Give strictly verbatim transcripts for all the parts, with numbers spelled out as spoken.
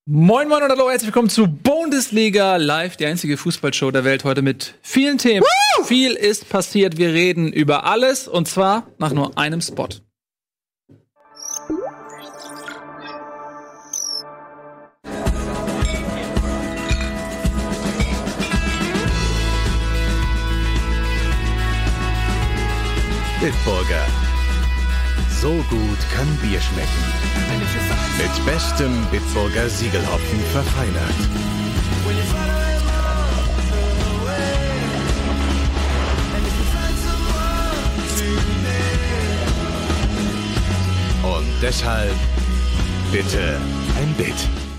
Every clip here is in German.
Moin Moin und hallo, herzlich willkommen zu Bundesliga Live, die einzige Fußballshow der Welt heute mit vielen Themen. Woo! Viel ist passiert, wir reden über alles und zwar nach nur einem Spot. Bitburger. So gut kann Bier schmecken. Mit bestem Bitburger Siegelhopfen verfeinert. Und deshalb bitte ein Bit.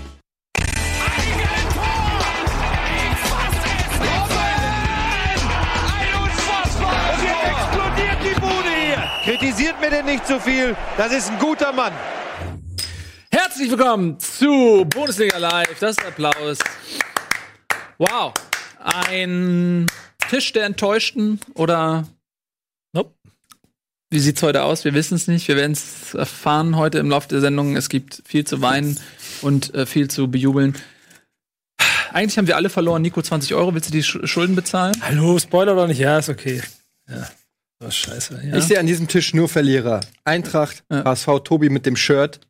Kritisiert mir denn nicht so viel, das ist ein guter Mann. Herzlich willkommen zu Bundesliga Live, das ist Applaus. Wow, ein Tisch der Enttäuschten oder nope. Wie sieht's heute aus? Wir wissen es nicht, wir werden es erfahren heute im Laufe der Sendung. Es gibt viel zu weinen und äh, viel zu bejubeln. Eigentlich haben wir alle verloren. Nico, zwanzig Euro, willst du die Sch- Schulden bezahlen? Hallo, Spoiler doch nicht, ja, ist okay. Ja. Was scheiße. Ja. Ich sehe an diesem Tisch nur Verlierer. Eintracht, ja. H S V, Tobi mit dem Shirt.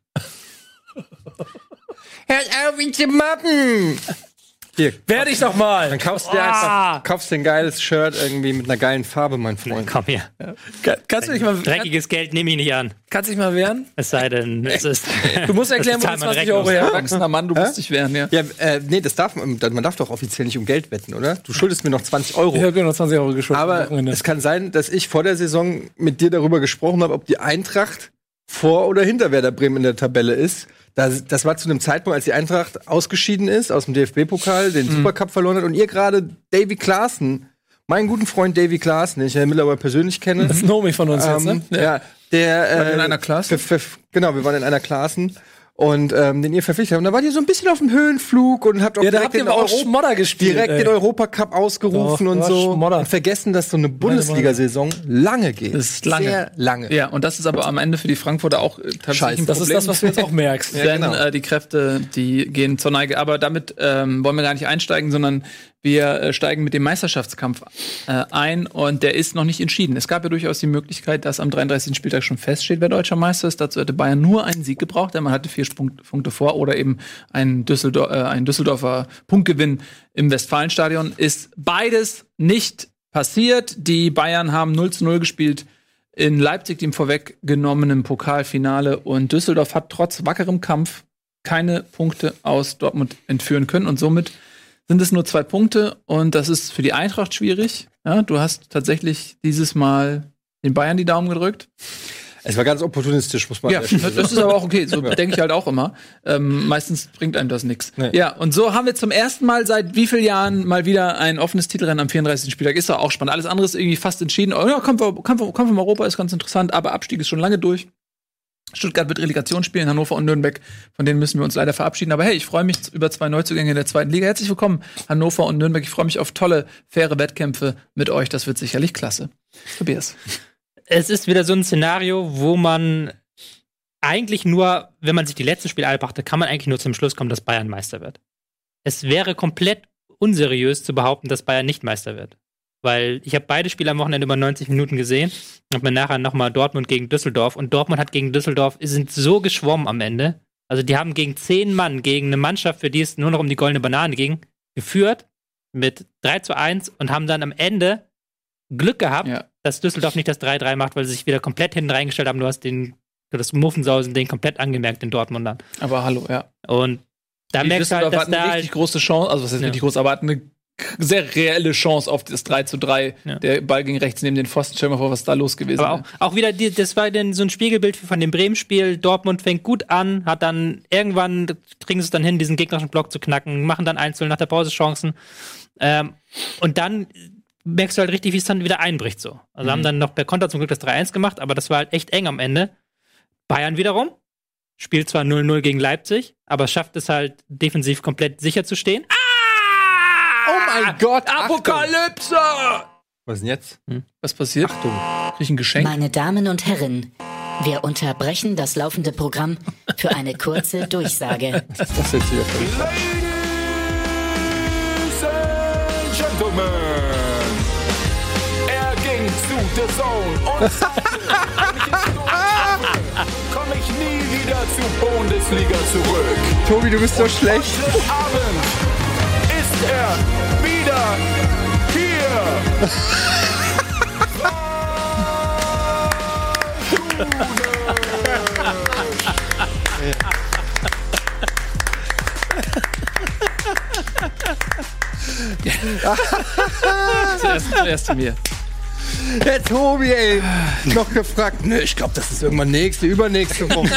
Hört auf, ihn zu mobben! Hier, werde ich doch mal! dann kaufst du dir Ah. einfach kaufst dir ein geiles Shirt irgendwie mit einer geilen Farbe, mein Freund. Komm her. Ja. Kann, kannst du dich mal, Dreckiges Geld nehme ich nicht an. kannst dich mal wehren? Es sei denn, es ist. Du musst erklären, wo die das ist Teil zwanzig meiner Euro Rechnung. her. Erwachsener Mann, du musst dich wehren, ja. Ja, äh, nee, das darf man, man darf doch offiziell nicht um Geld wetten, oder? Du schuldest mir noch zwanzig Euro. Ich habe dir noch zwanzig Euro geschuldet. Aber es kann sein, dass ich vor der Saison mit dir darüber gesprochen habe, ob die Eintracht vor oder hinter Werder Bremen in der Tabelle ist. Das, das war zu einem Zeitpunkt, als die Eintracht ausgeschieden ist aus dem D F B-Pokal, den mhm. Supercup verloren hat und ihr gerade Davy Klaassen, meinen guten Freund Davy Klaassen, den ich ja mittlerweile persönlich kenne. Das ist ein Homie von uns ähm, jetzt, ne? Ja, ja der Waren wir äh, in einer Klasse? Für, für, genau, wir waren in einer Klasse. Und ähm, den ihr verpflichtet habt. Und da wart ihr so ein bisschen auf dem Höhenflug und habt auch Ja, da direkt, habt ihr den, aber auch Euro Schmodder gespielt, direkt ey. den Europacup ausgerufen Doch, und war so. Schmodder. Und vergessen, dass so eine Bundesliga-Saison lange geht. Das ist lange. Sehr lange. Ja, und das ist aber am Ende für die Frankfurter auch äh, tatsächlich Scheiße. ein Das ist Problem. das, was du jetzt auch merkst. Ja, Denn genau. äh, die Kräfte, die gehen zur Neige. Aber damit ähm, wollen wir gar nicht einsteigen, sondern wir äh, steigen mit dem Meisterschaftskampf äh, ein. Und der ist noch nicht entschieden. Es gab ja durchaus die Möglichkeit, dass am dreiunddreißigsten Spieltag schon feststeht, wer deutscher Meister ist. Dazu hätte Bayern nur einen Sieg gebraucht, denn man hatte vier Punkt- Punkte vor. Oder eben ein, Düsseldor- äh, ein Düsseldorfer Punktgewinn im Westfalenstadion. Ist beides nicht passiert. Die Bayern haben null zu null gespielt in Leipzig, dem vorweggenommenen Pokalfinale. Und Düsseldorf hat trotz wackerem Kampf keine Punkte aus Dortmund entführen können. Und somit sind es nur zwei Punkte. Und das ist für die Eintracht schwierig. Ja, du hast tatsächlich dieses Mal den Bayern die Daumen gedrückt. Es war ganz opportunistisch, muss man Ja, das ist aber auch okay. So denke ich halt auch immer. Ähm, meistens bringt einem das nichts. Nee. Ja, und so haben wir zum ersten Mal seit wie vielen Jahren mal wieder ein offenes Titelrennen am vierunddreißigsten Spieltag. Ist doch auch spannend. Alles andere ist irgendwie fast entschieden. Oh, ja, Kampf, Kampf, Kampf um Europa ist ganz interessant, aber Abstieg ist schon lange durch. Stuttgart wird Relegation spielen, Hannover und Nürnberg, von denen müssen wir uns leider verabschieden. Aber hey, ich freue mich über zwei Neuzugänge in der zweiten Liga. Herzlich willkommen, Hannover und Nürnberg. Ich freue mich auf tolle, faire Wettkämpfe mit euch. Das wird sicherlich klasse. Tobias. Es ist wieder so ein Szenario, wo man eigentlich nur, wenn man sich die letzten Spiele betrachtet, kann man eigentlich nur zum Schluss kommen, dass Bayern Meister wird. Es wäre komplett unseriös zu behaupten, dass Bayern nicht Meister wird. Weil ich habe beide Spiele am Wochenende über neunzig Minuten gesehen. Hab mir nachher nochmal Dortmund gegen Düsseldorf. Und Dortmund hat gegen Düsseldorf, sind so geschwommen am Ende. Also die haben gegen zehn Mann, gegen eine Mannschaft, für die es nur noch um die goldene Banane ging, geführt mit drei zu eins und haben dann am Ende Glück gehabt, Ja. dass Düsseldorf nicht das drei drei macht, weil sie sich wieder komplett hinten reingestellt haben. Du hast den, das Muffensausen, den komplett angemerkt, den Dortmundern. Aber hallo, ja. Und da Die merkst du halt, Düsseldorf dass hat da eine halt, richtig große Chance, also was heißt Ja. richtig groß, aber hat eine sehr reelle Chance auf das drei zu drei. Ja. Der Ball ging rechts neben den Pfosten. Stell dir mal vor, was da los gewesen aber auch, auch wieder, die, das war dann so ein Spiegelbild von dem Bremen-Spiel. Dortmund fängt gut an, hat dann irgendwann, kriegen sie es dann hin, diesen gegnerischen Block zu knacken, machen dann einzeln nach der Pause Chancen. Ähm, und dann merkst du halt richtig, wie es dann wieder einbricht so. Also Mhm. haben dann noch per Konter zum Glück das drei eins gemacht, aber das war halt echt eng am Ende. Bayern wiederum spielt zwar null null gegen Leipzig, aber schafft es halt defensiv komplett sicher zu stehen. Oh mein Gott, Apokalypse! Was ist denn jetzt? Was passiert? Achtung. Krieg ich ein Geschenk? Meine Damen und Herren, Wir unterbrechen das laufende Programm für eine kurze Durchsage. Das ist jetzt hier für Ladies and Gentlemen, er ging zu The Zone und sagte, wenn ich es durchschaffe, komme ich nie wieder zur Bundesliga zurück. Tobi, du bist so schlecht. Heute Abend ist er wieder hier. Zuerst, zuerst zu mir. Der Tobi, ey, noch gefragt. Nö, ich glaube, das ist irgendwann nächste, übernächste Woche.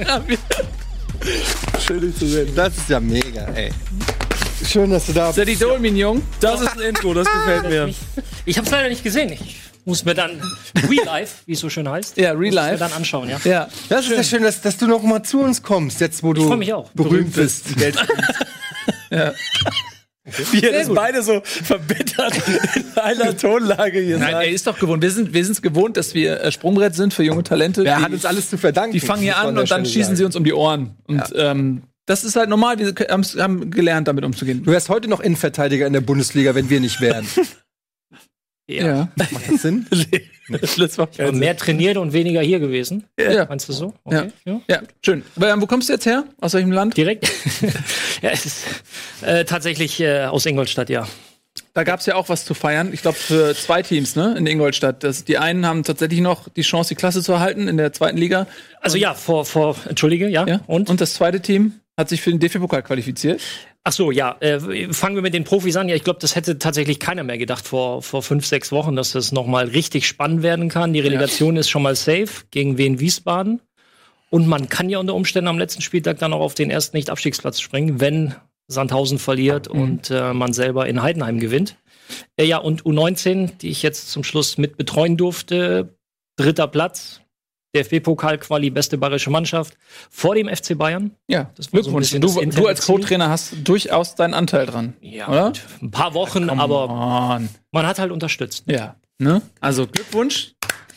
Schön, dich zu sehen. Das ist ja mega, ey. Schön, dass du da bist. Ist der Idol, Mignon? Das ist ein Intro, das gefällt mir. Ich hab's leider nicht gesehen. Ich muss mir dann Real Life, wie es so schön heißt, Ja, Real muss Life. mir dann anschauen, ja. Ja. Das ist ja schön, dass, dass du noch mal zu uns kommst, jetzt wo du freu mich auch. berühmt bist. Geld Ja. Wir jetzt beide so verbittert in einer Tonlage hier Nein, er ist doch gewohnt. Wir sind wir sind's gewohnt, dass wir äh, Sprungbrett sind für junge Talente. Wer die, hat uns alles zu verdanken? die fangen hier muss man an der und dann Stelle schießen sagen. sie uns um die Ohren. Und ähm, das ist halt normal. Wir haben's- haben gelernt, damit umzugehen. Du wärst heute noch Innenverteidiger in der Bundesliga, wenn wir nicht wären. Ja. Macht das Sinn? Das macht Aber keinen Sinn. mehr trainiert und weniger hier gewesen. Ja. Meinst du so? Okay. Ja. Ja, schön. Aber, ähm, wo kommst du jetzt her? Aus welchem Land? Direkt? Ja, es ist äh, tatsächlich äh, aus Ingolstadt, ja. Da gab es ja auch was zu feiern. Ich glaube, für zwei Teams, ne, in Ingolstadt. Das, die einen haben tatsächlich noch die Chance, die Klasse zu erhalten in der zweiten Liga. Also ja, vor, vor, entschuldige, ja. Ja. Und? Und das zweite Team hat sich für den D F B-Pokal qualifiziert. Ach so, ja. Äh, fangen wir mit den Profis an. Ja, ich glaube, das hätte tatsächlich keiner mehr gedacht vor, vor fünf, sechs Wochen, dass das nochmal richtig spannend werden kann. Die Relegation ist schon mal safe gegen Wien Wiesbaden. Und man kann ja unter Umständen am letzten Spieltag dann auch auf den ersten Nicht-Abstiegsplatz springen, wenn Sandhausen verliert Mhm. und äh, man selber in Heidenheim gewinnt. Äh, ja, und U neunzehn, die ich jetzt zum Schluss mit betreuen durfte, dritter Platz, D F B-Pokal-Quali, beste bayerische Mannschaft, vor dem F C Bayern. Ja, Das war so ein Glückwunsch. bisschen das du, interne du als Ziel. Co-Trainer hast durchaus deinen Anteil dran. Ja, oder? gut. Ein paar Wochen, Come aber on. man hat halt unterstützt. Ja. Ne? Also Glückwunsch.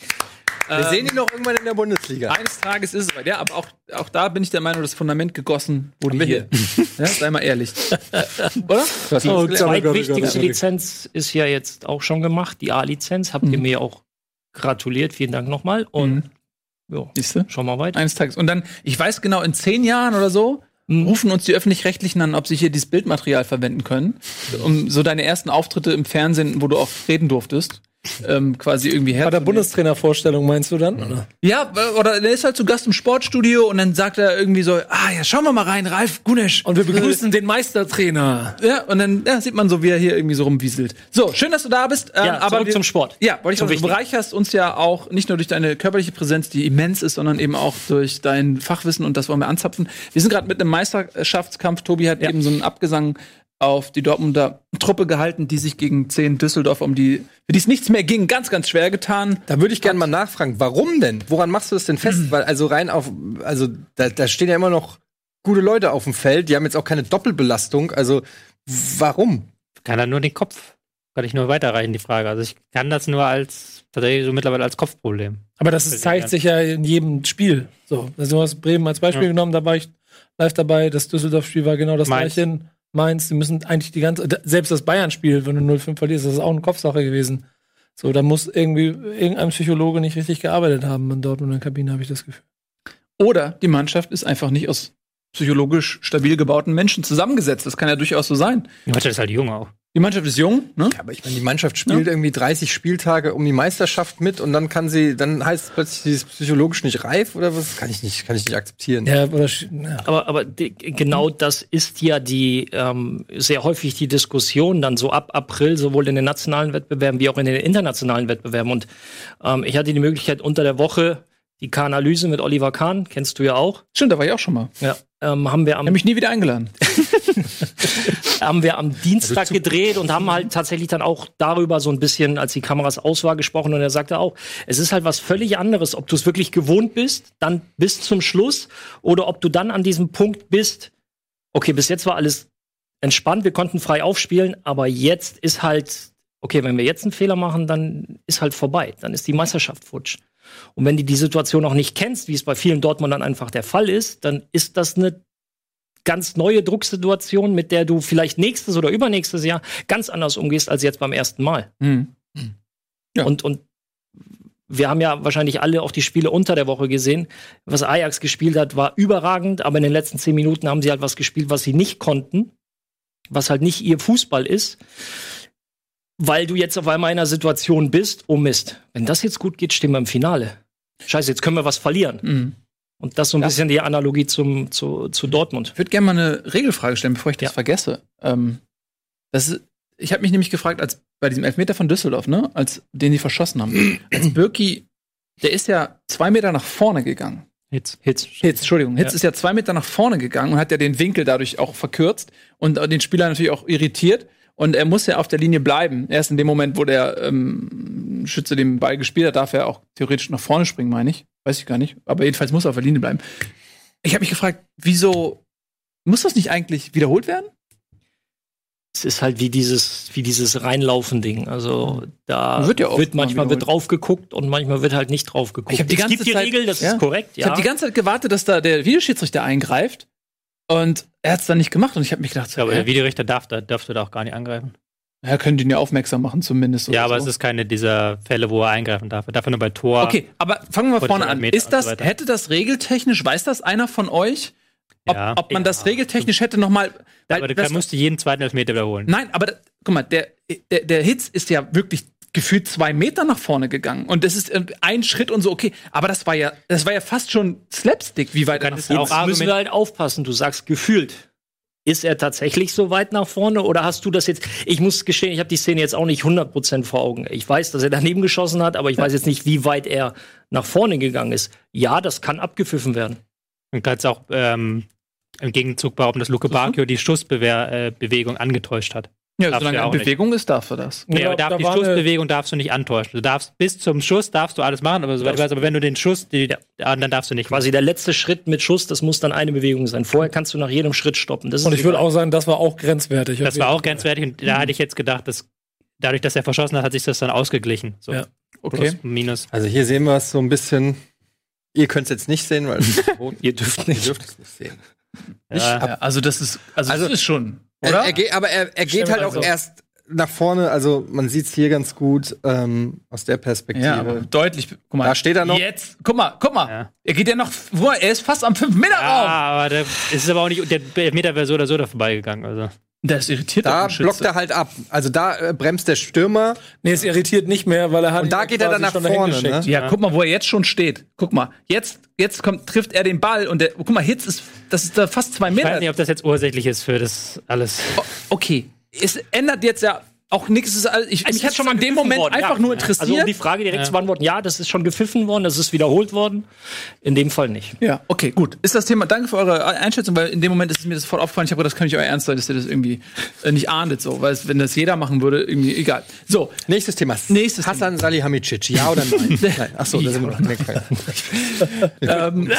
Wir sehen ihn noch irgendwann in der Bundesliga. Eines Tages ist es soweit. Ja, aber auch, auch da bin ich der Meinung, das Fundament gegossen wurde wir hier. Ja, sei mal ehrlich. Oder? Was Die hast du gelernt? zweitwichtigste Lizenz ist ja jetzt auch schon gemacht, die A-Lizenz. Habt ihr Mhm. mir auch gratuliert. Vielen Dank nochmal. Und Mhm. ja, Siehst du? schauen wir weiter. Eines Tages. Und dann, ich weiß genau, in zehn Jahren oder so rufen uns die Öffentlich-Rechtlichen an, ob sie hier dieses Bildmaterial verwenden können, um so deine ersten Auftritte im Fernsehen, wo du auch reden durftest, ähm, quasi irgendwie Bei der herzunehmen. Bundestrainervorstellung meinst du dann? Oder? Ja, oder der ist halt zu Gast im Sportstudio und dann sagt er irgendwie so, ah ja, schauen wir mal rein, Ralf Gunesch. Und wir begrüßen den Meistertrainer. Ja, und dann ja, sieht man so, wie er hier irgendwie so rumwieselt. So, schön, dass du da bist. Ähm, Ja, zurück wir, zum Sport. Ja, wollte ich Zum sagen, du Wichtigen. bereicherst uns ja auch nicht nur durch deine körperliche Präsenz, die immens ist, sondern eben auch durch dein Fachwissen und das wollen wir anzapfen. Wir sind gerade mit einem Meisterschaftskampf. Tobi hat Ja. eben so einen Abgesang auf die Dortmunder Truppe gehalten, die sich gegen zehn Düsseldorf, um die, für die es nichts mehr ging, ganz, ganz schwer getan. Da würde ich gerne mal nachfragen, warum denn? Woran machst du das denn fest? Weil also rein auf, also da, da stehen ja immer noch gute Leute auf dem Feld, die haben jetzt auch keine Doppelbelastung. Also warum? Kann er nur den Kopf. Kann ich nur weiterreichen, die Frage. Also ich kann das nur als, tatsächlich so mittlerweile als Kopfproblem. Aber das Für zeigt sich sich ja in jedem Spiel. So, also du hast Bremen als Beispiel Ja. genommen, da war ich live dabei. Das Düsseldorf-Spiel war genau das Mainz. gleiche. in Mainz, die müssen eigentlich die ganze, selbst das Bayern-Spiel, wenn du null fünf verlierst, das ist auch eine Kopfsache gewesen. So, da muss irgendwie irgendein Psychologe nicht richtig gearbeitet haben in Dortmund in der Kabine, habe ich das Gefühl. Oder die Mannschaft ist einfach nicht aus psychologisch stabil gebauten Menschen zusammengesetzt. Das kann ja durchaus so sein. Die Mannschaft ist halt jung auch. Die Mannschaft ist jung, ne? Aber ich meine, die Mannschaft spielt irgendwie dreißig Spieltage um die Meisterschaft mit und dann kann sie, dann heißt es plötzlich, sie ist psychologisch nicht reif oder was? Kann ich nicht, kann ich nicht akzeptieren. Ja, oder, ja. Aber, aber die, genau das ist ja die ähm, sehr häufig die Diskussion dann so ab April, sowohl in den nationalen Wettbewerben wie auch in den internationalen Wettbewerben. Und ähm, ich hatte die Möglichkeit unter der Woche die K-Analyse mit Oliver Kahn, kennst du ja auch. Stimmt, da war ich auch schon mal. Ja, ähm, haben wir am Ich habe mich nie wieder eingeladen. haben wir am Dienstag gedreht und haben halt tatsächlich dann auch darüber so ein bisschen, als die Kameras aus war, gesprochen. Und er sagte auch, es ist halt was völlig anderes, ob du es wirklich gewohnt bist, dann bis zum Schluss, oder ob du dann an diesem Punkt bist, okay, bis jetzt war alles entspannt, wir konnten frei aufspielen, aber jetzt ist halt, okay, wenn wir jetzt einen Fehler machen, dann ist halt vorbei, dann ist die Meisterschaft futsch. Und wenn du die Situation auch nicht kennst, wie es bei vielen Dortmundern einfach der Fall ist, dann ist das eine ganz neue Drucksituation, mit der du vielleicht nächstes oder übernächstes Jahr ganz anders umgehst als jetzt beim ersten Mal. Mhm. Ja. Und, und wir haben ja wahrscheinlich alle auch die Spiele unter der Woche gesehen. Was Ajax gespielt hat, war überragend, aber in den letzten zehn Minuten haben sie halt was gespielt, was sie nicht konnten, was halt nicht ihr Fußball ist, weil du jetzt auf einmal in einer Situation bist, oh Mist, wenn das jetzt gut geht, stehen wir im Finale. Scheiße, jetzt können wir was verlieren. Mhm. Und das so ein ja. bisschen die Analogie zum, zu, zu Dortmund. Ich würde gerne mal eine Regelfrage stellen, bevor ich das Ja. vergesse. Ähm, das ist, ich habe mich nämlich gefragt, als bei diesem Elfmeter von Düsseldorf, ne, als den die verschossen haben, als Birki, der ist ja zwei Meter nach vorne gegangen. Hitz. Hitz. Hitz, Entschuldigung. Hitz Ja. ist ja zwei Meter nach vorne gegangen und hat ja den Winkel dadurch auch verkürzt und den Spieler natürlich auch irritiert. Und er muss ja auf der Linie bleiben. Erst in dem Moment, wo der ähm, Schütze den Ball gespielt hat, darf er auch theoretisch nach vorne springen, meine ich. Weiß ich gar nicht. Aber jedenfalls muss er auf der Linie bleiben. Ich habe mich gefragt, wieso muss das nicht eigentlich wiederholt werden? Es ist halt wie dieses, wie dieses Reinlaufen-Ding. Also da Wird ja oft wird mal manchmal wird wiederholt. drauf geguckt und manchmal wird halt nicht drauf geguckt. Ich hab die es ganze gibt die Zeit- Regel, das ja. ist korrekt. Ich Ja. habe die ganze Zeit gewartet, dass da der Videoschiedsrichter eingreift. Und er hat es dann nicht gemacht. Und ich habe mich gedacht, so, Aber der hä? Videorichter darf da, dürfte da auch gar nicht angreifen. ja, können die ihn ja aufmerksam machen zumindest. Ja, oder aber so. es ist keine dieser Fälle, wo er eingreifen darf. Er darf nur bei Tor. Okay, aber fangen wir Oder vorne so an. Meter Ist und das, so weiter. hätte das regeltechnisch, weiß das einer von euch? Ob, Ja. ob man das regeltechnisch hätte noch mal. Aber der das, musste jeden zweiten Elfmeter wiederholen. nein, aber da, guck mal, der, der, der Hitz ist ja wirklich gefühlt zwei Meter nach vorne gegangen. Und das ist äh, ein Schritt und so, okay. Aber das war ja, das war ja fast schon Slapstick, wie weit er nach könntest vorne auch ist. Jetzt müssen Argument- wir halt aufpassen. Du sagst gefühlt. Ist er tatsächlich so weit nach vorne oder hast du das jetzt? Ich muss gestehen, ich habe die Szene jetzt auch nicht hundert Prozent vor Augen. Ich weiß, dass er daneben geschossen hat, aber ich weiß jetzt nicht, wie weit er nach vorne gegangen ist. Ja, das kann abgepfiffen werden. Du kannst auch ähm, im Gegenzug behaupten, dass Luke Bacchio die Schussbewegung angetäuscht hat. Ja, Darfst solange du ja er auch in nicht. Bewegung ist, darf er das. Nee, Ja, aber darf da die war eine- Schussbewegung darfst du nicht antäuschen. Du darfst bis zum Schuss darfst du alles machen, aber soweit ich weiß, aber wenn du den Schuss, die, dann darfst du nicht. Quasi der letzte Schritt mit Schuss, das muss dann eine Bewegung sein. Vorher kannst du nach jedem Schritt stoppen. Das ist Und ich würde egal. auch sagen, das war auch grenzwertig. Das war auch grenzwertig und da hatte ich jetzt gedacht, dass dadurch, dass er verschossen hat, hat sich das dann ausgeglichen. So. Ja. Okay. Plus, minus. Also hier sehen wir es so ein bisschen. Ihr könnt es jetzt nicht sehen, weil Ihr dürft ihr nicht. dürft es nicht sehen. Ja. Ja, also das ist, also, Also- das ist schon, Er, oder? er geht, aber er, er geht Stimmt, halt auch also- erst nach vorne. Also man sieht es hier ganz gut ähm, aus der Perspektive. ja, aber deutlich. Guck mal, Da steht er noch. Jetzt, guck mal, guck mal. Ja. Er geht ja noch, wo, er ist fast am fünf Meter Ja, Raum. aber der, es ist aber auch nicht, der Elfmeter wäre so oder so da vorbeigegangen. Also. Das irritiert Da auch den blockt Schütze. er halt ab. Also da äh, bremst der Stürmer. Nee, es irritiert nicht mehr, weil er hat Und da ihn geht er dann quasi nach schon dahin vorne, geschickt. ne? Ja, guck mal, wo er jetzt schon steht. Guck mal, jetzt, jetzt kommt, trifft er den Ball und der, guck mal, Hitz ist, das ist da fast zwei Ich weiß Meter. nicht, ob das jetzt ursächlich ist für das alles. O- Okay, es ändert jetzt ja auch nichts. Es ist all- Ich, Es mich ist hat schon mal in dem gepfiffen Moment worden, einfach ja. nur Also um interessiert. die Frage direkt Ja. zu beantworten, ja, das ist schon gepfiffen worden, das ist wiederholt worden. In dem Fall nicht. Ja, okay, gut. Ist das Thema, danke für eure Einschätzung, weil in dem Moment ist mir das sofort aufgefallen. Ich habe gedacht, das kann nicht euer Ernst sein, dass ihr das irgendwie äh, nicht ahndet, so. Weil es, wenn das jeder machen würde, irgendwie egal. So, Nächstes Thema. Nächstes Hassan Salihamidzic. Ja oder nein? nein. Achso, da sind wir noch. Nee, kein- ähm,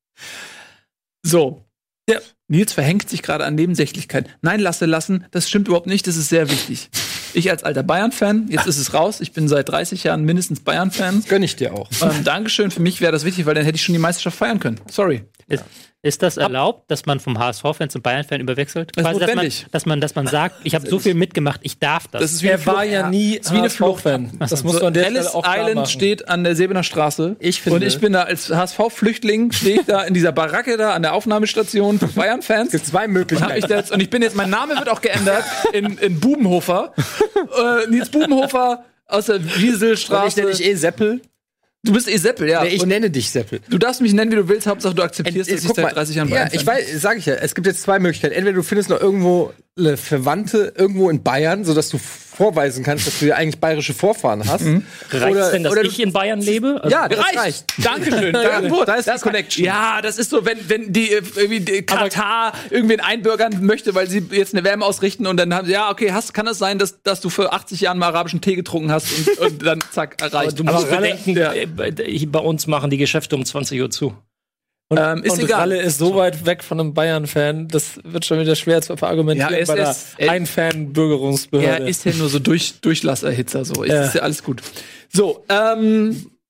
so. Der Nils verhängt sich gerade an Nebensächlichkeit. Nein, lasse lassen, das stimmt überhaupt nicht, das ist sehr wichtig. Ich als alter Bayern-Fan, jetzt ist es raus, ich bin seit dreißig Jahren mindestens Bayern-Fan. Gönn ich dir auch. Ähm, Dankeschön, für mich wäre das wichtig, weil dann hätte ich schon die Meisterschaft feiern können. Sorry. Ist, ist das erlaubt, dass man vom H S V-Fan zum Bayern-Fan überwechselt? Das ist Quasi, dass, man, notwendig. dass, man, dass man sagt, ich habe so viel mitgemacht, ich darf das. Das ist wie Er eine war Flucht. ja nie Das ist wie eine Flucht. Fan. Das muss So, man an der Ellis Stelle auch klar Island machen. steht an der Sebener Straße. Ich finde- und ich bin da als H S V-Flüchtling, stehe ich da in dieser Baracke da an der Aufnahmestation für Bayern-Fans. Es gibt zwei Und, hab Möglichkeiten. ich da jetzt, und ich bin jetzt, mein Name wird auch geändert in, in Bubenhofer. äh, Nils Bubenhofer aus der Und ich Wieselstraße. nenne dich eh Seppel. Du bist eh Seppel, ja. Nee, ich und nenne dich Seppel. du darfst mich nennen, wie du willst, Hauptsache du akzeptierst, Ent- dass ich guck seit mal, dreißig Jahren Ja, Bayern-Fan ich weiß, sag ich ja. Es gibt jetzt zwei Möglichkeiten. Entweder du findest noch irgendwo eine Verwandte irgendwo in Bayern, sodass du vorweisen kannst, dass du ja eigentlich bayerische Vorfahren hast. Reicht es denn, dass oder ich du, in Bayern lebe? Also, ja, das Reicht. reicht. Dankeschön. Irgendwo, Da ist die das Connection. Ja, das ist so, wenn, wenn die, äh, irgendwie die Katar irgendwen einbürgern möchte, weil sie jetzt eine Wärme ausrichten und dann haben sie, ja, okay, hast, kann es sein, dass, dass du für achtzig Jahren mal arabischen Tee getrunken hast und, und dann zack, erreicht. du musst Aber Ralle- bedenken, äh, bei- bei uns machen die Geschäfte um zwanzig Uhr zu. Und, Ähm, ist und egal. Ralle ist so weit weg von einem Bayern-Fan, das wird schon wieder schwer zu verargumentieren Ja, es bei der ist- er- Ein-Fan-Bürgerungsbehörde. Er ist ja nur so durch, Durchlasserhitzer, so. Ja. Ist ja alles gut. So, ähm,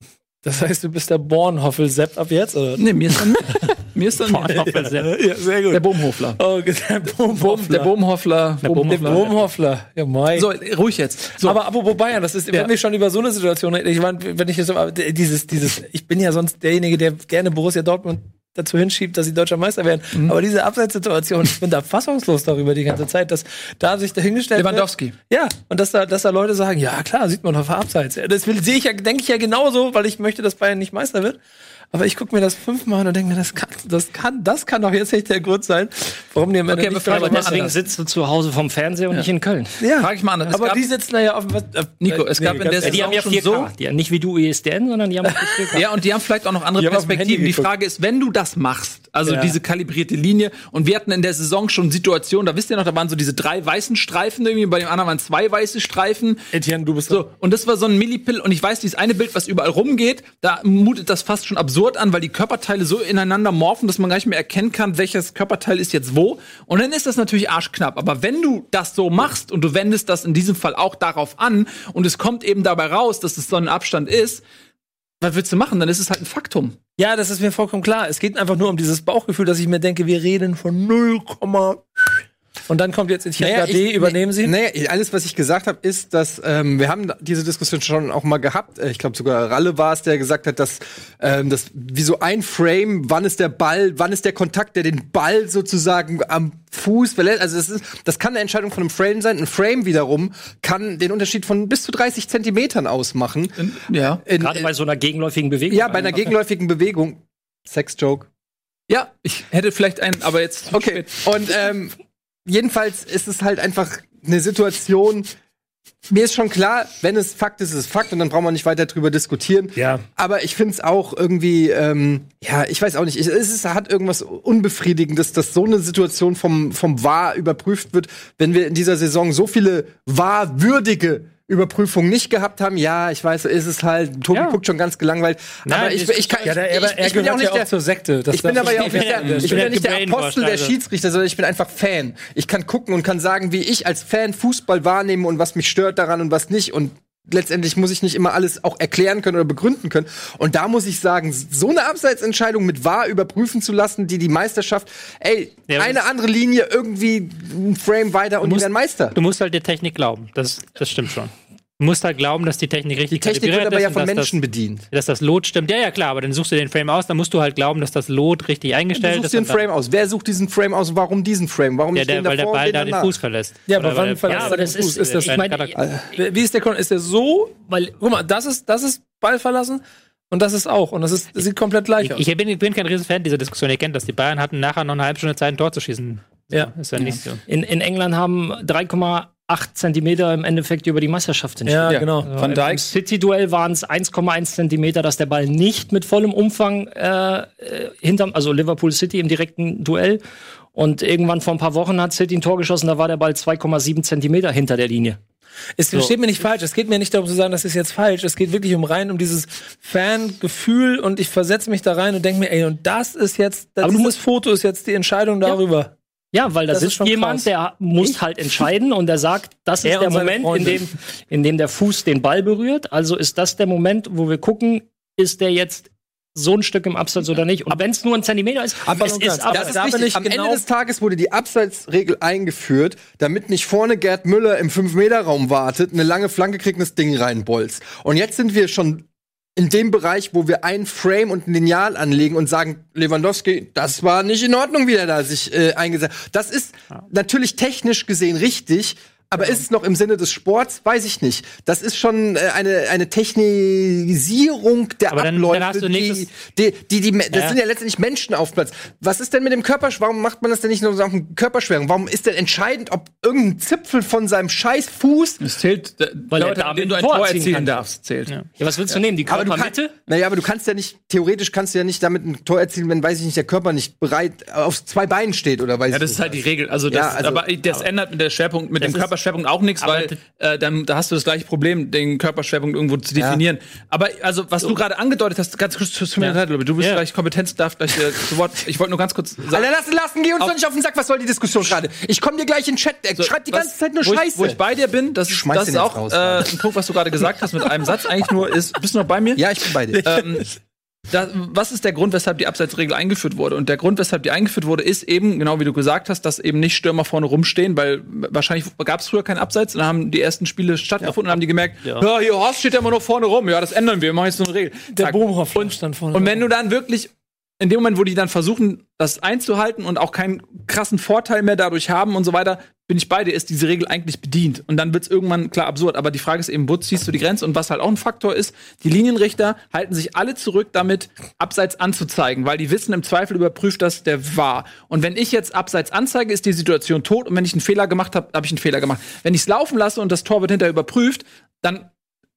Das heißt, du bist der Bornhoffel-Sepp ab jetzt, oder? Nee, mir ist dann mir ist dann Bornhoffel-Sepp. Ja, sehr gut. Der Bohmhofler. Oh, der Bohmhoffler. Der Bohmhoffler. Der Bohmhoffler. Ja, mai. So, ruhig jetzt. So. Aber apropos Bayern, das ist, Ja. wenn wir schon über so eine Situation reden, ich meine, wenn ich jetzt aber dieses, dieses, ich bin ja sonst derjenige, der gerne Borussia Dortmund dazu hinschiebt, dass sie deutscher Meister werden. Mhm. Aber diese Abseitssituation, ich bin da fassungslos darüber die ganze Zeit, dass da sich dahingestellt Lewandowski. wird. Ja, und dass da, dass da Leute sagen, ja klar, sieht man doch Abseits. Das will, sehe ich ja, denke ich ja genauso, weil ich möchte, dass Bayern nicht Meister wird. Aber ich gucke mir das fünfmal an und denke mir, das kann, das kann, das kann doch jetzt nicht der Grund sein, warum die am Ende Okay, nicht aber Aber Deutscher deswegen Meister sitzt du zu Hause vom Fernseher und Ja. nicht in Köln. werden. Ja, Frag ich mal an. Es aber gab- die sitzen da ja auf dem, was, äh, Nico, es gab in der ganz Ja, die Saison haben ja schon vier K. so- Die haben nicht wie du E S D N, sondern die haben vier K. Ja, und die haben vielleicht auch noch andere Die haben auf dem Perspektiven. Handy Die geguckt. Frage ist, wenn du das machst, also Ja. diese kalibrierte Linie, und wir hatten in der Saison schon Situationen, da wisst ihr noch, da waren so diese drei weißen Streifen irgendwie, bei dem anderen waren zwei weiße Streifen. Etienne, du bist So, und das war so ein Millipill, und ich weiß, dieses eine Bild, was überall rumgeht, da mutet das fast schon absurd an, weil die Körperteile so ineinander morphen, dass man gar nicht mehr erkennen kann, welches Körperteil ist jetzt wo. Und dann ist das natürlich arschknapp. Aber wenn du das so machst und du wendest das in diesem Fall auch darauf an und es kommt eben dabei raus, dass es so ein Abstand ist, was willst du machen? Dann ist es halt ein Faktum. Ja, das ist mir vollkommen klar. Es geht einfach nur um dieses Bauchgefühl, dass ich mir denke, wir reden von null, und dann kommt jetzt Etienne Naja, Gade, ich- übernehmen Sie? Naja, alles, was ich gesagt habe, ist, dass ähm, wir haben diese Diskussion schon auch mal gehabt. Äh, Ich glaube, sogar Ralle war es, der gesagt hat, dass ähm, das wie so ein Frame, wann ist der Ball, wann ist der Kontakt, der den Ball sozusagen am Fuß verletzt. Also das, ist, das kann eine Entscheidung von einem Frame sein. Ein Frame wiederum kann den Unterschied von bis zu dreißig Zentimetern ausmachen. Ja. In, Gerade bei so einer gegenläufigen Bewegung. ja, bei einer gegenläufigen Bewegung. Sex-Joke. Ja, ich hätte vielleicht einen, aber jetzt. Okay. Und ähm, jedenfalls ist es halt einfach eine Situation. Mir ist schon klar, wenn es Fakt ist, ist es Fakt und dann brauchen wir nicht weiter drüber diskutieren. Ja. Aber ich finde es auch irgendwie, ähm, ja, ich weiß auch nicht, es ist, hat irgendwas Unbefriedigendes, dass so eine Situation vom, vom V A R überprüft wird, wenn wir in dieser Saison so viele V A R-würdige Überprüfung nicht gehabt haben. Ja, ich weiß, so ist es halt. Tobi Ja. guckt schon ganz gelangweilt. Nein, aber ich, ist- ich kann, Ja, der, ich, er, er ich bin ja auch nicht der, zur Sekte. Das ich bin aber ja auch nicht der, Ich ich bin bin ja halt nicht der gebrainwashed, Apostel der also. Schiedsrichter, sondern ich bin einfach Fan. Ich kann gucken und kann sagen, wie ich als Fan Fußball wahrnehme und was mich stört daran und was nicht. Und letztendlich muss ich nicht immer alles auch erklären können oder begründen können. Und da muss ich sagen, so eine Abseitsentscheidung mit V A R überprüfen zu lassen, die die Meisterschaft, ey, Ja, eine andere Linie, irgendwie ein Frame weiter und die musst- werden Meister. Du musst halt der Technik glauben. Das, das stimmt schon. Du musst halt glauben, dass die Technik richtig Die Technik wird kalibriert aber ist ja und von dass Menschen das, bedient. dass das Lot stimmt. Ja, ja, klar, aber dann suchst du den Frame aus, dann musst du halt glauben, dass das Lot richtig Du eingestellt suchst ist. dir einen und dann- Frame aus. Wer sucht diesen Frame aus? Warum diesen Frame? Warum Ja, nicht der, den weil der davor und Ball da den danach? Fuß verlässt. Ja, aber Oder wann weil der- verlässt Ja, er aber den das Fuß? ist, Ist das, ich meine, wie ist der Kon ist der so, weil guck mal, das ist das ist Ball verlassen und das ist auch und das ist das sieht komplett gleich aus. Ich, ich bin, ich bin kein riesen Fan dieser Diskussion. Ihr kennt das. Die Bayern hatten nachher noch eine halbe Stunde Zeit, ein Tor zu schießen. Ja. Ist ja nicht so. in, in England haben drei Komma acht Zentimeter im Endeffekt über die Meisterschaft entschieden. Ja, Ja. genau. Van Im Dijk. City-Duell waren es eins Komma eins Zentimeter, dass der Ball nicht mit vollem Umfang äh, äh, hinterm, also Liverpool City im direkten Duell. Und irgendwann vor ein paar Wochen hat City ein Tor geschossen, da war der Ball zwei Komma sieben Zentimeter hinter der Linie. Es versteht mir nicht falsch. Es geht mir nicht darum zu sagen, das ist jetzt falsch. Es geht wirklich um rein um dieses Fangefühl und ich versetze mich da rein und denke mir, ey, und das ist jetzt, das, Aber du dieses Foto ist jetzt die Entscheidung darüber. Ja, weil da Das ist sitzt schon jemand, krass. der muss halt entscheiden und der sagt, das ist Er der und seine Moment, in Freunde. dem, in dem der Fuß den Ball berührt. Also ist das der Moment, wo wir gucken, ist der jetzt so ein Stück im Abseits oder nicht? Und wenn es nur ein Zentimeter ist, Aber es und ist ganz, aber Das ist da bin richtig. ich Am genau- Ende des Tages wurde die Abseitsregel eingeführt, damit nicht vorne Gerd Müller im fünf Meter Raum wartet, eine lange Flanke kriegt und das Ding reinbolzt. Und jetzt sind wir schon in dem Bereich, wo wir ein Frame und ein Lineal anlegen und sagen, Lewandowski, das war nicht in Ordnung, wie er da sich äh, eingesetzt hat. Das ist natürlich technisch gesehen richtig, aber ist es noch im Sinne des Sports? Weiß ich nicht. Das ist schon äh, eine, eine Technisierung der Aber dann- Abläufe, dann hast du nächstes- die, die, die, die, das Ja. sind ja letztendlich Menschen auf Platz. Was ist denn mit dem Körper? Warum macht man das denn nicht nur so auf den Körperschwere? Warum ist denn entscheidend, ob irgendein Zipfel von seinem scheiß Fuß? Es zählt, äh, Weil er Leute, an damit denen du ein Tor Tor erzielen erzielen kann. darfst, zählt. ja, was willst du nehmen? Die Aber du kannst, Körpermitte? naja, aber du kannst ja nicht, theoretisch kannst du ja nicht damit ein Tor erzielen, wenn, weiß ich nicht, der Körper nicht bereit auf zwei Beinen steht oder weiß Ja, ich das nicht. ist halt die Regel. Also das, Ja, also- aber das ändert mit der Schwerpunkt mit dem Das ist- Körperschwerpunkt auch nichts, weil äh, dann da hast du das gleiche Problem, den Körperschwerpunkt irgendwo zu definieren. Ja. Aber also, was so. du gerade angedeutet hast, ganz kurz, zu mir, ja. du bist ja. gleich Kompetenz, darf gleich äh, zu Wort. Ich wollte nur ganz kurz sagen. Alter, lassen, lassen, geh uns doch nicht auf den Sack, was soll die Diskussion gerade? Ich komme dir gleich in den Chat, der so, schreibt die ganze was, Zeit nur wo Scheiße. Ich, wo ich bei dir bin, das ist, das ist auch raus, äh, ein Punkt, was du gerade gesagt hast mit einem Satz eigentlich nur ist, bist du noch bei mir? Ja, ich bin bei dir. Ähm, Da, was ist der Grund, weshalb die Abseitsregel eingeführt wurde? Und der Grund, weshalb die eingeführt wurde, ist eben, genau wie du gesagt hast, dass eben nicht Stürmer vorne rumstehen, weil wahrscheinlich gab es früher keinen Abseits. Und dann haben die ersten Spiele stattgefunden ja. und haben die gemerkt, ja, ja hier Horst steht ja immer noch vorne rum. Ja, das ändern wir, wir machen jetzt so eine Regel. Der Bohmhoff stand vorne. Und wenn du dann wirklich in dem Moment, wo die dann versuchen, das einzuhalten und auch keinen krassen Vorteil mehr dadurch haben und so weiter, bin ich bei dir, ist diese Regel eigentlich bedient. Und dann wird's irgendwann klar absurd. Aber die Frage ist eben, wo ziehst du die Grenze? Und was halt auch ein Faktor ist, die Linienrichter halten sich alle zurück, damit Abseits anzuzeigen, weil die wissen, im Zweifel überprüft das der V A R. Und wenn ich jetzt Abseits anzeige, ist die Situation tot. Und wenn ich einen Fehler gemacht habe, habe ich einen Fehler gemacht. Wenn ich's laufen lasse und das Tor wird hinterher überprüft, dann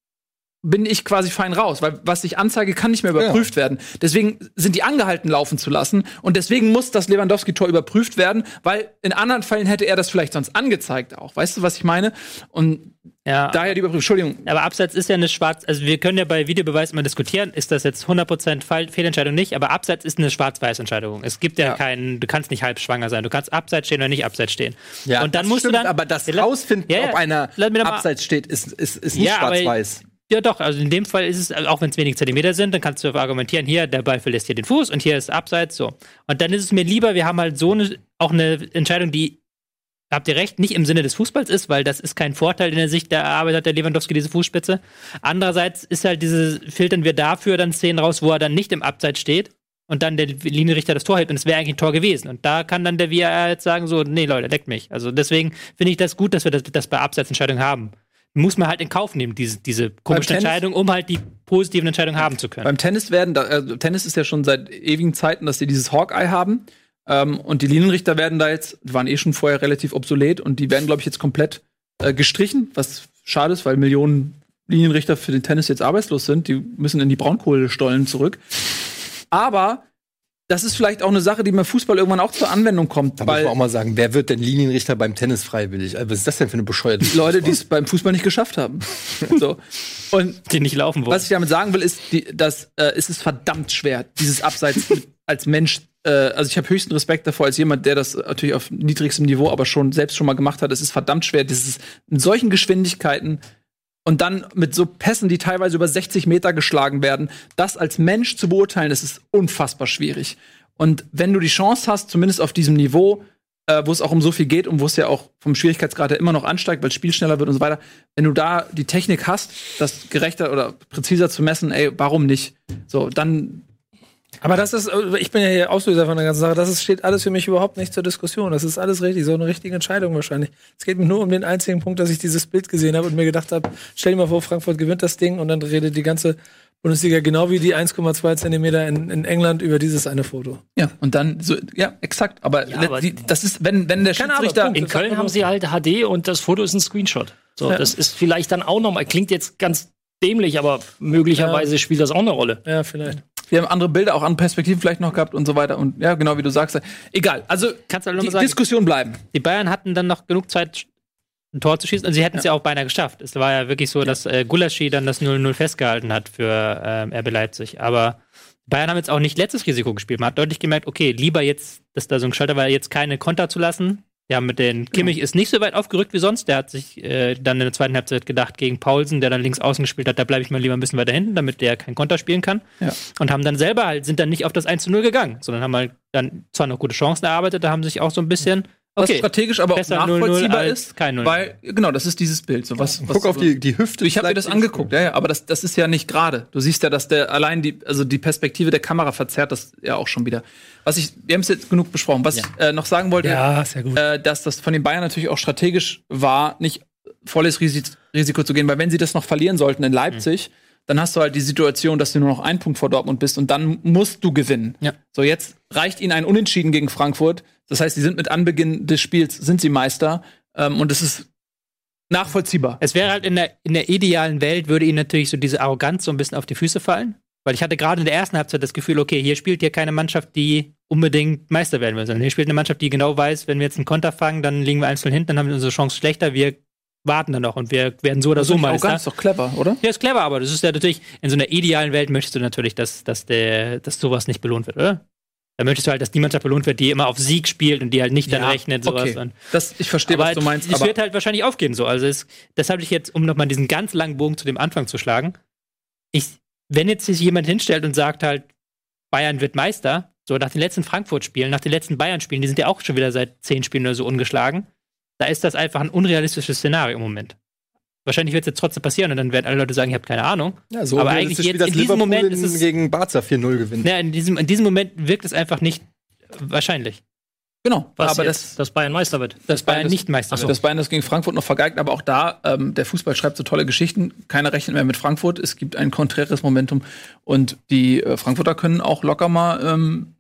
bin ich quasi fein raus, weil was ich anzeige, kann nicht mehr überprüft ja. werden. Deswegen sind die angehalten, laufen zu lassen. Und deswegen muss das Lewandowski-Tor überprüft werden, weil in anderen Fällen hätte er das vielleicht sonst angezeigt auch. Weißt du, was ich meine? Und ja. daher die Überprüfung. Entschuldigung. Aber Abseits ist ja eine schwarz, also wir können ja bei Videobeweis immer diskutieren, ist das jetzt hundert Prozent Fall, Fehlentscheidung nicht, aber Abseits ist eine Schwarz-Weiß-Entscheidung. Es gibt ja, ja keinen, du kannst nicht halb schwanger sein. Du kannst Abseits stehen oder nicht Abseits stehen. Ja, und dann das musst stimmt, du dann, aber das ja, rausfinden, ja, ob einer Abseits steht, ist, ist, ist nicht ja, schwarz-weiß. Ja, doch, also in dem Fall ist es, auch wenn es wenig Zentimeter sind, dann kannst du argumentieren, hier, der Ball verlässt hier den Fuß und hier ist Abseits, so. Und dann ist es mir lieber, wir haben halt so eine, auch eine Entscheidung, die, habt ihr recht, nicht im Sinne des Fußballs ist, weil das ist kein Vorteil in der Sicht der Arbeit hat der Lewandowski diese Fußspitze. Andererseits ist halt diese, filtern wir dafür dann Szenen raus, wo er dann nicht im Abseits steht und dann der Linienrichter das Tor hält und es wäre eigentlich ein Tor gewesen. Und da kann dann der V A R jetzt sagen, so, nee, Leute, leckt mich. Also deswegen finde ich das gut, dass wir das, das bei Abseitsentscheidungen haben. Muss man halt in Kauf nehmen, diese, diese komischen Entscheidungen, um halt die positiven Entscheidungen haben zu können. Beim Tennis werden, da, äh, Tennis ist ja schon seit ewigen Zeiten, dass sie dieses Hawkeye haben. Ähm, und die Linienrichter werden da jetzt, die waren eh schon vorher relativ obsolet und die werden, glaube ich, jetzt komplett äh, gestrichen, was schade ist, weil Millionen Linienrichter für den Tennis jetzt arbeitslos sind. Die müssen in die Braunkohlestollen zurück. Aber das ist vielleicht auch eine Sache, die beim Fußball irgendwann auch zur Anwendung kommt. Da muss man auch mal sagen, wer wird denn Linienrichter beim Tennis freiwillig? Also, was ist das denn für eine bescheuerte Die Leute, die es beim Fußball nicht geschafft haben. So. Und die nicht laufen wollen. Was ich damit sagen will, ist, die, dass äh, es ist verdammt schwer, dieses Abseits als Mensch. Äh, also ich habe höchsten Respekt davor, als jemand, der das natürlich auf niedrigstem Niveau, aber schon selbst schon mal gemacht hat. Es ist verdammt schwer, dieses in solchen Geschwindigkeiten und dann mit so Pässen, die teilweise über sechzig Meter geschlagen werden, das als Mensch zu beurteilen, das ist unfassbar schwierig. Und wenn du die Chance hast, zumindest auf diesem Niveau, äh, wo es auch um so viel geht und wo es ja auch vom Schwierigkeitsgrad her immer noch ansteigt, weil das Spiel schneller wird und so weiter, wenn du da die Technik hast, das gerechter oder präziser zu messen, ey, warum nicht? So, dann Aber das ist, ich bin ja hier Auslöser von der ganzen Sache, das ist, steht alles für mich überhaupt nicht zur Diskussion. Das ist alles richtig, so eine richtige Entscheidung wahrscheinlich. Es geht mir nur um den einzigen Punkt, dass ich dieses Bild gesehen habe und mir gedacht habe, stell dir mal vor, Frankfurt gewinnt das Ding und dann redet die ganze Bundesliga genau wie die eins Komma zwei Zentimeter in, in England über dieses eine Foto. Ja, und dann so, ja, exakt. Aber, ja, aber die, das ist, wenn, wenn der Schiedsrichter. In Köln haben sie halt H D und das Foto ist ein Screenshot. So, ja. Das ist vielleicht dann auch nochmal, klingt jetzt ganz dämlich, aber möglicherweise ja. spielt das auch eine Rolle. Ja, vielleicht. Wir haben andere Bilder, auch andere Perspektiven vielleicht noch gehabt und so weiter. Und ja, genau wie du sagst. Egal, also kannst du halt die sagen, Diskussion bleiben. Die Bayern hatten dann noch genug Zeit, ein Tor zu schießen. Und sie hätten es ja. ja auch beinahe geschafft. Es war ja wirklich so, ja. dass äh, Gulaschi dann das null null festgehalten hat für äh, R B Leipzig. Aber Bayern haben jetzt auch nicht letztes Risiko gespielt. Man hat deutlich gemerkt, okay, lieber jetzt, dass da so ein Schalter war, jetzt keine Konter zu lassen. Ja, mit den Kimmich ja. ist nicht so weit aufgerückt wie sonst. Der hat sich äh, dann in der zweiten Halbzeit gedacht, gegen Paulsen, der dann links außen gespielt hat, da bleibe ich mal lieber ein bisschen weiter hinten, damit der kein Konter spielen kann. Ja. Und haben dann selber halt, sind dann nicht auf das eins zu null gegangen, sondern haben halt dann zwar noch gute Chancen erarbeitet, da haben sich auch so ein bisschen okay, was strategisch aber auch nachvollziehbar ist, kein null. Weil, genau, das ist dieses Bild. So, was, was, Guck auf die, die Hüfte. Ich habe mir das angeguckt, ja, ja, aber das, das ist ja nicht gerade. Du siehst ja, dass der allein die, also die Perspektive der Kamera verzerrt das ja auch schon wieder. Was ich, wir haben es jetzt genug besprochen. Was ja. ich äh, noch sagen wollte, ja, sehr gut. Äh, dass das von den Bayern natürlich auch strategisch war, nicht volles Risi- Risiko zu gehen, weil wenn sie das noch verlieren sollten in Leipzig, mhm. dann hast du halt die Situation, dass du nur noch einen Punkt vor Dortmund bist und dann musst du gewinnen. Ja. So, jetzt reicht ihnen ein Unentschieden gegen Frankfurt. Das heißt, sie sind mit Anbeginn des Spiels, sind sie Meister. Ähm, und es ist nachvollziehbar. Es wäre halt in der, in der idealen Welt, würde ihnen natürlich so diese Arroganz so ein bisschen auf die Füße fallen. Weil ich hatte gerade in der ersten Halbzeit das Gefühl, okay, hier spielt hier keine Mannschaft, die unbedingt Meister werden will, sondern hier spielt eine Mannschaft, die genau weiß, wenn wir jetzt einen Konter fangen, dann liegen wir eins null hinten, dann haben wir unsere Chance schlechter, wir warten dann noch und wir werden so oder so Meister. Das ist doch clever, oder? Ja, ist clever, aber das ist ja natürlich, in so einer idealen Welt möchtest du natürlich, dass, dass, der, dass sowas nicht belohnt wird, oder? Da möchtest du halt, dass die Mannschaft belohnt wird, die immer auf Sieg spielt und die halt nicht dann Ja, rechnet, sowas. okay. Und Das, ich verstehe, was aber du meinst. es Aber wird halt wahrscheinlich aufgehen so. Also es, das habe ich jetzt, um nochmal diesen ganz langen Bogen zu dem Anfang zu schlagen. Ich, wenn jetzt sich jemand hinstellt und sagt halt, Bayern wird Meister, so nach den letzten Frankfurt-Spielen, nach den letzten Bayern-Spielen, die sind ja auch schon wieder seit zehn Spielen oder so ungeschlagen, da ist das einfach ein unrealistisches Szenario im Moment. Wahrscheinlich wird es jetzt trotzdem passieren und dann werden alle Leute sagen, ich habe keine Ahnung. Ja, so aber eigentlich jetzt in diesem Moment ist es gegen Barca vier null gewinnen. Ja, in diesem, in diesem Moment wirkt es einfach nicht wahrscheinlich. genau, Was aber jetzt, das, dass Bayern Meister wird. Dass Bayern das- nicht Meister also wird. das Bayern das gegen Frankfurt noch vergeigt, aber auch da, ähm, der Fußball schreibt so tolle Geschichten. Keiner rechnet mehr mit Frankfurt. Es gibt ein konträres Momentum und die äh, Frankfurter können auch locker mal ähm,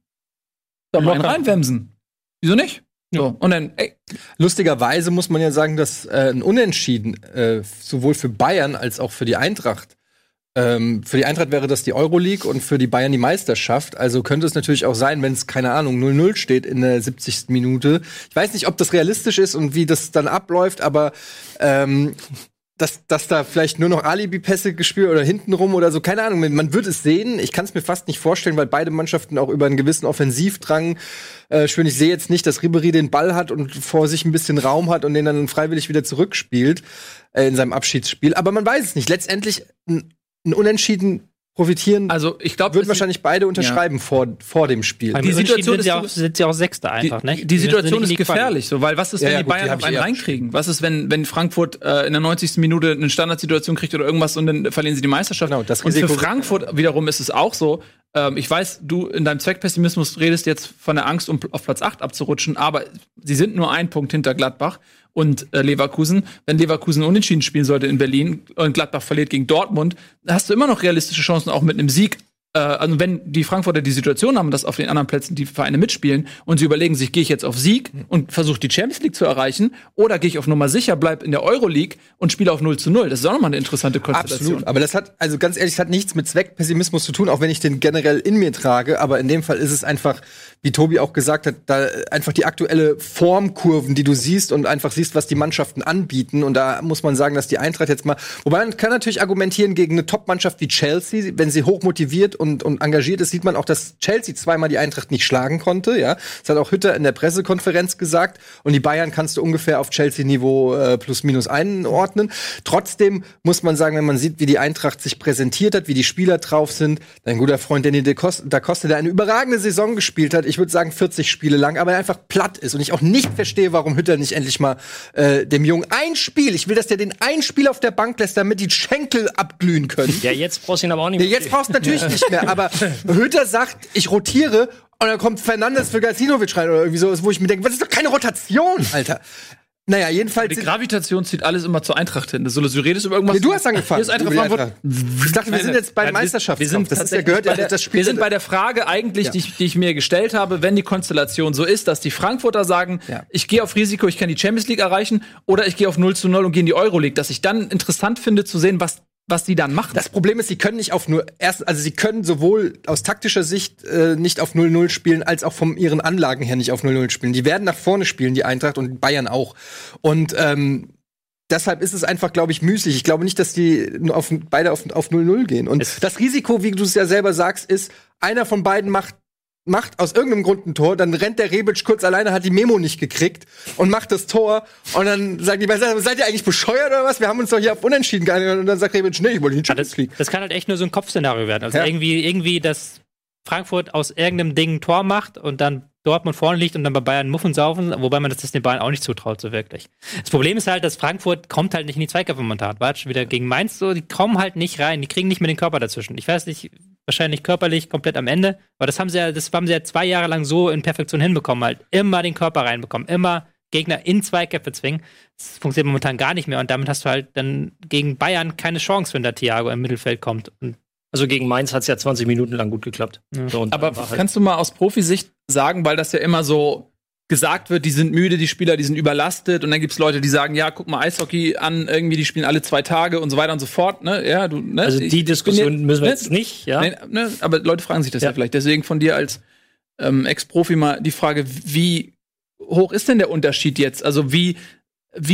da mal einen Locker. reinwemsen. Wieso nicht? So, und dann, ey, Lustigerweise muss man ja sagen, dass äh, ein Unentschieden äh, sowohl für Bayern als auch für die Eintracht. Ähm, für die Eintracht wäre das die Euroleague und für die Bayern die Meisterschaft. Also könnte es natürlich auch sein, wenn es, keine Ahnung, null null steht in der siebzigsten Minute. Ich weiß nicht, ob das realistisch ist und wie das dann abläuft, aber ähm, dass, dass da vielleicht nur noch Alibi-Pässe gespielt oder hintenrum oder so, keine Ahnung. Man wird es sehen. Ich kann es mir fast nicht vorstellen, weil beide Mannschaften auch über einen gewissen Offensivdrang äh, schwören. Ich sehe jetzt nicht, dass Ribéry den Ball hat und vor sich ein bisschen Raum hat und den dann freiwillig wieder zurückspielt äh, in seinem Abschiedsspiel. Aber man weiß es nicht. Letztendlich ein, ein Unentschieden profitieren. also ich glaube, würden wahrscheinlich beide unterschreiben vor, vor dem Spiel. Beim die Unentschieden Situation sind sie ist auch, sind sie auch Sechster einfach, die, ne? die Situation sind ist nicht in die Quali. gefährlich, so, weil was ist, Ja, wenn ja, die gut, die Bayern hab auf ich einen eh reinkriegen? Was ist, wenn, wenn Frankfurt äh, in der neunzigsten Minute eine Standardsituation kriegt oder irgendwas und dann verlieren sie die Meisterschaft? Genau, das und für Risiko- Frankfurt wiederum ist es auch so, ähm, ich weiß, du in deinem Zweckpessimismus redest jetzt von der Angst, um auf Platz acht abzurutschen, aber sie sind nur ein Punkt hinter Gladbach und äh, Leverkusen. Wenn Leverkusen unentschieden spielen sollte in Berlin und Gladbach verliert gegen Dortmund, hast du immer noch realistische Chancen, auch mit einem Sieg. Äh, also wenn die Frankfurter die Situation haben, dass auf den anderen Plätzen die Vereine mitspielen und sie überlegen sich, gehe ich jetzt auf Sieg und versuche die Champions League zu erreichen oder gehe ich auf Nummer sicher, bleib in der Euroleague und spiele auf null zu null. Das ist auch nochmal eine interessante Konstellation. Absolut. Aber das hat, also ganz ehrlich, das hat nichts mit Zweckpessimismus zu tun, auch wenn ich den generell in mir trage. Aber in dem Fall ist es einfach, wie Tobi auch gesagt hat, da einfach die aktuelle Formkurven, die du siehst und einfach siehst, was die Mannschaften anbieten. Und da muss man sagen, dass die Eintracht jetzt mal, wobei man kann natürlich argumentieren gegen eine Top-Mannschaft wie Chelsea, wenn sie hoch motiviert und, und engagiert ist, sieht man auch, dass Chelsea zweimal die Eintracht nicht schlagen konnte. Ja, das hat auch Hütter in der Pressekonferenz gesagt. Und die Bayern kannst du ungefähr auf Chelsea-Niveau äh, plus minus einordnen. Trotzdem muss man sagen, wenn man sieht, wie die Eintracht sich präsentiert hat, wie die Spieler drauf sind, dein guter Freund Danny da Costa, der eine überragende Saison gespielt hat, ich würde sagen vierzig Spiele lang, aber er einfach platt ist und ich auch nicht verstehe, warum Hütter nicht endlich mal äh, dem Jungen ein Spiel, ich will, dass der den ein Spiel auf der Bank lässt, damit die Schenkel abglühen können. Ja, jetzt brauchst du ihn aber auch nicht Ja, mehr. jetzt brauchst du natürlich nicht mehr, aber Hütter sagt, ich rotiere und dann kommt Fernandes für Gacinovic rein oder irgendwie sowas, wo ich mir denke, was ist doch keine Rotation, Alter. Naja, jedenfalls. Die Gravitation zieht alles immer zur Eintracht hin. Das ist so, du redest über irgendwas. Nee, du hast angefangen. Hier ist Eintracht Über die Frankfurt. Ich dachte, wir Nein, sind nein. jetzt beim Ja, wir- Meisterschaftskampf. wir sind Das ist ja tatsächlich gehört bei ja der, das Spiel. wir sind bei der Frage eigentlich, Ja. die, ich, die ich mir gestellt habe, wenn die Konstellation so ist, dass die Frankfurter sagen, Ja. ich gehe auf Risiko, ich kann die Champions League erreichen, oder ich gehe auf null zu null und gehe in die Euroleague, dass ich dann interessant finde zu sehen, was was die dann machen. Das Problem ist, sie können nicht auf nur erst, also sie können sowohl aus taktischer Sicht äh, nicht auf null null spielen, als auch von ihren Anlagen her nicht auf null null spielen. Die werden nach vorne spielen, die Eintracht und Bayern auch. Und ähm, deshalb ist es einfach, glaube ich, müßig. Ich glaube nicht, dass die nur auf, beide auf, auf null null gehen. Und Es- das Risiko, wie du es ja selber sagst, ist, einer von beiden macht macht aus irgendeinem Grund ein Tor, dann rennt der Rebic kurz alleine, hat die Memo nicht gekriegt und macht das Tor und dann sagen die, seid ihr eigentlich bescheuert oder was? Wir haben uns doch hier auf Unentschieden geeinigt und dann sagt Rebic, nee, ich wollte die Ja, Champions das, League. das kann halt echt nur so ein Kopfszenario werden. Also Ja. irgendwie, irgendwie, dass Frankfurt aus irgendeinem Ding ein Tor macht und dann Dortmund vorne liegt und dann bei Bayern Muffen saufen, wobei man das, das den Bayern auch nicht zutraut, so wirklich. Das Problem ist halt, dass Frankfurt kommt halt nicht in die Zweikämpfe momentan. War schon wieder gegen Mainz so, die kommen halt nicht rein, die kriegen nicht mehr den Körper dazwischen. Ich weiß nicht, wahrscheinlich körperlich komplett am Ende, aber das haben sie ja, das haben sie ja zwei Jahre lang so in Perfektion hinbekommen, halt immer den Körper reinbekommen, immer Gegner in Zweikämpfe zwingen. Das funktioniert momentan gar nicht mehr und damit hast du halt dann gegen Bayern keine Chance, wenn da Thiago im Mittelfeld kommt. Und Also gegen Mainz hat es ja zwanzig Minuten lang gut geklappt. So, und Aber dann war halt- kannst du mal aus Profisicht sagen, weil das ja immer so gesagt wird, die sind müde, die Spieler, die sind überlastet und dann gibt's Leute, die sagen, ja, guck mal Eishockey an, irgendwie, die spielen alle zwei Tage und so weiter und so fort, ne? Ja, du, ne? Also Ich die bin Diskussion ja- müssen wir ne? jetzt nicht, ja. Nee, ne? Aber Leute fragen sich das ja, Ja. vielleicht. Deswegen von dir als ähm, Ex-Profi mal die Frage, wie hoch ist denn der Unterschied jetzt? Also wie, wie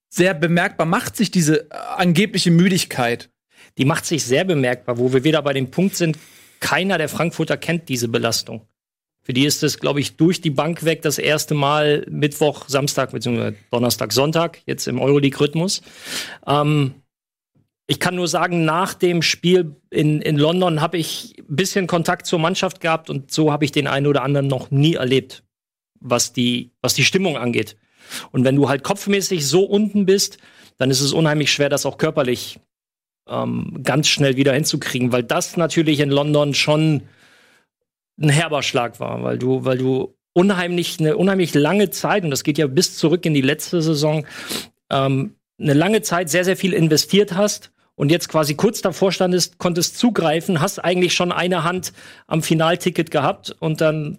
sehr bemerkbar macht sich diese äh, angebliche Müdigkeit? Die macht sich sehr bemerkbar, wo wir wieder bei dem Punkt sind, keiner der Frankfurter kennt diese Belastung. Für die ist es, glaube ich, durch die Bank weg das erste Mal Mittwoch, Samstag bzw. Donnerstag, Sonntag, jetzt im Euroleague-Rhythmus. Ähm, ich kann nur sagen, nach dem Spiel in, in London habe ich ein bisschen Kontakt zur Mannschaft gehabt und so habe ich den einen oder anderen noch nie erlebt, was die, was die Stimmung angeht. Und wenn du halt kopfmäßig so unten bist, dann ist es unheimlich schwer, das auch körperlich ähm, ganz schnell wieder hinzukriegen, weil das natürlich in London schon ein herber Schlag war, weil du, weil du unheimlich, eine unheimlich lange Zeit, und das geht ja bis zurück in die letzte Saison, ähm, eine lange Zeit sehr, sehr viel investiert hast und jetzt quasi kurz davor standest, konntest zugreifen, hast eigentlich schon eine Hand am Finalticket gehabt und dann,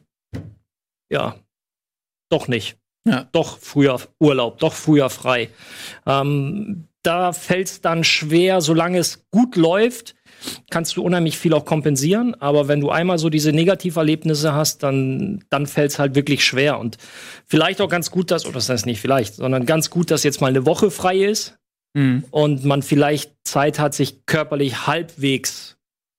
ja, doch nicht. Ja. Doch früher Urlaub, doch früher frei. Ähm, da fällt es dann schwer, solange es gut läuft, kannst du unheimlich viel auch kompensieren, aber wenn du einmal so diese Negativerlebnisse hast, dann, dann fällt es halt wirklich schwer. Und vielleicht auch ganz gut, dass, oder das heißt nicht vielleicht, sondern ganz gut, dass jetzt mal eine Woche frei ist mhm. und man vielleicht Zeit hat, sich körperlich halbwegs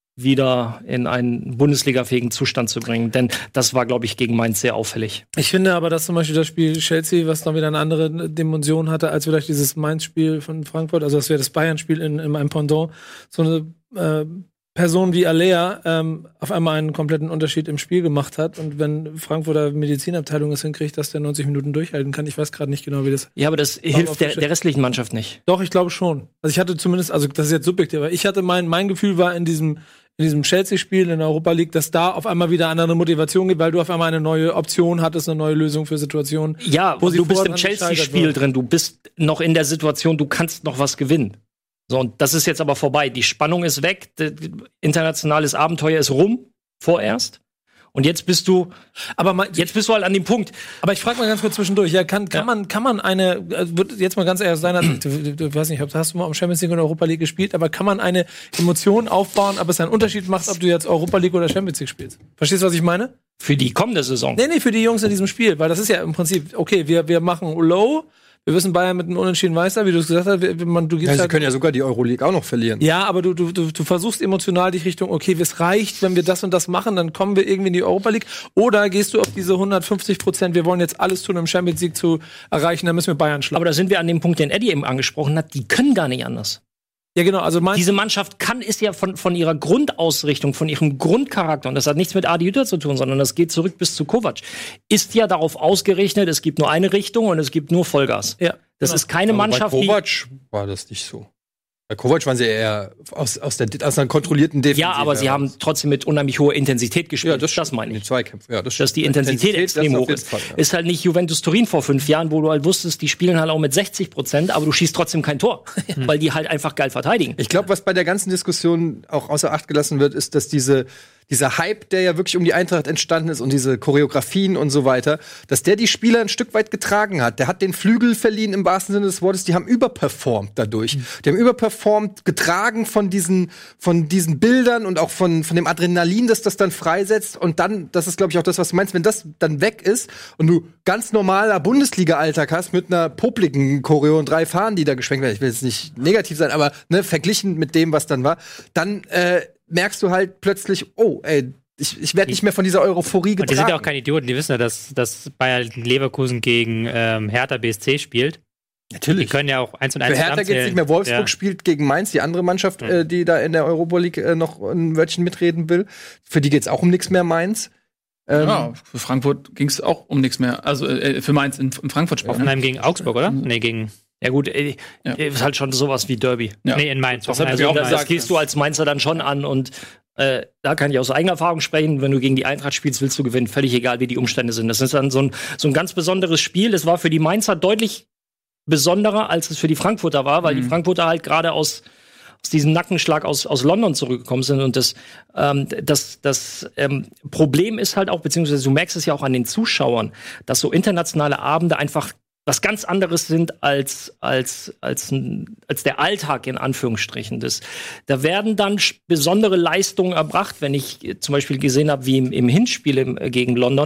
wieder in einen bundesligafähigen Zustand zu bringen. Denn das war, glaube ich, gegen Mainz sehr auffällig. Ich finde aber, dass zum Beispiel das Spiel Chelsea, was noch wieder eine andere Dimension hatte, als vielleicht dieses Mainz-Spiel von Frankfurt, also das wäre das Bayern-Spiel in, in einem Pendant, so eine äh, Person wie Alea ähm, auf einmal einen kompletten Unterschied im Spiel gemacht hat. Und wenn Frankfurter Medizinabteilung es hinkriegt, dass der neunzig Minuten durchhalten kann, ich weiß gerade nicht genau, wie das... Ja, aber das hilft der, der restlichen Mannschaft nicht. Doch, ich glaube schon. Also ich hatte zumindest, also das ist jetzt subjektiv, aber ich hatte mein, mein Gefühl war in diesem in diesem Chelsea-Spiel in der Europa League, dass da auf einmal wieder eine andere Motivation gibt, weil du auf einmal eine neue Option hattest, eine neue Lösung für Situationen. Ja, wo du bist im Chelsea-Spiel drin, du bist noch in der Situation, du kannst noch was gewinnen. So, und das ist jetzt aber vorbei. Die Spannung ist weg, internationales Abenteuer ist rum, vorerst. Und jetzt bist du, aber mal, jetzt bist du halt an dem Punkt. Aber ich frage mal ganz kurz zwischendurch, ja, kann, kann ja. man, kann man eine, wird jetzt mal ganz ehrlich sein, du, du weiß nicht, hast du mal am Champions League oder Europa League gespielt, aber kann man eine Emotion aufbauen, ob es einen Unterschied macht, ob du jetzt Europa League oder Champions League spielst? Verstehst du, was ich meine? Für die kommende Saison. Nee, nee, für die Jungs in diesem Spiel, weil das ist ja im Prinzip, okay, wir, wir machen low, wir wissen Bayern mit einem Unentschieden Meister, wie du es gesagt hast. Man, du gibst ja, sie halt, können ja sogar die Euroleague auch noch verlieren. Ja, aber du, du, du, du versuchst emotional dich Richtung, okay, es reicht, wenn wir das und das machen, dann kommen wir irgendwie in die Europa League. Oder gehst du auf diese hundertfünfzig Prozent, wir wollen jetzt alles tun, um Champions League zu erreichen, dann müssen wir Bayern schlagen. Aber da sind wir an dem Punkt, den Eddie eben angesprochen hat, die können gar nicht anders. Ja, genau. Also diese Mannschaft kann, ist ja von, von ihrer Grundausrichtung, von ihrem Grundcharakter, und das hat nichts mit Adi Hütter zu tun, sondern das geht zurück bis zu Kovac, ist ja darauf ausgerechnet, es gibt nur eine Richtung und es gibt nur Vollgas. Ja. Das genau. ist keine Aber Mannschaft, bei Kovac die war das nicht so. Bei Kovac waren sie eher aus, aus, der, aus einer kontrollierten Defensive. Ja, aber sie heraus. haben trotzdem mit unheimlich hoher Intensität gespielt. Ja, das, das meine ich. Die Zweikämpfe. Ja, das Dass die Intensität, Intensität extrem hoch ist. Fall, ja. Ist halt nicht Juventus Turin vor fünf Jahren, wo du halt wusstest, die spielen halt auch mit sechzig Prozent, aber du schießt trotzdem kein Tor, weil die halt einfach geil verteidigen. Ich glaube, was bei der ganzen Diskussion auch außer Acht gelassen wird, ist, dass diese dieser Hype, der ja wirklich um die Eintracht entstanden ist und diese Choreografien und so weiter, dass der die Spieler ein Stück weit getragen hat. Der hat den Flügel verliehen im wahrsten Sinne des Wortes. Die haben überperformt dadurch. Mhm. Die haben überperformt, getragen von diesen, von diesen Bildern und auch von, von dem Adrenalin, das das dann freisetzt. Und dann, das ist, glaube ich, auch das, was du meinst, wenn das dann weg ist und du ganz normaler Bundesliga-Alltag hast mit einer popligen Choreo und drei Fahnen, die da geschwenkt werden. Ich will jetzt nicht negativ sein, aber ne, verglichen mit dem, was dann war, dann äh, merkst du halt plötzlich, oh, ey, ich, ich werde nicht mehr von dieser Euphorie getragen. Und die sind ja auch keine Idioten, die wissen ja, dass, dass Bayer Leverkusen gegen ähm, Hertha B S C spielt. Natürlich. Die können ja auch eins und eins Für Hertha geht's nicht mehr. Wolfsburg ja. spielt gegen Mainz, die andere Mannschaft, mhm. äh, die da in der Europa League äh, noch ein Wörtchen mitreden will. Für die geht's auch um nichts mehr, Mainz. Ähm, ja, für Frankfurt ging's auch um nichts mehr. Also äh, für Mainz in, in Frankfurt spielen. Hoffenheim gegen Augsburg, oder? Nee, gegen... Ja gut, ey, ja. ist halt schon sowas wie Derby. Ja. Nee, in Mainz. Das, also, auch das, das gehst du als Mainzer dann schon an und äh, da kann ich aus eigener Erfahrung sprechen, wenn du gegen die Eintracht spielst, willst du gewinnen, völlig egal, wie die Umstände sind. Das ist dann so ein, so ein ganz besonderes Spiel. Das war für die Mainzer deutlich besonderer, als es für die Frankfurter war, weil mhm. die Frankfurter halt gerade aus aus diesem Nackenschlag aus, aus London zurückgekommen sind. Und das, ähm, das, das ähm, Problem ist halt auch, beziehungsweise du merkst es ja auch an den Zuschauern, dass so internationale Abende einfach was ganz anderes sind als, als, als, als der Alltag in Anführungsstrichen. Das, da werden dann besondere Leistungen erbracht, wenn ich zum Beispiel gesehen habe, wie im, im Hinspiel im, gegen London,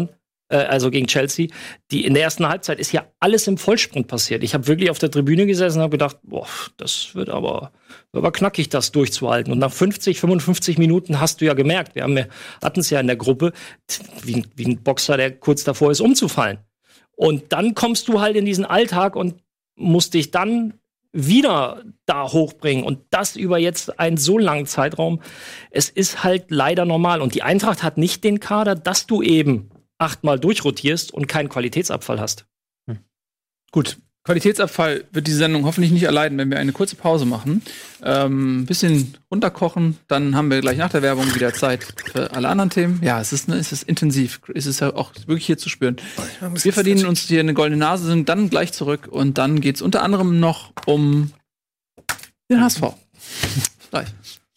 äh, also gegen Chelsea, die in der ersten Halbzeit ist ja alles im Vollsprint passiert. Ich habe wirklich auf der Tribüne gesessen und habe gedacht, boah, das wird aber, wird aber knackig, das durchzuhalten. Und nach fünfzig, fünfundfünfzig Minuten hast du ja gemerkt, wir haben ja, hatten es ja in der Gruppe, wie, wie ein Boxer, der kurz davor ist, umzufallen. Und dann kommst du halt in diesen Alltag und musst dich dann wieder da hochbringen. Und das über jetzt einen so langen Zeitraum. Es ist halt leider normal. Und die Eintracht hat nicht den Kader, dass du eben achtmal durchrotierst und keinen Qualitätsabfall hast. Hm. Gut. Qualitätsabfall wird diese Sendung hoffentlich nicht erleiden, wenn wir eine kurze Pause machen. Ähm, ein bisschen runterkochen, dann haben wir gleich nach der Werbung wieder Zeit für alle anderen Themen. Ja, es ist, ne, es ist intensiv. Es ist ja auch wirklich hier zu spüren. Wir verdienen uns hier eine goldene Nase, sind dann gleich zurück und dann geht's unter anderem noch um den H S V. Gleich.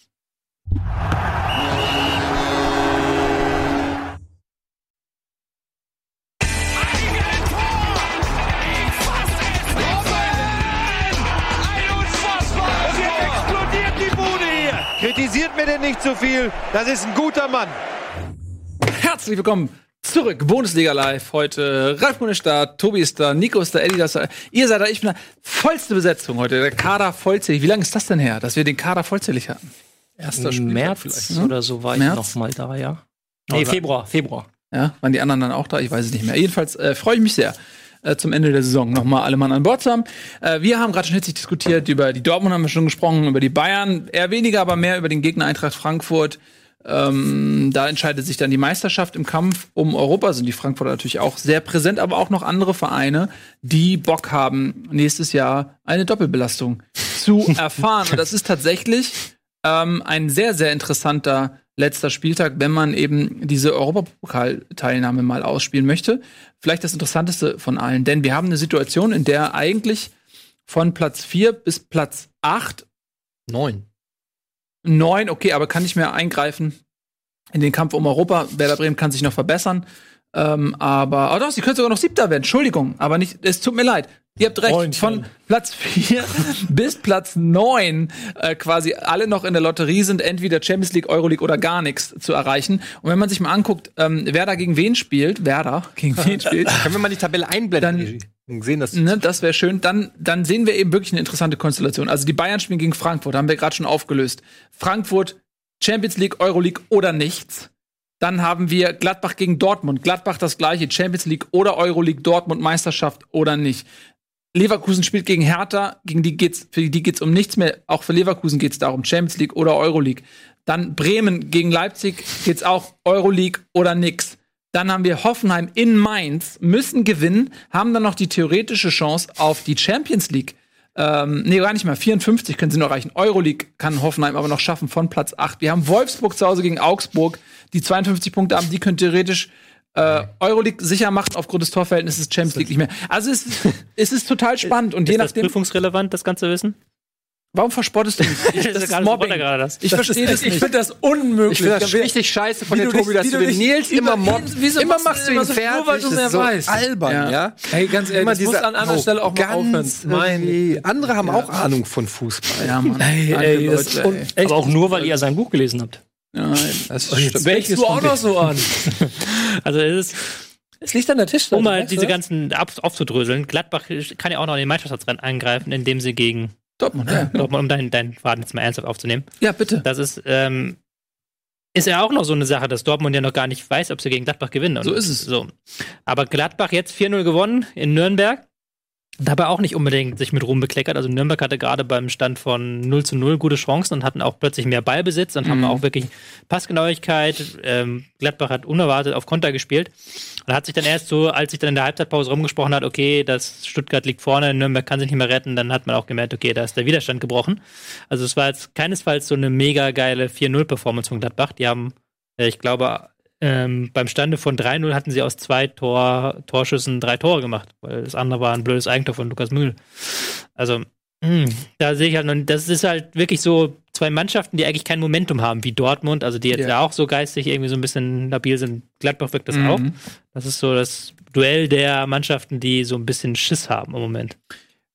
Kritisiert mir denn nicht zu viel, das ist ein guter Mann. Herzlich willkommen zurück, Bundesliga Live. Heute Ralf Gunne ist da, Tobi ist da, Nico ist da, Eddie ist da. Ihr seid da, ich bin da. Vollste Besetzung heute, der Kader vollzählig. Wie lange ist das denn her, dass wir den Kader vollzählig hatten? Erster Spieltag März vielleicht. Oder so war März? ich noch mal da, ja. Nee, Februar, Februar. Ja, waren die anderen dann auch da? Ich weiß es nicht mehr. Jedenfalls äh, freue ich mich sehr, äh, zum Ende der Saison nochmal alle Mann an Bord zu haben. Äh, wir haben gerade schon hitzig diskutiert, über die Dortmund haben wir schon gesprochen, über die Bayern, eher weniger, aber mehr über den Gegner Eintracht Frankfurt. Ähm, da entscheidet sich dann die Meisterschaft im Kampf um Europa. Sind die Frankfurter natürlich auch sehr präsent, aber auch noch andere Vereine, die Bock haben, nächstes Jahr eine Doppelbelastung zu erfahren. Und das ist tatsächlich ähm, ein sehr, sehr interessanter letzter Spieltag, wenn man eben diese Europapokal-Teilnahme mal ausspielen möchte. Vielleicht das Interessanteste von allen, denn wir haben eine Situation, in der eigentlich von Platz vier bis Platz acht Neun. Neun, okay, aber kann nicht mehr eingreifen in den Kampf um Europa. Werder Bremen kann sich noch verbessern. Ähm, aber, oh doch, sie können sogar noch Siebter werden. Entschuldigung, aber nicht, es tut mir leid. Ihr habt recht, Neun, von Platz vier bis Platz neun äh, quasi alle noch in der Lotterie sind, entweder Champions League, Euroleague oder gar nichts zu erreichen. Und wenn man sich mal anguckt, ähm, wer da gegen wen spielt, Werder gegen wen spielt, können wir mal die Tabelle einblenden? Dann sehen das. Ne, das wäre schön. Dann, dann sehen wir eben wirklich eine interessante Konstellation. Also die Bayern spielen gegen Frankfurt, haben wir gerade schon aufgelöst. Frankfurt, Champions League, Euroleague oder nichts. Dann haben wir Gladbach gegen Dortmund. Gladbach das gleiche, Champions League oder Euroleague, Dortmund Meisterschaft oder nicht. Leverkusen spielt gegen Hertha, gegen die geht's, für die geht's um nichts mehr. Auch für Leverkusen geht's darum, Champions League oder Euroleague. Dann Bremen gegen Leipzig geht's auch Euroleague oder nix. Dann haben wir Hoffenheim in Mainz, müssen gewinnen, haben dann noch die theoretische Chance auf die Champions League. Ähm, nee, gar nicht mehr. vierundfünfzig können sie noch erreichen. Euroleague kann Hoffenheim aber noch schaffen von Platz acht. Wir haben Wolfsburg zu Hause gegen Augsburg, die zweiundfünfzig Punkte haben. Die können theoretisch äh, Euroleague sicher machen. Aufgrund des Torverhältnisses Champions League nicht mehr. Also es, es ist total spannend. Und ist je das nachdem, prüfungsrelevant, das ganze Wissen? Warum verspottest du mich? Ich, das ist Mobbing. Das. Ich verstehe das nicht. Ich finde das unmöglich. Ich finde das richtig scheiße von dir, Tobi, dass du den Nils immer mobbst. Wieso immer machst du ihn so, fertig. Nur weil du mehr so weißt. albern, ja. ja? Hey, ganz ehrlich, das muss an anderer Stelle auch mal aufhören. Mein, andere haben ja. auch Ahnung von Fußball. Ja, Mann. Hey, ey, Leute, das ey. Echt? Aber auch nur, weil ihr sein Buch gelesen habt. Nein, das stimmt. Welches du auch noch so an? Also es ist Es liegt an der Tisch. um mal diese ganzen auf, aufzudröseln. Gladbach kann ja auch noch in den Meisterschaftsrennen eingreifen, indem sie gegen Dortmund, ja. Dortmund, um deinen dein Faden jetzt mal ernsthaft aufzunehmen. Ja, bitte. Das ist, ähm, ist ja auch noch so eine Sache, dass Dortmund ja noch gar nicht weiß, ob sie gegen Gladbach gewinnen. Und so ist es. So. Aber Gladbach jetzt vier null gewonnen in Nürnberg. Dabei auch nicht unbedingt sich mit Ruhm bekleckert. Also Nürnberg hatte gerade beim Stand von null zu null gute Chancen und hatten auch plötzlich mehr Ballbesitz und mhm. haben auch wirklich Passgenauigkeit. Ähm, Gladbach hat unerwartet auf Konter gespielt. Und hat sich dann erst so, als sich dann in der Halbzeitpause rumgesprochen hat, okay, das Stuttgart liegt vorne, Nürnberg kann sich nicht mehr retten, dann hat man auch gemerkt, okay, da ist der Widerstand gebrochen. Also es war jetzt keinesfalls so eine mega geile vier null Performance von Gladbach. Die haben, äh, ich glaube, Ähm, beim Stande von drei null hatten sie aus zwei Tor, Torschüssen drei Tore gemacht, weil das andere war ein blödes Eigentor von Lukas Mühl. Also, mh, da sehe ich halt noch, das ist halt wirklich so zwei Mannschaften, die eigentlich kein Momentum haben, wie Dortmund, also die jetzt ja, ja auch so geistig irgendwie so ein bisschen labil sind. Gladbach wirkt das mhm. auch. Das ist so das Duell der Mannschaften, die so ein bisschen Schiss haben im Moment.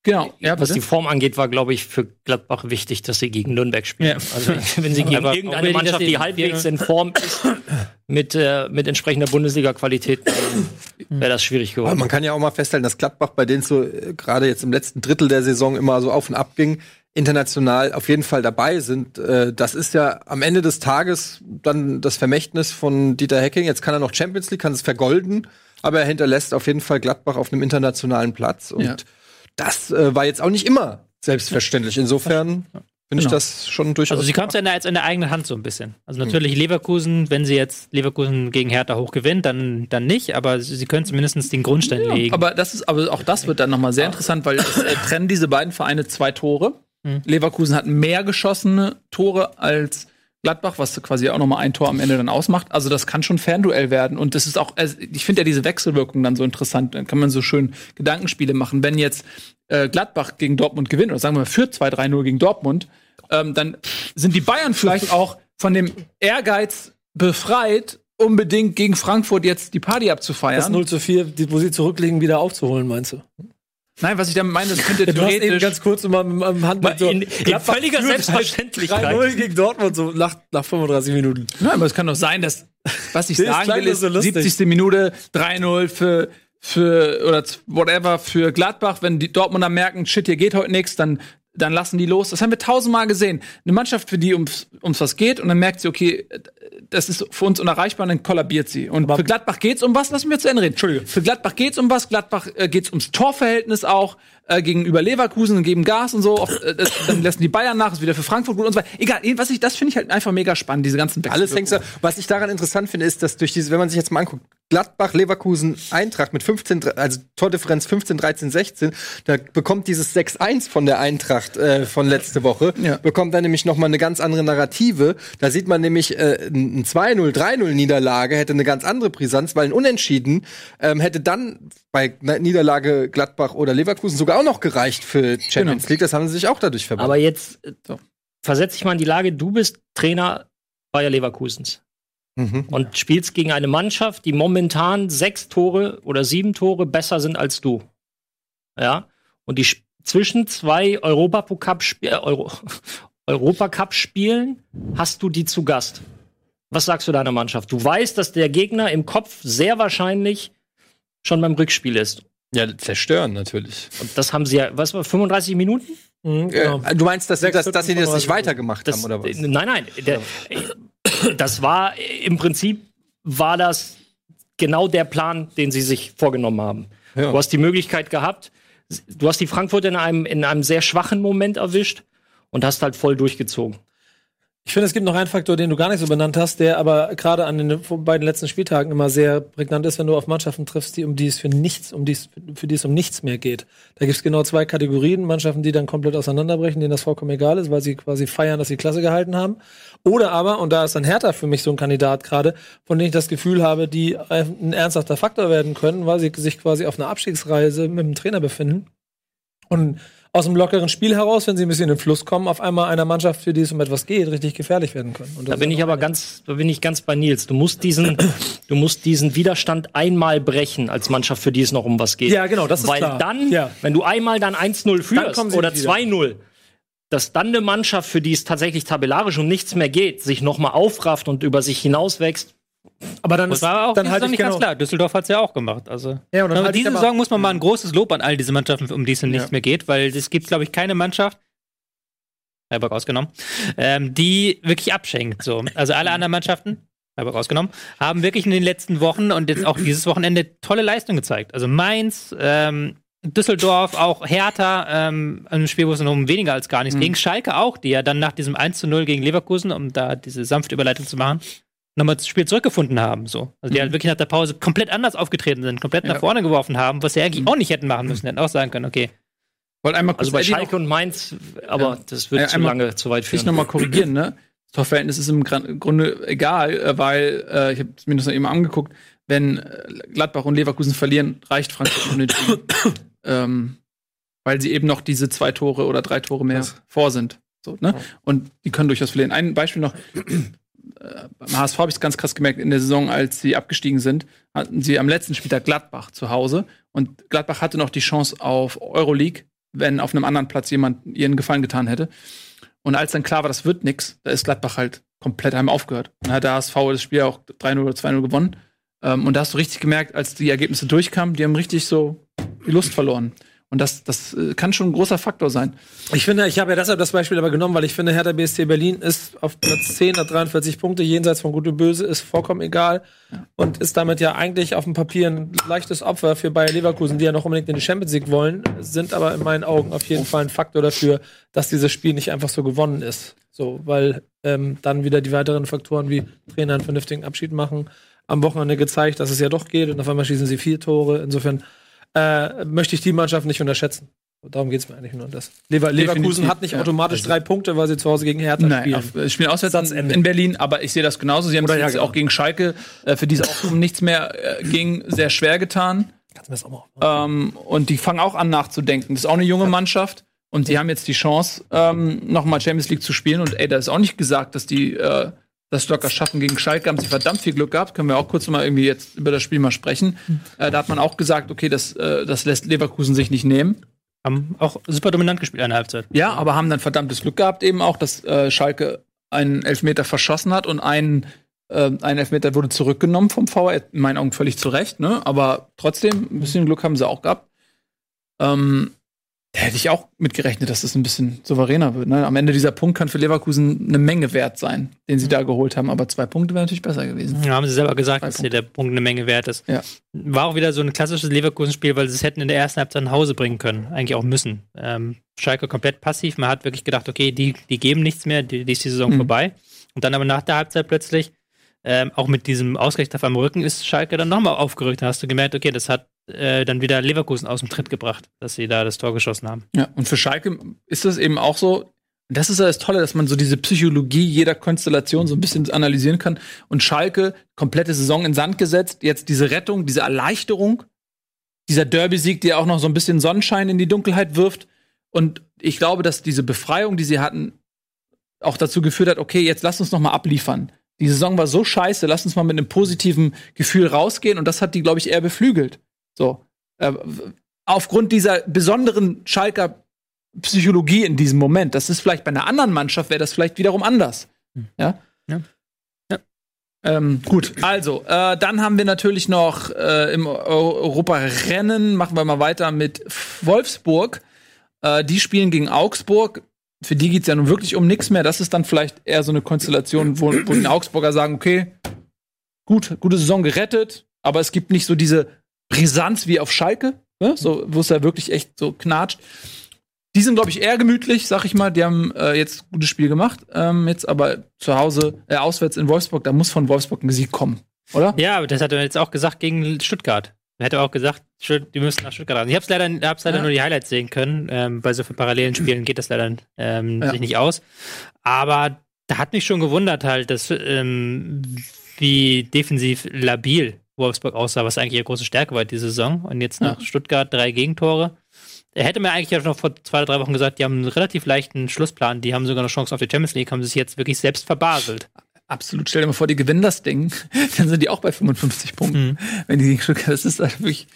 Genau. Ja, was die Form angeht, war, glaube ich, für Gladbach wichtig, dass sie gegen Nürnberg spielen. Ja. Also wenn sie gegen aber irgendeine Mannschaft, die halbwegs in Form ist, mit, äh, mit entsprechender Bundesliga-Qualität, wäre das schwierig geworden. Aber man kann ja auch mal feststellen, dass Gladbach, bei denen es so äh, gerade jetzt im letzten Drittel der Saison immer so auf und ab ging, international auf jeden Fall dabei sind. Äh, das ist ja am Ende des Tages dann das Vermächtnis von Dieter Hecking. Jetzt kann er noch Champions League, kann es vergolden, aber er hinterlässt auf jeden Fall Gladbach auf einem internationalen Platz. Und ja. das äh, war jetzt auch nicht immer selbstverständlich. Insofern finde genau. ich das schon durchaus. Also sie kommt ja jetzt in der eigenen Hand so ein bisschen. Also natürlich mhm. Leverkusen, wenn sie jetzt Leverkusen gegen Hertha hoch gewinnt, dann, dann nicht, aber sie können zumindest den Grundstein ja. legen. Aber das ist, aber auch das wird dann nochmal sehr interessant, weil es äh, trennen diese beiden Vereine zwei Tore. Mhm. Leverkusen hat mehr geschossene Tore als Gladbach, was quasi auch nochmal ein Tor am Ende dann ausmacht. Also das kann schon Fernduell werden. Und das ist auch, also ich finde ja diese Wechselwirkung dann so interessant. Dann kann man so schön Gedankenspiele machen. Wenn jetzt äh, Gladbach gegen Dortmund gewinnt, oder sagen wir mal führt zwei drei null gegen Dortmund, ähm, dann sind die Bayern vielleicht auch von dem Ehrgeiz befreit, unbedingt gegen Frankfurt jetzt die Party abzufeiern. Das null zu vier, wo sie zurückliegen, wieder aufzuholen, meinst du? Nein, was ich damit meine, das könnte ja, theoretisch... Du hast eben ganz kurz immer mit dem Handbild so... In, in völliger Selbstverständlichkeit. drei null gegen Dortmund, so nach, nach fünfunddreißig Minuten. Ja, aber es kann doch sein, dass, was ich sagen will, ist, so siebzigste Minute, drei null für, für, oder whatever, für Gladbach. Wenn die Dortmunder merken, shit, hier geht heute nichts, dann, dann lassen die los. Das haben wir tausendmal gesehen. Eine Mannschaft, für die ums, ums was geht, und dann merkt sie, okay, das ist für uns unerreichbar, und dann kollabiert sie. Und aber für Gladbach geht's um was? Lass mich jetzt zu Ende reden. Entschuldige. Für Gladbach geht's um was. Gladbach äh, geht's ums Torverhältnis auch äh, gegenüber Leverkusen und geben Gas und so. Auf, äh, das, dann lassen die Bayern nach, ist wieder für Frankfurt gut und so weiter. Egal, was ich, das finde ich halt einfach mega spannend, diese ganzen Wechsel. Alles hängt so. Was ich daran interessant finde, ist, dass durch diese, wenn man sich jetzt mal anguckt, Gladbach, Leverkusen, Eintracht mit fünfzehn, also Tordifferenz fünfzehn, dreizehn, sechzehn, da bekommt dieses sechs eins von der Eintracht äh, von letzte Woche, ja. bekommt dann nämlich noch mal eine ganz andere Narrative. Da sieht man nämlich, äh, ein zwei null, drei null Niederlage hätte eine ganz andere Brisanz, weil ein Unentschieden ähm, hätte dann bei Niederlage Gladbach oder Leverkusen sogar auch noch gereicht für Champions genau. League. Das haben sie sich auch dadurch verbunden. Aber jetzt so. versetz dich mal in die Lage, du bist Trainer Bayer Leverkusens. Mhm. Und spielst gegen eine Mannschaft, die momentan sechs Tore oder sieben Tore besser sind als du. Ja. Und die zwischen zwei Europacup-Spielen äh, Euro Europacup-Spielen hast du die zu Gast. Was sagst du deiner Mannschaft? Du weißt, dass der Gegner im Kopf sehr wahrscheinlich schon beim Rückspiel ist. Ja, zerstören natürlich. Und das haben sie ja, was war, fünfunddreißig Minuten? Mhm, genau. äh, du meinst, dass, dass, dass sie das nicht weitergemacht das, haben, oder was? Nein, nein. Der, das war, im Prinzip war das genau der Plan, den sie sich vorgenommen haben. Ja. Du hast die Möglichkeit gehabt, du hast die Frankfurter in einem, in einem sehr schwachen Moment erwischt und hast halt voll durchgezogen. Ich finde, es gibt noch einen Faktor, den du gar nicht so benannt hast, der aber gerade an den beiden letzten Spieltagen immer sehr prägnant ist, wenn du auf Mannschaften triffst, die um die es für nichts, um die es, für die es um nichts mehr geht. Da gibt es genau zwei Kategorien: Mannschaften, die dann komplett auseinanderbrechen, denen das vollkommen egal ist, weil sie quasi feiern, dass sie Klasse gehalten haben. Oder aber, und da ist dann Hertha für mich so ein Kandidat gerade, von dem ich das Gefühl habe, die ein ernsthafter Faktor werden können, weil sie sich quasi auf einer Abstiegsreise mit dem Trainer befinden. Und aus dem lockeren Spiel heraus, wenn sie ein bisschen in den Fluss kommen, auf einmal einer Mannschaft, für die es um etwas geht, richtig gefährlich werden können. Und da bin ich aber ganz, da bin ich ganz bei Nils. Du musst diesen, du musst diesen Widerstand einmal brechen als Mannschaft, für die es noch um was geht. Ja, genau, das ist Weil klar. dann, ja. wenn du einmal dann eins null führst oder zwei null, dass dann eine Mannschaft, für die es tatsächlich tabellarisch um nichts mehr geht, sich noch mal aufrafft und über sich hinauswächst. Aber dann das ist war auch dann halt nicht genau. ganz klar. Düsseldorf hat es ja auch gemacht. Also ja, und dann aber halt diese aber Saison muss man mal ein großes Lob an all diese Mannschaften, um die es nichts ja. mehr geht, weil es gibt, glaube ich, keine Mannschaft, Freiburg ausgenommen, ähm, die wirklich abschenkt. So. Also alle anderen Mannschaften, Freiburg ausgenommen, haben wirklich in den letzten Wochen und jetzt auch dieses Wochenende tolle Leistung gezeigt. Also Mainz, ähm, Düsseldorf, auch Hertha, ähm, ein Spiel, wo es noch um weniger als gar nichts mhm. ging. Schalke auch, die ja dann nach diesem eins zu null gegen Leverkusen, um da diese sanfte Überleitung zu machen, nochmal das Spiel zurückgefunden haben. So. Also die mhm. halt wirklich nach der Pause komplett anders aufgetreten sind, komplett ja. nach vorne geworfen haben, was sie eigentlich mhm. auch nicht hätten machen müssen. Hätten auch sagen können, okay. Wollte einmal kurz also bei Schalke und Mainz, aber ja. das wird ja, zu lange, zu weit führen. Ich nochmal korrigieren, ne? Das Torverhältnis ist im Grunde egal, weil, äh, ich habe es mir das noch eben angeguckt, wenn Gladbach und Leverkusen verlieren, reicht Frankfurt unentschieden. ähm, weil sie eben noch diese zwei Tore oder drei Tore mehr Was? vor sind. So, ne? Ja. Und die können durchaus verlieren. Ein Beispiel noch. Beim H S V habe ich es ganz krass gemerkt, in der Saison, als sie abgestiegen sind, hatten sie am letzten Spieltag Gladbach zu Hause. Und Gladbach hatte noch die Chance auf Euroleague wenn auf einem anderen Platz jemand ihren Gefallen getan hätte. Und als dann klar war, das wird nix, da ist Gladbach halt komplett heim aufgehört. Dann hat der H S V das Spiel auch drei null oder zwei null gewonnen. Ähm, und da hast du richtig gemerkt, als die Ergebnisse durchkamen, die haben richtig so die Lust verloren. Und das, das kann schon ein großer Faktor sein. Ich finde, ich habe ja deshalb das Beispiel aber genommen, weil ich finde, Hertha B S C Berlin ist auf Platz zehn, hat dreiundvierzig Punkte, jenseits von Gut und Böse, ist vollkommen egal. Ja. Und ist damit ja eigentlich auf dem Papier ein leichtes Opfer für Bayer Leverkusen, die ja noch unbedingt in die Champions League wollen, sind aber in meinen Augen auf jeden Fall ein Faktor dafür, dass dieses Spiel nicht einfach so gewonnen ist. So, weil ähm, dann wieder die weiteren Faktoren wie Trainer einen vernünftigen Abschied machen, am Wochenende gezeigt, dass es ja doch geht und auf einmal schießen sie vier Tore. Insofern Äh, möchte ich die Mannschaft nicht unterschätzen. Darum geht es mir eigentlich nur um das. Lever Leverkusen Definitiv, hat nicht ja. automatisch drei Punkte, weil sie zu Hause gegen Hertha Nein, spielen. Auf, spielen auswärts in Berlin, aber ich sehe das genauso. Sie haben es ja, genau. auch gegen Schalke, äh, für die es auch um nichts mehr äh, ging, sehr schwer getan. Kannst du mir das auch mal aufmachen? Ähm, und die fangen auch an nachzudenken. Das ist auch eine junge Mannschaft und die haben jetzt die Chance, ähm, nochmal Champions League zu spielen. Und ey, da ist auch nicht gesagt, dass die äh, das locker schaffen gegen Schalke, haben sie verdammt viel Glück gehabt. Können wir auch kurz mal irgendwie jetzt über das Spiel mal sprechen. Mhm. Äh, da hat man auch gesagt, okay, das, äh, das lässt Leverkusen sich nicht nehmen. Haben auch super dominant gespielt in der Halbzeit. Ja, aber haben dann verdammtes Glück gehabt eben auch, dass äh, Schalke einen Elfmeter verschossen hat und einen, äh, ein Elfmeter wurde zurückgenommen vom V R, in meinen Augen völlig zu Recht, ne? Aber trotzdem, ein bisschen Glück haben sie auch gehabt. Ähm, Da hätte ich auch mitgerechnet, dass das ein bisschen souveräner wird. Ne? Am Ende dieser Punkt kann für Leverkusen eine Menge wert sein, den sie mhm. da geholt haben. Aber zwei Punkte wären natürlich besser gewesen. Ja, haben sie selber gesagt, dass hier der Punkt eine Menge wert ist. Ja. War auch wieder so ein klassisches Leverkusen-Spiel, weil sie es hätten in der ersten Halbzeit nach Hause bringen können. Eigentlich auch müssen. Ähm, Schalke komplett passiv. Man hat wirklich gedacht, okay, die, die geben nichts mehr, die, die ist die Saison mhm. vorbei. Und dann aber nach der Halbzeit plötzlich, ähm, auch mit diesem Ausgleich am Rücken, ist Schalke dann nochmal aufgerückt. Da hast du gemerkt, okay, das hat äh, dann wieder Leverkusen aus dem Tritt gebracht, dass sie da das Tor geschossen haben. Ja, und für Schalke ist das eben auch so, das ist ja das Tolle, dass man so diese Psychologie jeder Konstellation so ein bisschen analysieren kann. Und Schalke, komplette Saison in Sand gesetzt, jetzt diese Rettung, diese Erleichterung, dieser Derby-Sieg, der auch noch so ein bisschen Sonnenschein in die Dunkelheit wirft. Und ich glaube, dass diese Befreiung, die sie hatten, auch dazu geführt hat, okay, jetzt lass uns noch mal abliefern. Die Saison war so scheiße, lass uns mal mit einem positiven Gefühl rausgehen. Und das hat die, glaube ich, eher beflügelt. So. Äh, aufgrund dieser besonderen Schalker Psychologie in diesem Moment. Das ist vielleicht bei einer anderen Mannschaft, wäre das vielleicht wiederum anders. Ja? Ja. ja. Ähm, gut, also, äh, dann haben wir natürlich noch äh, im Europa-Rennen, machen wir mal weiter mit Wolfsburg. Äh, die spielen gegen Augsburg. Für die geht's ja nun wirklich um nichts mehr. Das ist dann vielleicht eher so eine Konstellation, wo, wo die Augsburger sagen, okay, gut, gute Saison gerettet, aber es gibt nicht so diese Brisanz wie auf Schalke, ne? So, wo es ja wirklich echt so knatscht. Die sind, glaube ich, eher gemütlich, sag ich mal. Die haben äh, jetzt ein gutes Spiel gemacht. Ähm, jetzt aber zu Hause, äh, auswärts in Wolfsburg, da muss von Wolfsburg ein Sieg kommen, oder? Ja, aber das hat er jetzt auch gesagt gegen Stuttgart. Er hätte auch gesagt, die müssen nach Stuttgart ran. Ich hab's leider, hab's leider ja. nur die Highlights sehen können. Ähm, bei so vielen parallelen Spielen geht das leider ähm, ja. sich nicht aus. Aber da hat mich schon gewundert halt, dass ähm, wie defensiv labil Wolfsburg aussah, was eigentlich ihre große Stärke war diese Saison. Und jetzt nach ja. Stuttgart drei Gegentore. Er hätte mir eigentlich ja schon vor zwei oder drei Wochen gesagt, die haben einen relativ leichten Schlussplan. Die haben sogar eine Chance auf die Champions League, haben sich jetzt wirklich selbst verbaselt. Absolut. Stell dir mal vor, die gewinnen das Ding, dann sind die auch bei fünfundfünfzig Punkten. Mhm. Wenn die gegen Stuttgart, das ist halt wirklich.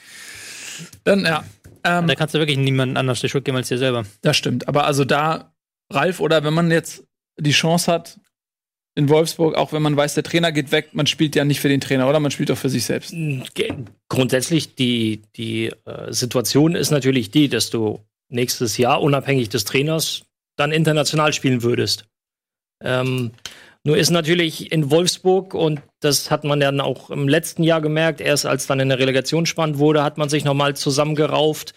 Dann, ja. Ähm, da kannst du wirklich niemanden anders die Schuld geben als dir selber. Das stimmt. Aber also da, Ralf, oder wenn man jetzt die Chance hat, in Wolfsburg, auch wenn man weiß, der Trainer geht weg, man spielt ja nicht für den Trainer, oder? Man spielt doch für sich selbst. Grundsätzlich, die, die äh, Situation ist natürlich die, dass du nächstes Jahr, unabhängig des Trainers, dann international spielen würdest. Ähm, Nur ist natürlich in Wolfsburg, und das hat man dann auch im letzten Jahr gemerkt, erst als dann in der Relegation spannend wurde, hat man sich nochmal zusammengerauft.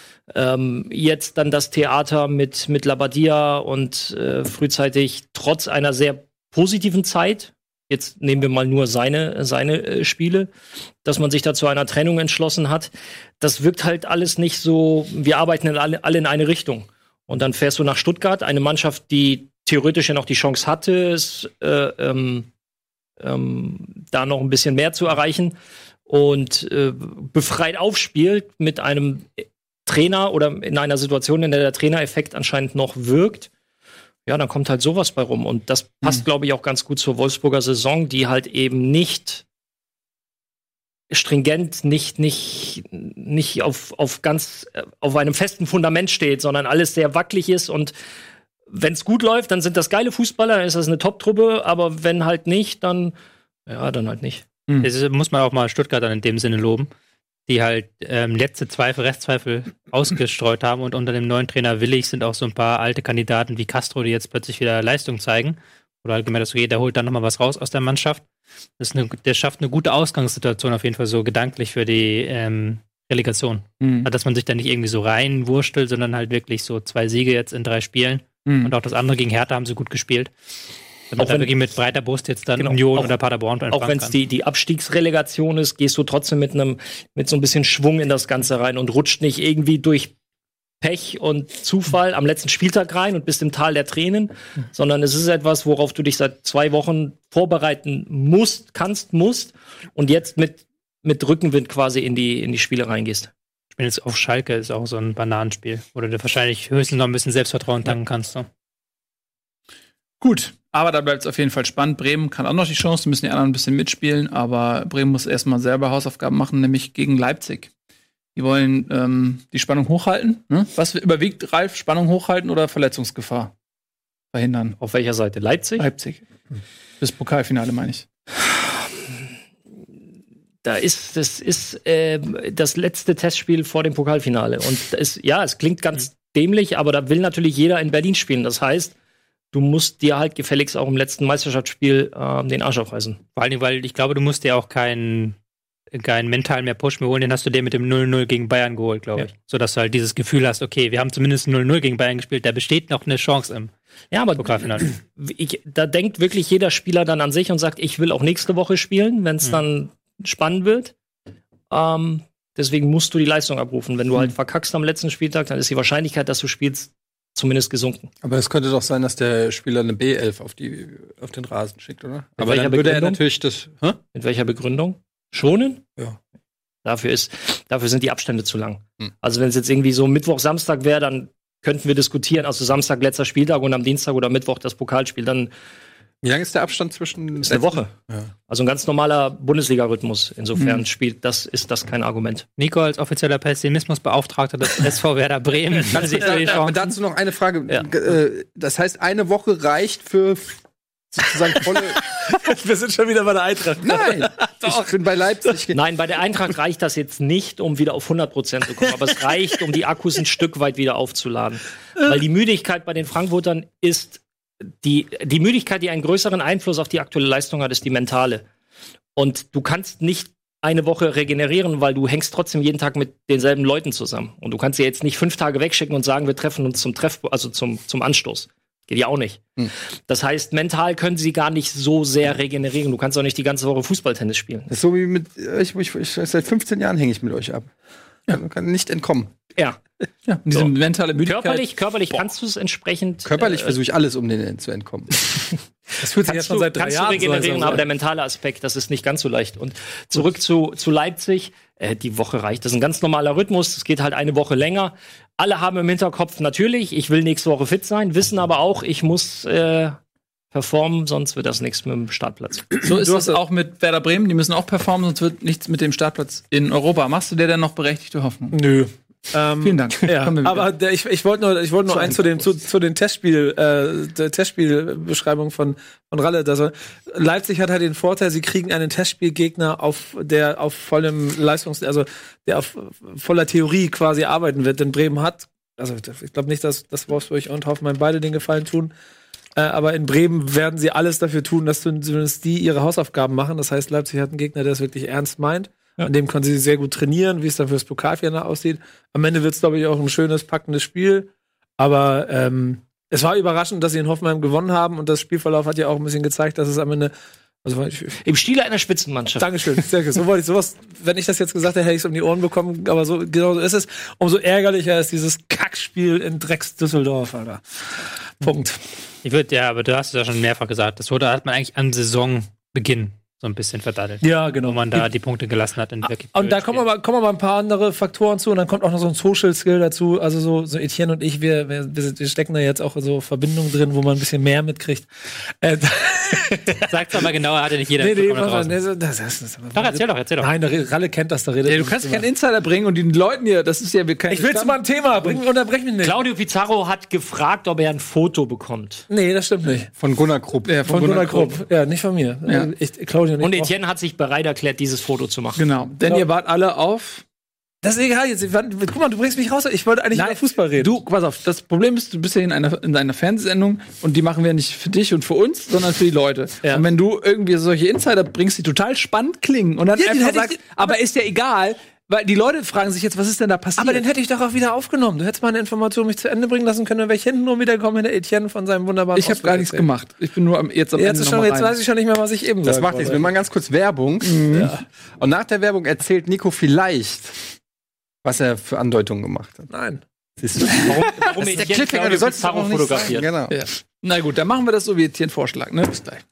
Ähm, jetzt dann das Theater mit, mit Labadia und äh, frühzeitig trotz einer sehr positiven Zeit, jetzt nehmen wir mal nur seine, seine äh, Spiele, dass man sich da zu einer Trennung entschlossen hat. Das wirkt halt alles nicht so, wir arbeiten alle, alle in eine Richtung. Und dann fährst du nach Stuttgart, eine Mannschaft, die theoretisch ja noch die Chance hatte, es, äh, ähm, ähm, da noch ein bisschen mehr zu erreichen und äh, befreit aufspielt mit einem Trainer oder in einer Situation, in der der Trainereffekt anscheinend noch wirkt. Ja, dann kommt halt sowas bei rum. Und das passt, mhm. glaube ich, auch ganz gut zur Wolfsburger Saison, die halt eben nicht stringent, nicht, nicht, nicht auf, auf ganz, auf einem festen Fundament steht, sondern alles sehr wackelig ist und wenn es gut läuft, dann sind das geile Fußballer, dann ist das eine Top-Truppe, aber wenn halt nicht, dann, ja, dann halt nicht. Mhm. Das muss man auch mal Stuttgart dann in dem Sinne loben, die halt ähm, letzte Zweifel, Restzweifel ausgestreut haben und unter dem neuen Trainer Willig sind auch so ein paar alte Kandidaten wie Castro, die jetzt plötzlich wieder Leistung zeigen. Oder halt gemerkt, dass okay, der holt dann nochmal was raus aus der Mannschaft. Das ist eine, der schafft eine gute Ausgangssituation auf jeden Fall so gedanklich für die ähm, Relegation. Mhm. Dass man sich da nicht irgendwie so reinwurstelt, sondern halt wirklich so zwei Siege jetzt in drei Spielen. Mhm. Und auch das andere gegen Hertha haben sie gut gespielt. Damit er wirklich mit breiter Brust jetzt dann genau, Union auch, oder Paderborn auch wenn es die, die Abstiegsrelegation ist, gehst du trotzdem mit einem mit so ein bisschen Schwung in das Ganze rein und rutscht nicht irgendwie durch Pech und Zufall am letzten Spieltag rein und bist im Tal der Tränen, mhm. sondern es ist etwas, worauf du dich seit zwei Wochen vorbereiten musst, kannst, musst und jetzt mit, mit Rückenwind quasi in die, in die Spiele reingehst. Ich bin jetzt auf Schalke, ist auch so ein Bananenspiel, wo du dir wahrscheinlich höchstens noch ein bisschen Selbstvertrauen tanken kannst. So. Gut, aber da bleibt es auf jeden Fall spannend. Bremen kann auch noch die Chance, müssen die anderen ein bisschen mitspielen, aber Bremen muss erstmal selber Hausaufgaben machen, nämlich gegen Leipzig. Die wollen ähm, die Spannung hochhalten. Ne? Was überwiegt, Ralf? Spannung hochhalten oder Verletzungsgefahr verhindern? Auf welcher Seite? Leipzig? Leipzig. Das Pokalfinale, meine ich. Da ist, das ist äh, das letzte Testspiel vor dem Pokalfinale. Und es, ja, es klingt ganz dämlich, aber da will natürlich jeder in Berlin spielen. Das heißt, du musst dir halt gefälligst auch im letzten Meisterschaftsspiel äh, den Arsch aufreißen. Vor allem, weil ich glaube, du musst dir auch keinen keinen mentalen mehr Push mehr holen, den hast du dir mit dem null null gegen Bayern geholt, glaube ich. Ja. Sodass du halt dieses Gefühl hast, okay, wir haben zumindest null null gegen Bayern gespielt, da besteht noch eine Chance im ja, aber Pokalfinale. Ich, da denkt wirklich jeder Spieler dann an sich und sagt, ich will auch nächste Woche spielen, wenn es mhm. dann spannend wird. Ähm, deswegen musst du die Leistung abrufen. Wenn du mhm. halt verkackst am letzten Spieltag, dann ist die Wahrscheinlichkeit, dass du spielst, zumindest gesunken. Aber es könnte doch sein, dass der Spieler eine B elf auf, die, auf den Rasen schickt, oder? Mit aber dann würde er natürlich das... Hä? Mit welcher Begründung? Schonen? Ja. Dafür, ist, dafür sind die Abstände zu lang. Hm. Also wenn es jetzt irgendwie so Mittwoch, Samstag wäre, dann könnten wir diskutieren, also Samstag letzter Spieltag und am Dienstag oder Mittwoch das Pokalspiel. Dann wie lange ist der Abstand zwischen... Ist eine Woche. Ja. Also ein ganz normaler Bundesliga-Rhythmus. Insofern hm. spielt das, ist das kein Argument. Nico als offizieller Pessimismusbeauftragter des S V Werder Bremen. Kann sich da, da, dazu noch eine Frage. Ja. Das heißt, eine Woche reicht für... sozusagen volle. Wir sind schon wieder bei der Eintracht. Nein, doch. Ich bin bei Leipzig. Nein, bei der Eintracht reicht das jetzt nicht, um wieder auf hundert Prozent zu kommen. Aber es reicht, um die Akkus ein Stück weit wieder aufzuladen. Weil die Müdigkeit bei den Frankfurtern ist die, die Müdigkeit, die einen größeren Einfluss auf die aktuelle Leistung hat, ist die mentale. Und du kannst nicht eine Woche regenerieren, weil du hängst trotzdem jeden Tag mit denselben Leuten zusammen. Und du kannst sie jetzt nicht fünf Tage wegschicken und sagen, wir treffen uns zum Treff, also zum, zum Anstoß. Geht ja auch nicht. Hm. Das heißt, mental können sie gar nicht so sehr regenerieren. Du kannst auch nicht die ganze Woche Fußballtennis spielen. Das ist so wie mit, ich, ich, ich seit fünfzehn Jahren hänge ich mit euch ab. Ja. Man kann nicht entkommen. Ja. Ja, diese so. mentale Müdigkeit. Körperlich, körperlich kannst du es entsprechend. Körperlich äh, versuche ich alles, um denen zu entkommen. Das fühlt sich ja schon seit drei kannst Jahren du regenerieren, so aber der mentale Aspekt, das ist nicht ganz so leicht. Und zurück zu, zu Leipzig. Äh, die Woche reicht. Das ist ein ganz normaler Rhythmus. Es geht halt eine Woche länger. Alle haben im Hinterkopf natürlich, ich will nächste Woche fit sein, wissen aber auch, ich muss äh, performen, sonst wird das nichts mit dem Startplatz. So ist es auch mit Werder Bremen. Die müssen auch performen, sonst wird nichts mit dem Startplatz in Europa. Machst du dir denn noch berechtigte Hoffnung? Nö. Ähm, Vielen Dank. Ja, aber der, ich, ich wollte nur, ich wollte nur eins zu dem zu, zu den Testspiel, äh, der Testspielbeschreibung von von Ralle. Also Leipzig hat halt den Vorteil, sie kriegen einen Testspielgegner auf der auf vollem Leistungs, also der auf voller Theorie quasi arbeiten wird. Denn Bremen hat, also ich glaube nicht, dass dass Wolfsburg und Hoffenheim beide den Gefallen tun. Äh, aber in Bremen werden sie alles dafür tun, dass zumindest die ihre Hausaufgaben machen. Das heißt, Leipzig hat einen Gegner, der es wirklich ernst meint. Ja. An dem können sie sehr gut trainieren, wie es dann fürs Pokalfinale aussieht. Am Ende wird es, glaube ich, auch ein schönes, packendes Spiel. Aber ähm, es war überraschend, dass sie in Hoffenheim gewonnen haben. Und das Spielverlauf hat ja auch ein bisschen gezeigt, dass es am Ende... Also, ich, im Stile einer Spitzenmannschaft. Dankeschön, sehr gut. So wollte ich sowas, wenn ich das jetzt gesagt hätte, hätte ich es um die Ohren bekommen. Aber so genau so ist es. Umso ärgerlicher ist dieses Kackspiel in Drecks Düsseldorf, Alter. Punkt. Ich würde, ja, aber du hast es ja schon mehrfach gesagt. Das wurde, hat man eigentlich am Saisonbeginn so ein bisschen verdattelt. Ja, genau. Wo man da die Punkte gelassen hat. In wirklich Und da kommen aber, kommen aber ein paar andere Faktoren zu und dann kommt auch noch so ein Social Skill dazu. Also so, so Etienne und ich, wir, wir, wir stecken da jetzt auch so Verbindungen drin, wo man ein bisschen mehr mitkriegt. Äh, Sag's aber genauer, hat ja nicht jeder. nee, nee, da was, draußen. das, das, das, das, Doch, erzähl doch, erzähl doch. Nein, der Ralle kennt das, da redet Ja, du kannst keinen Insider bringen und den Leuten hier, das ist ja wir keine Ich will's mal ein Thema bringen, unterbrech mich nicht. Claudio Pizarro hat gefragt, ob er ein Foto bekommt. Nee, das stimmt nicht. Von Gunnar Krupp. Ja, Von, Gunnar Krupp. Ja, nicht von mir. Ja. Ich, Claudio nicht. Und Etienne hat sich bereit erklärt, dieses Foto zu machen. Genau, denn ihr wart alle auf. Das ist egal jetzt. Guck mal, du bringst mich raus. Ich wollte eigentlich Nein, über Fußball reden. Du, pass auf, das Problem ist, du bist ja in einer, in einer Fernsehsendung und die machen wir nicht für dich und für uns, sondern für die Leute. Ja. Und wenn du irgendwie solche Insider bringst, die total spannend klingen und dann Ja, den einfach hätte ich- sagst, aber ist ja egal, weil die Leute fragen sich jetzt, was ist denn da passiert? Aber den hätte ich doch auch wieder aufgenommen. Du hättest mal eine Information mich zu Ende bringen lassen können, dann wäre ich hinten nur wiederkommen, wenn der Etienne von seinem wunderbaren ich habe Ausflug gar nichts erzählt. gemacht. Ich bin nur am, jetzt am Jetzt, Ende ist noch schon, mal jetzt rein. weiß ich schon nicht mehr, was ich eben Das sagen macht nichts. wollte. Wir machen ganz kurz Werbung. Und nach der Werbung erzählt Nico vielleicht, was er für Andeutungen gemacht hat. Nein. Siehst du? Warum, warum Der Etienne Cliffhanger, Claudio du sollst Pizarro auch nicht fotografiert? sagen. Genau. Ja. Na gut, dann machen wir das so wie Etienne Vorschlag, ne? Bis gleich.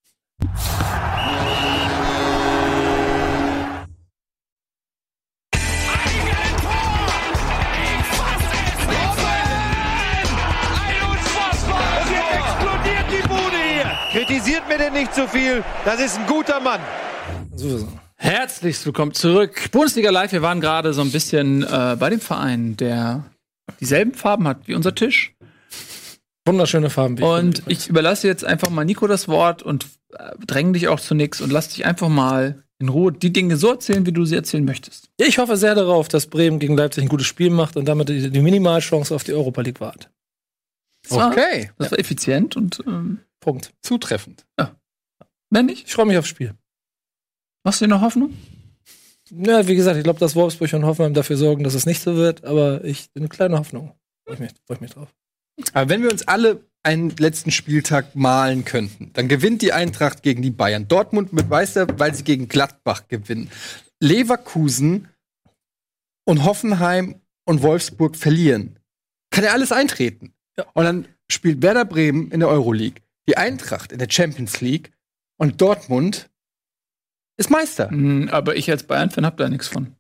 Und jetzt explodiert die Bude hier. Kritisiert mir denn nicht zu viel. Das ist ein guter Mann. Sowieso. Herzlich willkommen zurück. Bundesliga Live, wir waren gerade so ein bisschen äh, bei dem Verein, der dieselben Farben hat wie unser Tisch. Wunderschöne Farben. wie ich Und finde. ich überlasse jetzt einfach mal Nico das Wort und äh, dränge dich auch zu nichts und lass dich einfach mal in Ruhe die Dinge so erzählen, wie du sie erzählen möchtest. Ich hoffe sehr darauf, dass Bremen gegen Leipzig ein gutes Spiel macht und damit die, die Minimalchance auf die Europa League wahrt. Das war, Okay. das war effizient und ähm, Punkt. Zutreffend. wenn nicht, Ich freue mich aufs Spiel. machst du dir noch Hoffnung? Ja, wie gesagt, ich glaube, dass Wolfsburg und Hoffenheim dafür sorgen, dass es nicht so wird, aber ich eine kleine Hoffnung. Freue ich mich, freu ich mich drauf. Aber wenn wir uns alle einen letzten Spieltag malen könnten, dann gewinnt die Eintracht gegen die Bayern. Dortmund mit Meister, weil sie gegen Gladbach gewinnen. Leverkusen und Hoffenheim und Wolfsburg verlieren. Kann ja alles eintreten. Ja. Und dann spielt Werder Bremen in der Euroleague, die Eintracht in der Champions League und Dortmund ist Meister. Mhm, aber ich als Bayern-Fan hab da nichts von.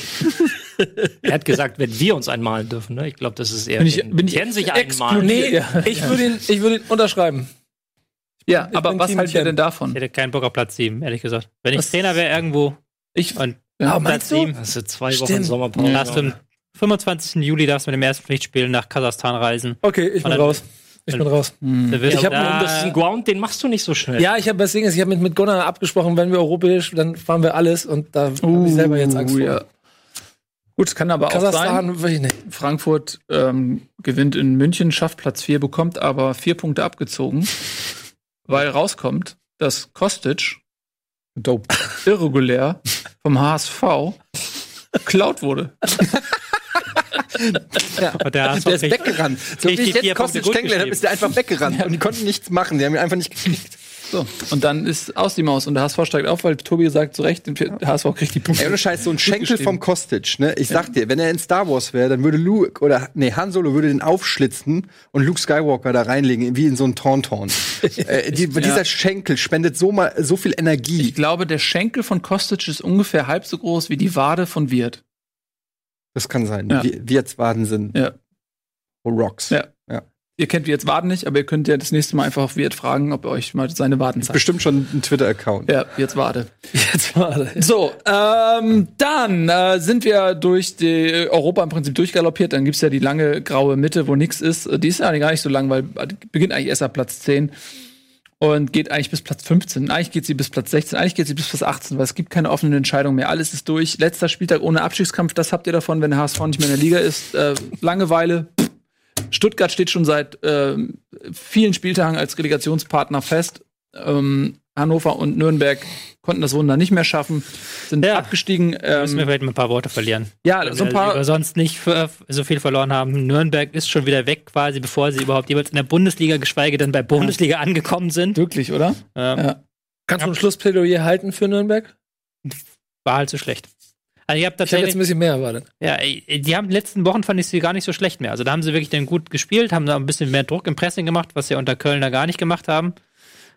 Er hat gesagt, wenn wir uns einmalen dürfen. Ne? Ich glaube, das ist eher. Bin ich- wenn- bin ich wenn sich exkludiert? einmalen. Nee, Ja. ich würde ihn, ich würde ihn unterschreiben. Ja, ich aber bin was Team haltet ihr Etienne. denn davon? Ich hätte keinen Bock auf Platz sieben, ehrlich gesagt. Wenn ich Was- Trainer wäre irgendwo Ich, und ja, Aber Platz meinst du? sieben, Das sind zwei Stimmt. Wochen Sommerpause. darfst du am fünfundzwanzigsten Juli darfst du mit dem ersten Pflichtspiel nach Kasachstan reisen. Okay, ich bin Und dann- raus. Ich bin raus. Da wirst Ich du hab da- Und das ist ein Ground, den machst du nicht so schnell. Ja, ich habe das Ding ist, ich habe mit, mit Gunnar abgesprochen, wenn wir europäisch, dann fahren wir alles und da habe ich selber jetzt Angst vor. ja. Gut, kann aber auch sein. Kasachstan will ich nicht. Frankfurt ähm, gewinnt in München, schafft Platz vier, bekommt aber vier Punkte abgezogen, weil rauskommt, dass Kostic Dope. irregulär vom H S V geklaut wurde. Und der, Der ist weggerannt. So wie Kriegt die ich vier jetzt Punkte Kostic gut kennengelernt habe, geschrieben. ist der einfach weggerannt. Und die konnten nichts machen. Die haben ihn einfach nicht gekriegt. So. Und dann ist aus die Maus und der H S V steigt auf, weil Tobi sagt zu Recht, der H S V kriegt die Punkte. Ey, ohne Scheiß, so ein Schenkel geschrieben. vom Kostic, ne? Ich sag dir, wenn er in Star Wars wäre, dann würde Luke oder nee, Han Solo würde den aufschlitzen und Luke Skywalker da reinlegen, wie in so einen Tauntaun. äh, die, Dieser Schenkel spendet so mal so viel Energie. Ich glaube, der Schenkel von Kostic ist ungefähr halb so groß wie die Wade von Wirth. Das kann sein. Ja. Wir jetzt Waden sind Ja. Rocks. Ja. Ja. Ihr kennt Wirth Waden nicht, aber ihr könnt ja das nächste Mal einfach auf Wirth fragen, ob er euch mal seine Waden zeigt. Bestimmt schon ein Twitter-Account. Ja, jetzt warte. Jetzt mal. So, ähm, dann äh, sind wir durch die Europa im Prinzip durchgaloppiert. Dann gibt's ja die lange graue Mitte, wo nichts ist. Die ist ja gar nicht so lang, weil die beginnt eigentlich erst ab Platz zehn und geht eigentlich bis Platz fünfzehn. Eigentlich geht sie bis Platz sechzehn, eigentlich geht sie bis Platz achtzehn, weil es gibt keine offenen Entscheidungen mehr. Alles ist durch. Letzter Spieltag ohne Abstiegskampf, das habt ihr davon, wenn der H S V nicht mehr in der Liga ist. Äh, Langeweile. Pff. Stuttgart steht schon seit ähm, vielen Spieltagen als Relegationspartner fest. Ähm, Hannover und Nürnberg konnten das Wunder nicht mehr schaffen, sind Ja. abgestiegen. müssen wir Ähm, vielleicht mal ein paar Worte verlieren. ja, Weil so ein wir paar. über sonst nicht für, so viel verloren haben. Nürnberg ist schon wieder weg, quasi, bevor sie überhaupt jeweils in der Bundesliga, geschweige denn bei Bundesliga angekommen sind. Wirklich, oder? Ähm, Ja. Kannst du ein Schlussplädoyer halten für Nürnberg? War halt so schlecht. Also ich habe Ich habe jetzt tatsächlich, ein bisschen mehr erwartet. ja, ey, die haben in den letzten Wochen fand ich sie gar nicht so schlecht mehr. Also da haben sie wirklich dann gut gespielt, haben da ein bisschen mehr Druck im Pressing gemacht, was sie unter Köln da gar nicht gemacht haben.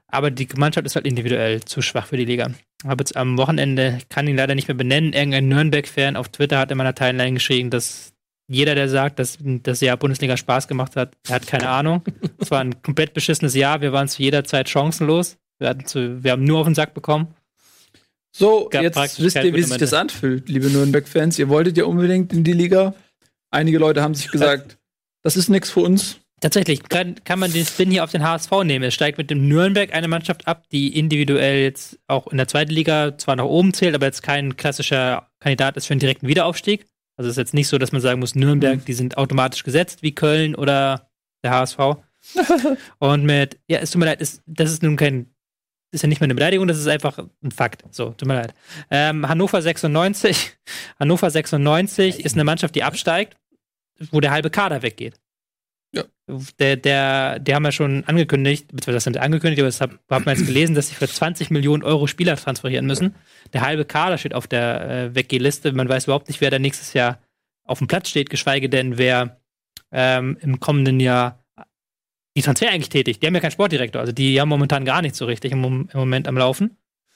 Aber die Mannschaft ist halt individuell zu schwach für die Liga. Aber jetzt am Wochenende, ich kann ihn leider nicht mehr benennen, irgendein Nürnberg-Fan auf Twitter hat in meiner Timeline geschrieben, dass jeder, der sagt, dass das Jahr Bundesliga Spaß gemacht hat, der hat keine Ahnung. Es war ein komplett beschissenes Jahr. Wir waren zu jeder Zeit chancenlos. Wir, hatten zu, wir haben nur auf den Sack bekommen. So, jetzt wisst ihr, wie sich das anfühlt, liebe Nürnberg-Fans. Ihr wolltet ja unbedingt in die Liga. Einige Leute haben sich gesagt, das ist nichts für uns. Tatsächlich kann, kann man den Spin hier auf den H S V nehmen. Es steigt mit dem Nürnberg eine Mannschaft ab, die individuell jetzt auch in der zweiten Liga zwar nach oben zählt, aber jetzt kein klassischer Kandidat ist für einen direkten Wiederaufstieg. Also es ist jetzt nicht so, dass man sagen muss, Nürnberg, mhm. die sind automatisch gesetzt, wie Köln oder der H S V. Und mit, ja, es tut mir leid, ist, das ist nun kein, ist ja nicht mehr eine Beleidigung, das ist einfach ein Fakt. So, tut mir leid. Ähm, Hannover sechsundneunzig, Hannover sechsundneunzig ist eine Mannschaft, die absteigt, wo der halbe Kader weggeht. Ja. Der, der, die haben ja schon angekündigt, beziehungsweise das haben sie angekündigt, aber das hat, hat man jetzt gelesen, dass sie für zwanzig Millionen Euro Spieler transferieren müssen. Der halbe Kader steht auf der äh, Weggeh-Liste. Man weiß überhaupt nicht, wer da nächstes Jahr auf dem Platz steht, geschweige denn, wer ähm, im kommenden Jahr die Transfer eigentlich tätigt. Die haben ja keinen Sportdirektor, also die haben momentan gar nichts so richtig im, im Moment am Laufen.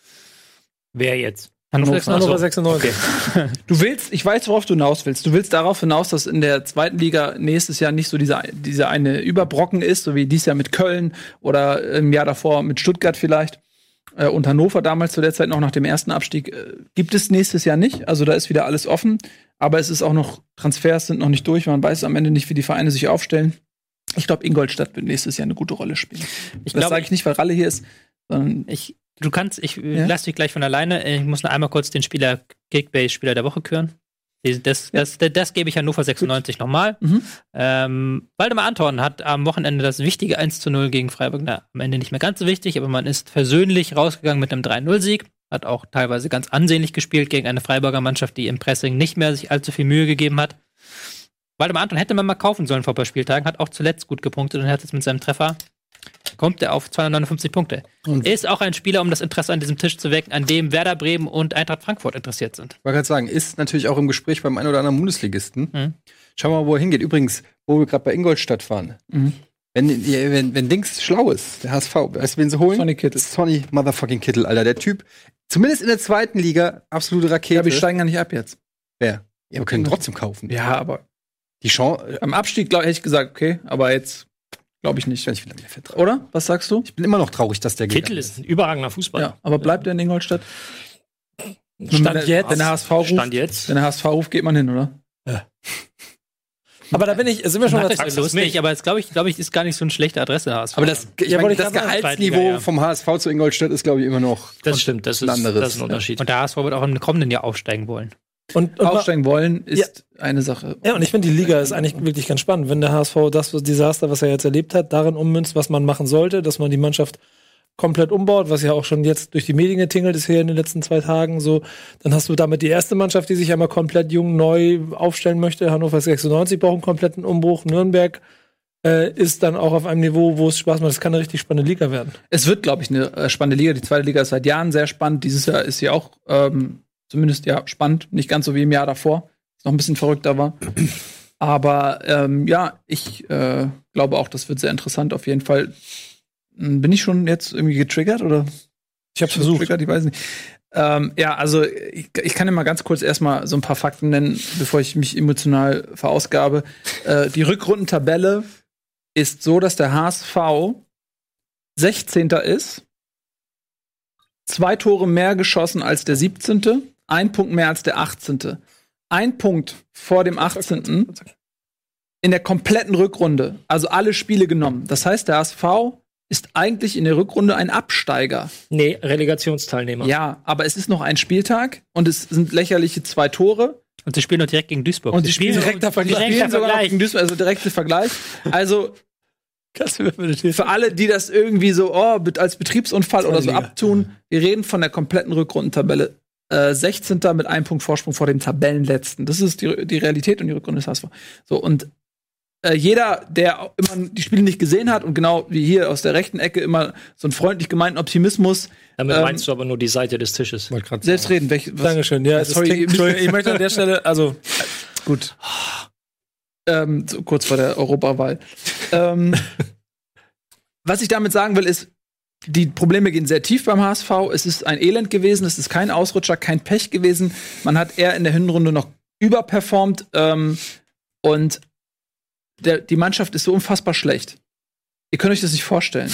Wer jetzt? Hannover sechsundneunzig. Okay. Du willst, ich weiß, worauf du hinaus willst. Du willst darauf hinaus, dass in der zweiten Liga nächstes Jahr nicht so dieser, dieser eine Überbrocken ist, so wie dieses Jahr mit Köln oder im Jahr davor mit Stuttgart vielleicht. Äh, und Hannover damals zu der Zeit noch nach dem ersten Abstieg. Äh, gibt es nächstes Jahr nicht. Also da ist wieder alles offen. Aber es ist auch noch, Transfers sind noch nicht durch. Man weiß am Ende nicht, wie die Vereine sich aufstellen. Ich glaube, Ingolstadt wird nächstes Jahr eine gute Rolle spielen. Ich das sage ich nicht, weil Ralle hier ist, sondern ich Du kannst, ich ja? lass dich gleich von alleine. Ich muss noch einmal kurz den Spieler, Kickbase-Spieler der Woche küren. Das, das, ja. das, das, das gebe ich Hannover sechsundneunzig nochmal. Mhm. Ähm, Waldemar Anton hat am Wochenende das wichtige eins zu null gegen Freiburg. Na, am Ende nicht mehr ganz so wichtig, aber man ist versöhnlich rausgegangen mit einem drei null Sieg. Hat auch teilweise ganz ansehnlich gespielt gegen eine Freiburger Mannschaft, die im Pressing nicht mehr sich allzu viel Mühe gegeben hat. Waldemar Anton hätte man mal kaufen sollen vor ein paar Spieltagen, hat auch zuletzt gut gepunktet und hat jetzt mit seinem Treffer kommt er auf zweihundertneunundfünfzig Punkte. Und ist auch ein Spieler, um das Interesse an diesem Tisch zu wecken, an dem Werder Bremen und Eintracht Frankfurt interessiert sind. Ich wollte gerade sagen, ist natürlich auch im Gespräch beim einen oder anderen Bundesligisten. Mhm. Schauen wir mal, wo er hingeht. Übrigens, wo wir gerade bei Ingolstadt fahren. Mhm. Wenn, wenn, wenn Dings schlau ist, der H S V, weißt du, wen sie holen? Sonny Kittel. Sonny Motherfucking Kittel, Alter. Der Typ, zumindest in der zweiten Liga, absolute Rakete. Ja, aber die steigen ja nicht ab jetzt. Wer? Ja, wir können trotzdem kaufen. Ja, aber die Chance. Am Abstieg, glaub, hätte ich gesagt, okay, aber jetzt glaube ich nicht. Ich wieder mehr vertrauen. Oder? Was sagst du? Ich bin immer noch traurig, dass der geht. Kittel ist ein überragender Fußballer. Ja, aber bleibt er in Ingolstadt? Stand wenn, jetzt. Wenn der H S V ruft, Stand jetzt. Wenn der H S V ruft, geht man hin, oder? Ja. Aber da bin ich, sind wir schon das ist lustig, aber jetzt glaube ich, glaube ich, ist gar nicht so eine schlechte Adresse H S V. Aber das, ich ja, mein, ich das Gehaltsniveau Liga, ja. vom H S V zu Ingolstadt ist, glaube ich, immer noch das stimmt, das ist, ein anderes. Das ist ein Unterschied. Und der H S V wird auch im kommenden Jahr aufsteigen wollen. Und, und aufsteigen wollen ist ja. eine Sache. Ja, und ich finde, die Liga ist eigentlich wirklich ganz spannend. Wenn der H S V das Desaster, was er jetzt erlebt hat, darin ummünzt, was man machen sollte, dass man die Mannschaft komplett umbaut, was ja auch schon jetzt durch die Medien getingelt ist hier in den letzten zwei Tagen, so, dann hast du damit die erste Mannschaft, die sich einmal komplett jung neu aufstellen möchte. Hannover sechsundneunzig braucht einen kompletten Umbruch. Nürnberg äh, ist dann auch auf einem Niveau, wo es Spaß macht. Es kann eine richtig spannende Liga werden. Es wird, glaube ich, eine äh, spannende Liga. Die zweite Liga ist seit Jahren sehr spannend. Dieses Jahr ist sie auch ähm, zumindest ja spannend, nicht ganz so wie im Jahr davor, was noch ein bisschen verrückter war. Aber ähm, ja, ich äh, glaube auch, das wird sehr interessant auf jeden Fall. Bin ich schon jetzt irgendwie getriggert oder? Ich habe versucht. Ich weiß nicht. Ähm, ja, also ich, ich kann ja mal ganz kurz erstmal so ein paar Fakten nennen, bevor ich mich emotional verausgabe. Äh, die Rückrundentabelle ist so, dass der H S V sechzehnter ist, zwei Tore mehr geschossen als der siebzehnte, ein Punkt mehr als der achtzehnte. Ein Punkt vor dem achtzehnten in der kompletten Rückrunde, also alle Spiele genommen. Das heißt, der H S V ist eigentlich in der Rückrunde ein Absteiger. Nee, Relegationsteilnehmer. Ja, aber es ist noch ein Spieltag und es sind lächerliche zwei Tore. Und sie spielen noch direkt gegen Duisburg. Und sie spielen direkter Vergleich. Die spielen sogar noch gegen Duisburg, also direkter Vergleich. Also für alle, die das irgendwie so oh, als Betriebsunfall oder so abtun, wir reden von der kompletten Rückrundentabelle. Äh, sechzehnter mit einem Punkt Vorsprung vor dem Tabellenletzten. Das ist die, die Realität und die Rückrunde des H S V. So, und äh, jeder, der immer die Spiele nicht gesehen hat und genau wie hier aus der rechten Ecke immer so einen freundlich gemeinten Optimismus. Damit ähm, meinst du aber nur die Seite des Tisches. Selbstredend. Welch, Dankeschön. Ja, sorry, Entschuldigung, ich möchte an der Stelle, also gut. ähm, so kurz vor der Europawahl. ähm, was ich damit sagen will, ist, die Probleme gehen sehr tief beim H S V. Es ist ein Elend gewesen, es ist kein Ausrutscher, kein Pech gewesen. Man hat eher in der Hinrunde noch überperformt ähm, und der, die Mannschaft ist so unfassbar schlecht. Ihr könnt euch das nicht vorstellen.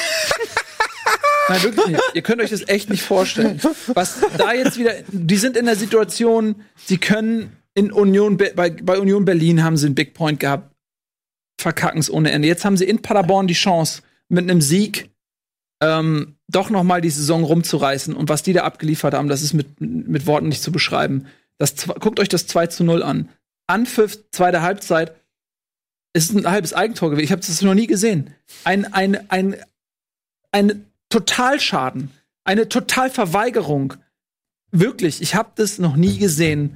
Nein, wirklich nicht. Ihr könnt euch das echt nicht vorstellen. Was da jetzt wieder, die sind in der Situation, sie können in Union, bei, bei Union Berlin haben sie einen Big Point gehabt, verkacken es ohne Ende. Jetzt haben sie in Paderborn die Chance, mit einem Sieg ähm, doch noch mal die Saison rumzureißen. Und was die da abgeliefert haben, das ist mit, mit Worten nicht zu beschreiben. Das, guckt euch das zwei zu null an. Anpfiff, zweite Halbzeit, ist ein halbes Eigentor gewesen. Ich habe das noch nie gesehen. Ein, ein, ein, ein Totalschaden, eine Totalverweigerung. Wirklich, ich habe das noch nie gesehen.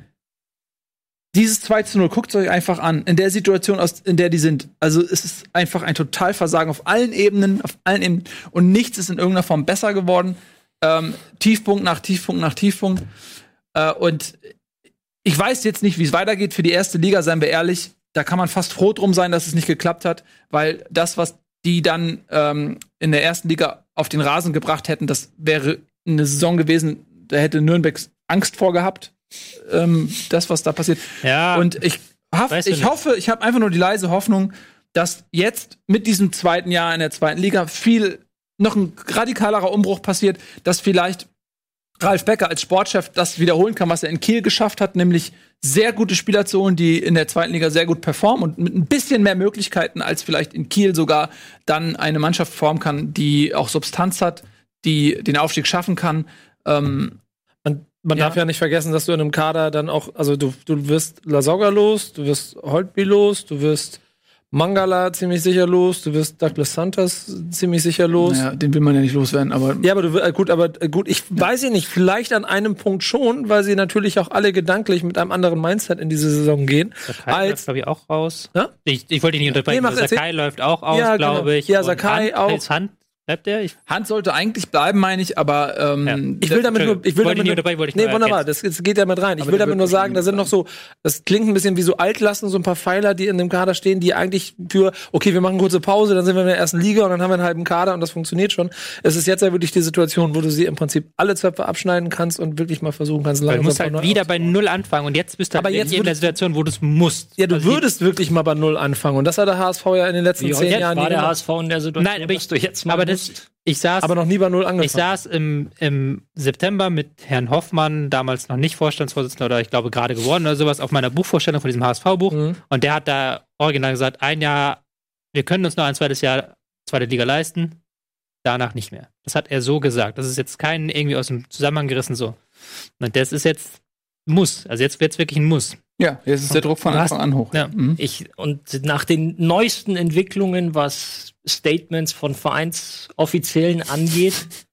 Dieses zwei zu null, guckt es euch einfach an, in der Situation, aus, in der die sind. Also es ist einfach ein Totalversagen auf allen Ebenen, auf allen Ebenen. Und nichts ist in irgendeiner Form besser geworden. Ähm, Tiefpunkt nach Tiefpunkt nach Tiefpunkt. Äh, und ich weiß jetzt nicht, wie es weitergeht für die erste Liga, seien wir ehrlich. Da kann man fast froh drum sein, dass es nicht geklappt hat, weil das, was die dann ähm, in der ersten Liga auf den Rasen gebracht hätten, das wäre eine Saison gewesen, da hätte Nürnberg Angst vor gehabt. Ähm, das, was da passiert. Ja, und ich, hoff, ich hoffe, ich habe einfach nur die leise Hoffnung, dass jetzt mit diesem zweiten Jahr in der zweiten Liga viel noch ein radikalerer Umbruch passiert, dass vielleicht Ralf Becker als Sportchef das wiederholen kann, was er in Kiel geschafft hat, nämlich sehr gute Spieler zu holen, die in der zweiten Liga sehr gut performen und mit ein bisschen mehr Möglichkeiten als vielleicht in Kiel sogar dann eine Mannschaft formen kann, die auch Substanz hat, die den Aufstieg schaffen kann. Ähm, Man, man Ja. darf ja nicht vergessen, dass du in einem Kader dann auch, also du, du wirst Lasogga los, du wirst Holtby los, du wirst Mangala ziemlich sicher los, du wirst Douglas Santos ziemlich sicher los. naja, den will man ja nicht loswerden, aber Ja, aber du, äh, gut, aber äh, gut, ich weiß ja nicht, vielleicht an einem Punkt schon, weil sie natürlich auch alle gedanklich mit einem anderen Mindset in diese Saison gehen. Sakai als läuft, glaube ich, auch raus. Ja? Ich, ich wollte dich nicht unterbrechen. Nee, mach, Sakai erzähl. läuft auch aus, Ja, glaube genau. ich. Ja, Und Sakai Hand, auch. Als Hand bleibt der? Ich, Hand sollte eigentlich bleiben, meine ich, aber ähm, Ja. Ich will damit nur, ich will Wollte damit nicht nur, unterbrechen, wollte ich nee, nur wunderbar, ergänzen. das, das geht ja mit rein. Ich Aber will der damit wird nur sagen, da wahrscheinlich sind noch so, das klingt ein bisschen wie so Altlasten, so ein paar Pfeiler, die in dem Kader stehen, die eigentlich für, okay, wir machen eine kurze Pause, dann sind wir in der ersten Liga und dann haben wir einen halben Kader und das funktioniert schon. Es ist jetzt ja wirklich die Situation, wo du sie im Prinzip alle Zöpfe abschneiden kannst und wirklich mal versuchen kannst, Weil du langsam musst von halt neu wieder aufzubauen. bei Null anfangen und jetzt bist du Aber halt jetzt in der würdest- Situation, wo du es musst. Ja, du Also die- würdest wirklich mal bei Null anfangen und das hat der H S V ja in den letzten Wie zehn jetzt Jahren war nie der gemacht. H S V in der Situation, Nein, aber ich, dass du jetzt mal aber das, musst. ich saß, aber noch nie bei Null angefangen. ich saß im, im September mit Herrn Hoffmann, damals noch nicht Vorstandsvorsitzender oder ich glaube gerade geworden oder sowas, auf meiner Buchvorstellung von diesem H S V-Buch. Mhm. Und der hat da original gesagt, ein Jahr, wir können uns noch ein zweites Jahr zweite Liga leisten, danach nicht mehr. Das hat er so gesagt. Das ist jetzt kein irgendwie aus dem Zusammenhang gerissen so. Und das ist jetzt Muss. Also jetzt wird es wirklich ein Muss. ja, jetzt ist der Druck von Du hast- Anfang an hoch. Ja. Mhm. Ich, und nach den neuesten Entwicklungen, was Statements von Vereinsoffiziellen angeht,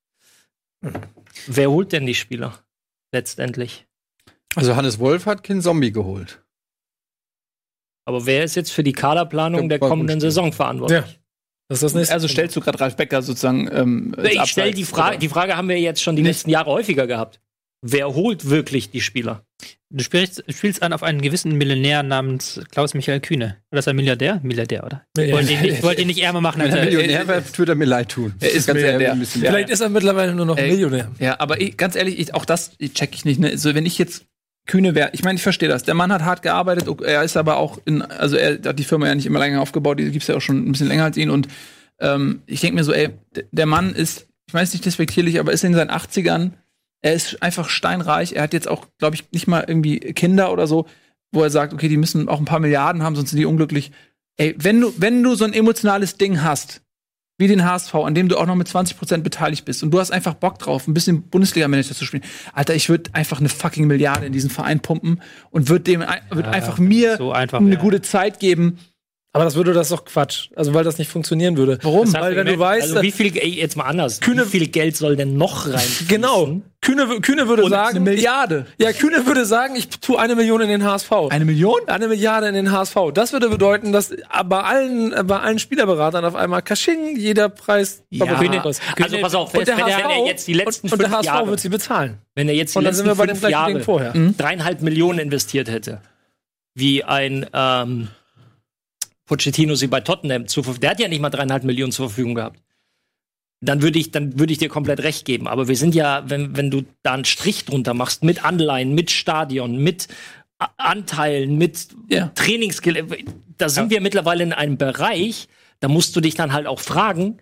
wer holt denn die Spieler letztendlich? Also Hannes Wolf hat keinen Zombie geholt. Aber wer ist jetzt für die Kaderplanung Ja, der war kommenden gut. Saison verantwortlich? Ja. Das ist das nächste. Also stellst du gerade Ralf Becker sozusagen ähm, als Ich stelle Abseits, die Frage, oder? die Frage haben wir jetzt schon die Nicht. letzten Jahre häufiger gehabt. Wer holt wirklich die Spieler? Du spielst, spielst an auf einen gewissen Millionär namens Klaus-Michael Kühne. Oder ist er Milliardär? Milliardär, oder? Ich wollte ihn nicht, wollte ihn nicht ärmer machen. Wenn Als er er, Millionär wäre, würde er mir leid tun. Er ist Ganz ehrlich, Milliardär. ein bisschen- Ja. Vielleicht ist er mittlerweile nur noch Ey. Millionär. Ja, aber ich, ganz ehrlich, ich, auch das check ich nicht. Ne? Also wenn ich jetzt Kühne wäre, ich meine, ich verstehe das. Der Mann hat hart gearbeitet. ok- Er ist aber auch in, also er hat die Firma ja nicht immer länger aufgebaut. Die gibt's ja auch schon ein bisschen länger als ihn. Und ähm, ich denke mir so, ey, d- der Mann ist, ich weiß nicht despektierlich, aber ist in seinen achtzigern. Er ist einfach steinreich. Er hat jetzt auch, glaube ich, nicht mal irgendwie Kinder oder so, wo er sagt, okay, die müssen auch ein paar Milliarden haben, sonst sind die unglücklich. Ey, wenn du, wenn du so ein emotionales Ding hast, wie den H S V, an dem du auch noch mit zwanzig Prozent beteiligt bist und du hast einfach Bock drauf, ein bisschen Bundesliga-Manager zu spielen. Alter, ich würde einfach eine fucking Milliarde in diesen Verein pumpen und würde dem ein- würd einfach mir so einfach, eine ja. gute Zeit geben. Aber das würde das doch Quatsch. Also, weil das nicht funktionieren würde. Warum? Das hast Weil, du wenn du gemerkt. weißt, Also wie viel, ey, jetzt mal anders, Kühne- wie viel Geld soll denn noch rein? genau. Kühne, Kühne würde Eine sagen, Milliarde. ich, ja, Kühne würde sagen, ich tue eine Million in den H S V. Eine Million? Eine Milliarde in den H S V. Das würde bedeuten, dass bei allen, bei allen Spielerberatern auf einmal Kasching, jeder Preis. Ja. Kühne, Also pass auf, und der wenn H S V, er jetzt die letzten und, und der fünf H S V Jahre, wird sie bezahlen. wenn er jetzt die Und dann letzten sind wir bei dem fünf gleichen Jahre Ding vorher. dreieinhalb Millionen investiert hätte, wie ein ähm, Pochettino sie bei Tottenham zur Verfügung, der hat ja nicht mal dreieinhalb Millionen zur Verfügung gehabt. dann würde ich, dann würde ich dir komplett recht geben. Aber wir sind ja, wenn, wenn du da einen Strich drunter machst, mit Anleihen, mit Stadion, mit A- Anteilen, mit Ja. Trainingsgelände, da sind Ja. wir mittlerweile in einem Bereich, da musst du dich dann halt auch fragen,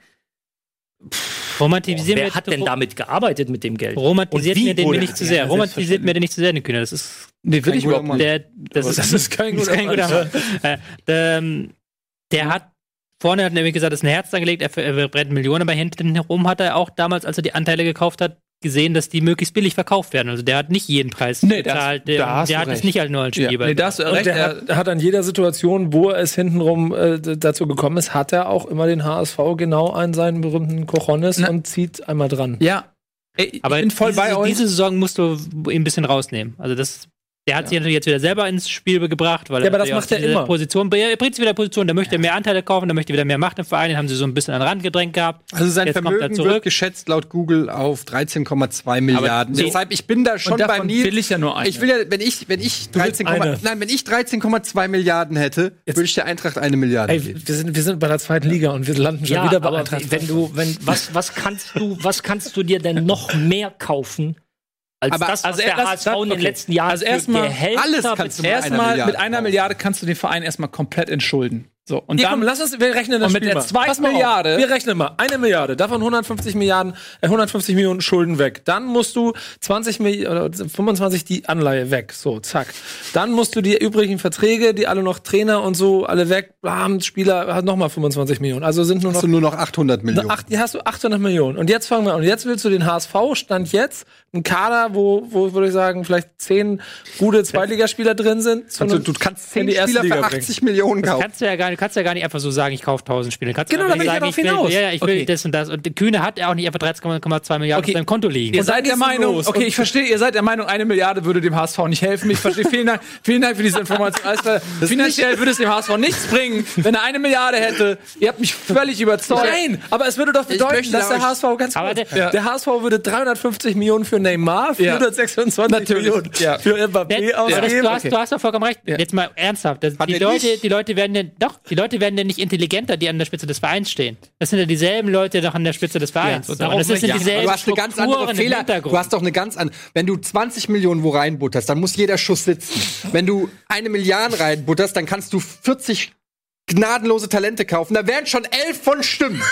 Romantisieren wer wir hat denn damit gearbeitet mit dem Geld? Romantisiert Und wie mir den wurde- nicht zu sehr. Ja, Romantisiert mir den nicht zu sehr, den Kühner. Das ist Nee, will ich guter überhaupt Mann. nicht. der, das, ist, Das ist kein guter guter Mann. Äh, der, ähm, der hat vorne hat er nämlich gesagt, das ist ein Herz angelegt, er, er brennt Millionen, aber hinten herum hat er auch damals, als er die Anteile gekauft hat, gesehen, dass die möglichst billig verkauft werden. Also der hat nicht jeden Preis Nee, das- bezahlt. Der, da hast der du hat es recht. nicht als nur als Ja. Spiel. Nee, da hast du Und recht. der er- hat, hat an jeder Situation, wo es hintenrum äh, d- dazu gekommen ist, hat er auch immer den H S V genau an seinen berühmten Cojones Na. und zieht einmal dran. ja. Ey, Aber ich bin voll diese, bei euch. diese Saison musst du ihn ein bisschen rausnehmen. Also das, der hat sich natürlich jetzt wieder selber ins Spiel gebracht, weil Ja, aber das natürlich macht aus er dieser immer. Position, er bringt sich wieder Position, der möchte mehr Anteile kaufen, der möchte wieder mehr Macht im Verein, den haben sie so ein bisschen an den Rand gedrängt gehabt. Also sein Jetzt kommt er Vermögen zurück. wird geschätzt laut Google auf dreizehn Komma zwei Milliarden. so- Deshalb, ich bin da schon Und bei davon Nils. will ich ja nur eine. Ich will ja, wenn ich, wenn ich dreizehn, eine. nein, wenn ich dreizehn Komma zwei Milliarden hätte, würde ich der Eintracht eine Milliarde Ey, geben. wir sind, wir sind bei der zweiten Liga und wir landen schon Ja, wieder bei aber Eintracht. wenn du, wenn, was, was kannst du, was kannst du dir denn noch mehr kaufen, als Aber- das, was also der lass- H S V in den okay. letzten Jahren Also für erstmal Gehälter alles kannst du mit bezahlt? einer Erstmal Milliarde mit einer kaufen. Milliarde kannst du den Verein erstmal komplett entschulden. So, und Ja, dann komm, lass uns, wir rechnen das Und mit Spiel der mal. zweiten Pass mal auf. Milliarde- Wir rechnen mal. Eine Milliarde, davon hundertfünfzig Milliarden, äh, hundertfünfzig Millionen Schulden weg. Dann musst du zwanzig Millionen oder fünfundzwanzig die Anleihe weg. So, zack. Dann musst du die übrigen Verträge, die alle noch Trainer und so, alle weg. Blam, Spieler hat nochmal fünfundzwanzig Millionen. Also sind nur noch Hast du nur noch achthundert Millionen. Acht, hier hast du achthundert Millionen. Und jetzt fangen wir an. Und jetzt willst du den H S V, Stand jetzt, einen Kader, wo, wo würde ich sagen, vielleicht zehn gute Zweitligaspieler drin sind. zu Also, einem- du kannst in zehn die erste Spieler Liga für bringen. achtzig Millionen Das kaufen. kannst du ja gar nicht, kannst du ja gar nicht einfach so sagen, ich kaufe tausend Spiele. Kannst du Genau, einfach da will ich sagen, ja ich drauf will, hinaus. ja, ja, ich will Okay. das und das. Und der Kühne hat ja auch nicht einfach dreizehn Komma zwei Milliarden Okay. auf seinem Konto liegen. Ihr seid der geht's Meinung, los. okay, ich verstehe, ihr seid der Meinung, eine Milliarde würde dem H S V nicht helfen. Ich verstehe, vielen Dank, vielen Dank für diese Information. Alles klar. Finanziell würde es dem H S V nichts bringen, wenn er eine Milliarde hätte. Ihr habt mich völlig überzeugt. Nein, aber es würde doch bedeuten, möchte dass da der euch- H S V ganz Aber kurz, der- der, H S V würde dreihundertfünfzig Millionen für Neymar, vierhundertsechsundzwanzig Natürlich. Millionen Ja. für Mbappé Der, aber das, ausgeben. du, hast, du hast doch vollkommen recht. Jetzt mal ernsthaft. Das, die, er Leute, nicht? die Leute werden denn, doch, die Leute werden denn nicht intelligenter, die an der Spitze des Vereins stehen. Das sind ja dieselben Leute doch an der Spitze des Vereins. Ja, Und darum das sind ja, aber dieselben Du hast eine ganz andere Strukturen im Fehler. Hintergrund. Du hast doch eine ganz andere. Wenn du zwanzig Millionen wo reinbutterst, dann muss jeder Schuss sitzen. Wenn du eine Milliarde reinbutterst, dann kannst du vierzig gnadenlose Talente kaufen. Da wären schon elf von stimmen.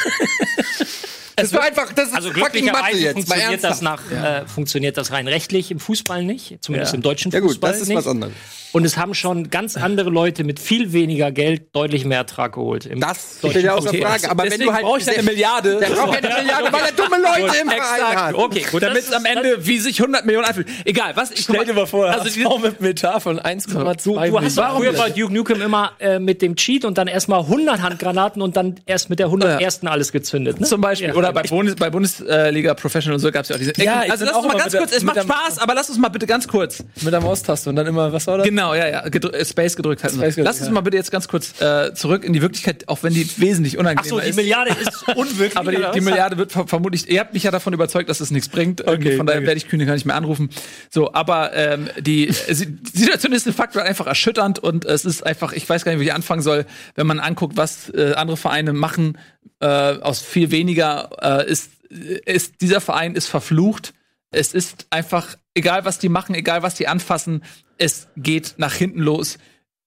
Das ist doch einfach, das ist Also fucking Mathe glücklicherweise jetzt. Mal funktioniert das, ernsthaft. nach, äh, funktioniert das rein rechtlich im Fußball nicht, zumindest Ja. im deutschen Ja gut, Fußball das ist nicht. was anderes. Und es haben schon ganz andere Leute mit viel weniger Geld deutlich mehr Ertrag geholt. Im Das steht ja außer Okay, Frage. Aber wenn deswegen du halt brauche ich eine Milliarde. Der braucht keine Milliarde, weil er dumme Leute im Verein Exakt. hat. Okay, gut, damit es am Ende wie sich hundert Millionen anfühlt. Egal, was ich Stell dir mal vor, Also also die, die mit Metar von eins Komma zwei Du hast doch Milliarden. früher bei Duke Nukem immer äh, mit dem Cheat und dann erstmal hundert Handgranaten und dann erst mit der hundertersten alles gezündet. Ne? zum Beispiel. Oder bei, Bundes, bei Bundesliga Professional und so gab es ja auch diese. Ja, ich also bin lass auch uns mal immer ganz mit kurz, der- es mit macht der- Spaß, aber lass uns mal bitte ganz kurz. Mit der Maustaste und dann immer, was war das? Genau, ja, ja, gedrü äh, Space gedrückt halten. Space gedrückt, Lass uns ja. mal bitte jetzt ganz kurz äh, zurück in die Wirklichkeit, auch wenn die wesentlich Ach unangenehmer so, die ist. Milliarde ist unwirklich. Aber die, oder die was? Milliarde wird ver vermutlich, ihr habt mich ja davon überzeugt, dass es nichts bringt. Irgendwie, Okay, von daher danke. werde ich Kühne gar nicht mehr anrufen. So, aber ähm, die, äh, die Situation ist de facto einfach erschütternd und es ist einfach, ich weiß gar nicht, wie ich anfangen soll, wenn man anguckt, was äh, andere Vereine machen, äh, aus viel weniger, äh, ist, ist, dieser Verein ist verflucht. Es ist einfach, egal was die machen, egal was die anfassen, es geht nach hinten los.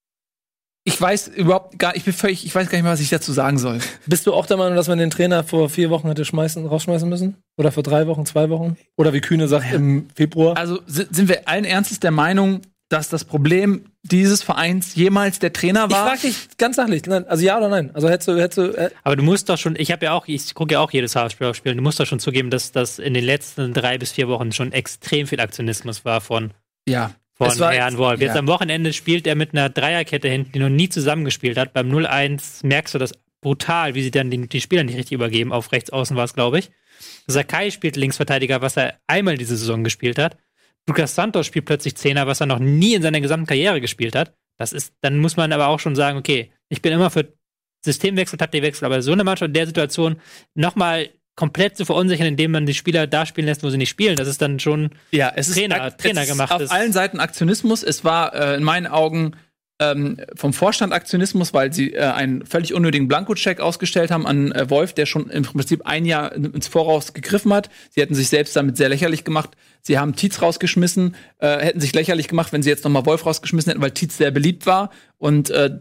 Ich weiß überhaupt gar, ich bin völlig, ich weiß gar nicht mehr, was ich dazu sagen soll. Bist du auch der Meinung, dass man den Trainer vor vier Wochen hätte schmeißen, rausschmeißen müssen? Oder vor drei Wochen, zwei Wochen? Oder wie Kühne sagt, im Februar? Also si- sind wir allen Ernstes der Meinung, dass das Problem dieses Vereins jemals der Trainer Ich war? frag dich ganz sachlich, nein, also ja oder nein? Also hättest du, hättest du, äh, Aber du musst doch schon, ich habe ja auch, ich gucke ja auch jedes H S V-Spiel, du musst doch schon zugeben, dass das in den letzten drei bis vier Wochen schon extrem viel Aktionismus war von, Ja. von Es war- Herrn Wolf. Jetzt ja. am Wochenende spielt er mit einer Dreierkette hinten, die noch nie zusammengespielt hat. Beim null eins merkst du das brutal, wie sie dann die, die Spieler nicht richtig übergeben. Auf rechts außen war es, glaube ich. Sakai spielt Linksverteidiger, was er einmal diese Saison gespielt hat. Lucas Santos spielt plötzlich Zehner, was er noch nie in seiner gesamten Karriere gespielt hat. Das ist, dann muss man aber auch schon sagen, okay, ich bin immer für Systemwechsel, Taktikwechsel, aber so eine Mannschaft in der Situation nochmal komplett zu verunsichern, indem man die Spieler da spielen lässt, wo sie nicht spielen, das ist dann schon Ja, es ist Trainer- es Trainer ist gemacht auf ist. allen Seiten Aktionismus. Es war äh, in meinen Augen ähm, vom Vorstand Aktionismus, weil sie äh, einen völlig unnötigen Blankocheck ausgestellt haben an äh, Wolf, der schon im Prinzip ein Jahr ins Voraus gegriffen hat. Sie hätten sich selbst damit sehr lächerlich gemacht. Sie haben Tietz rausgeschmissen, äh, hätten sich lächerlich gemacht, wenn sie jetzt noch mal Wolf rausgeschmissen hätten, weil Tietz sehr beliebt war. Und äh,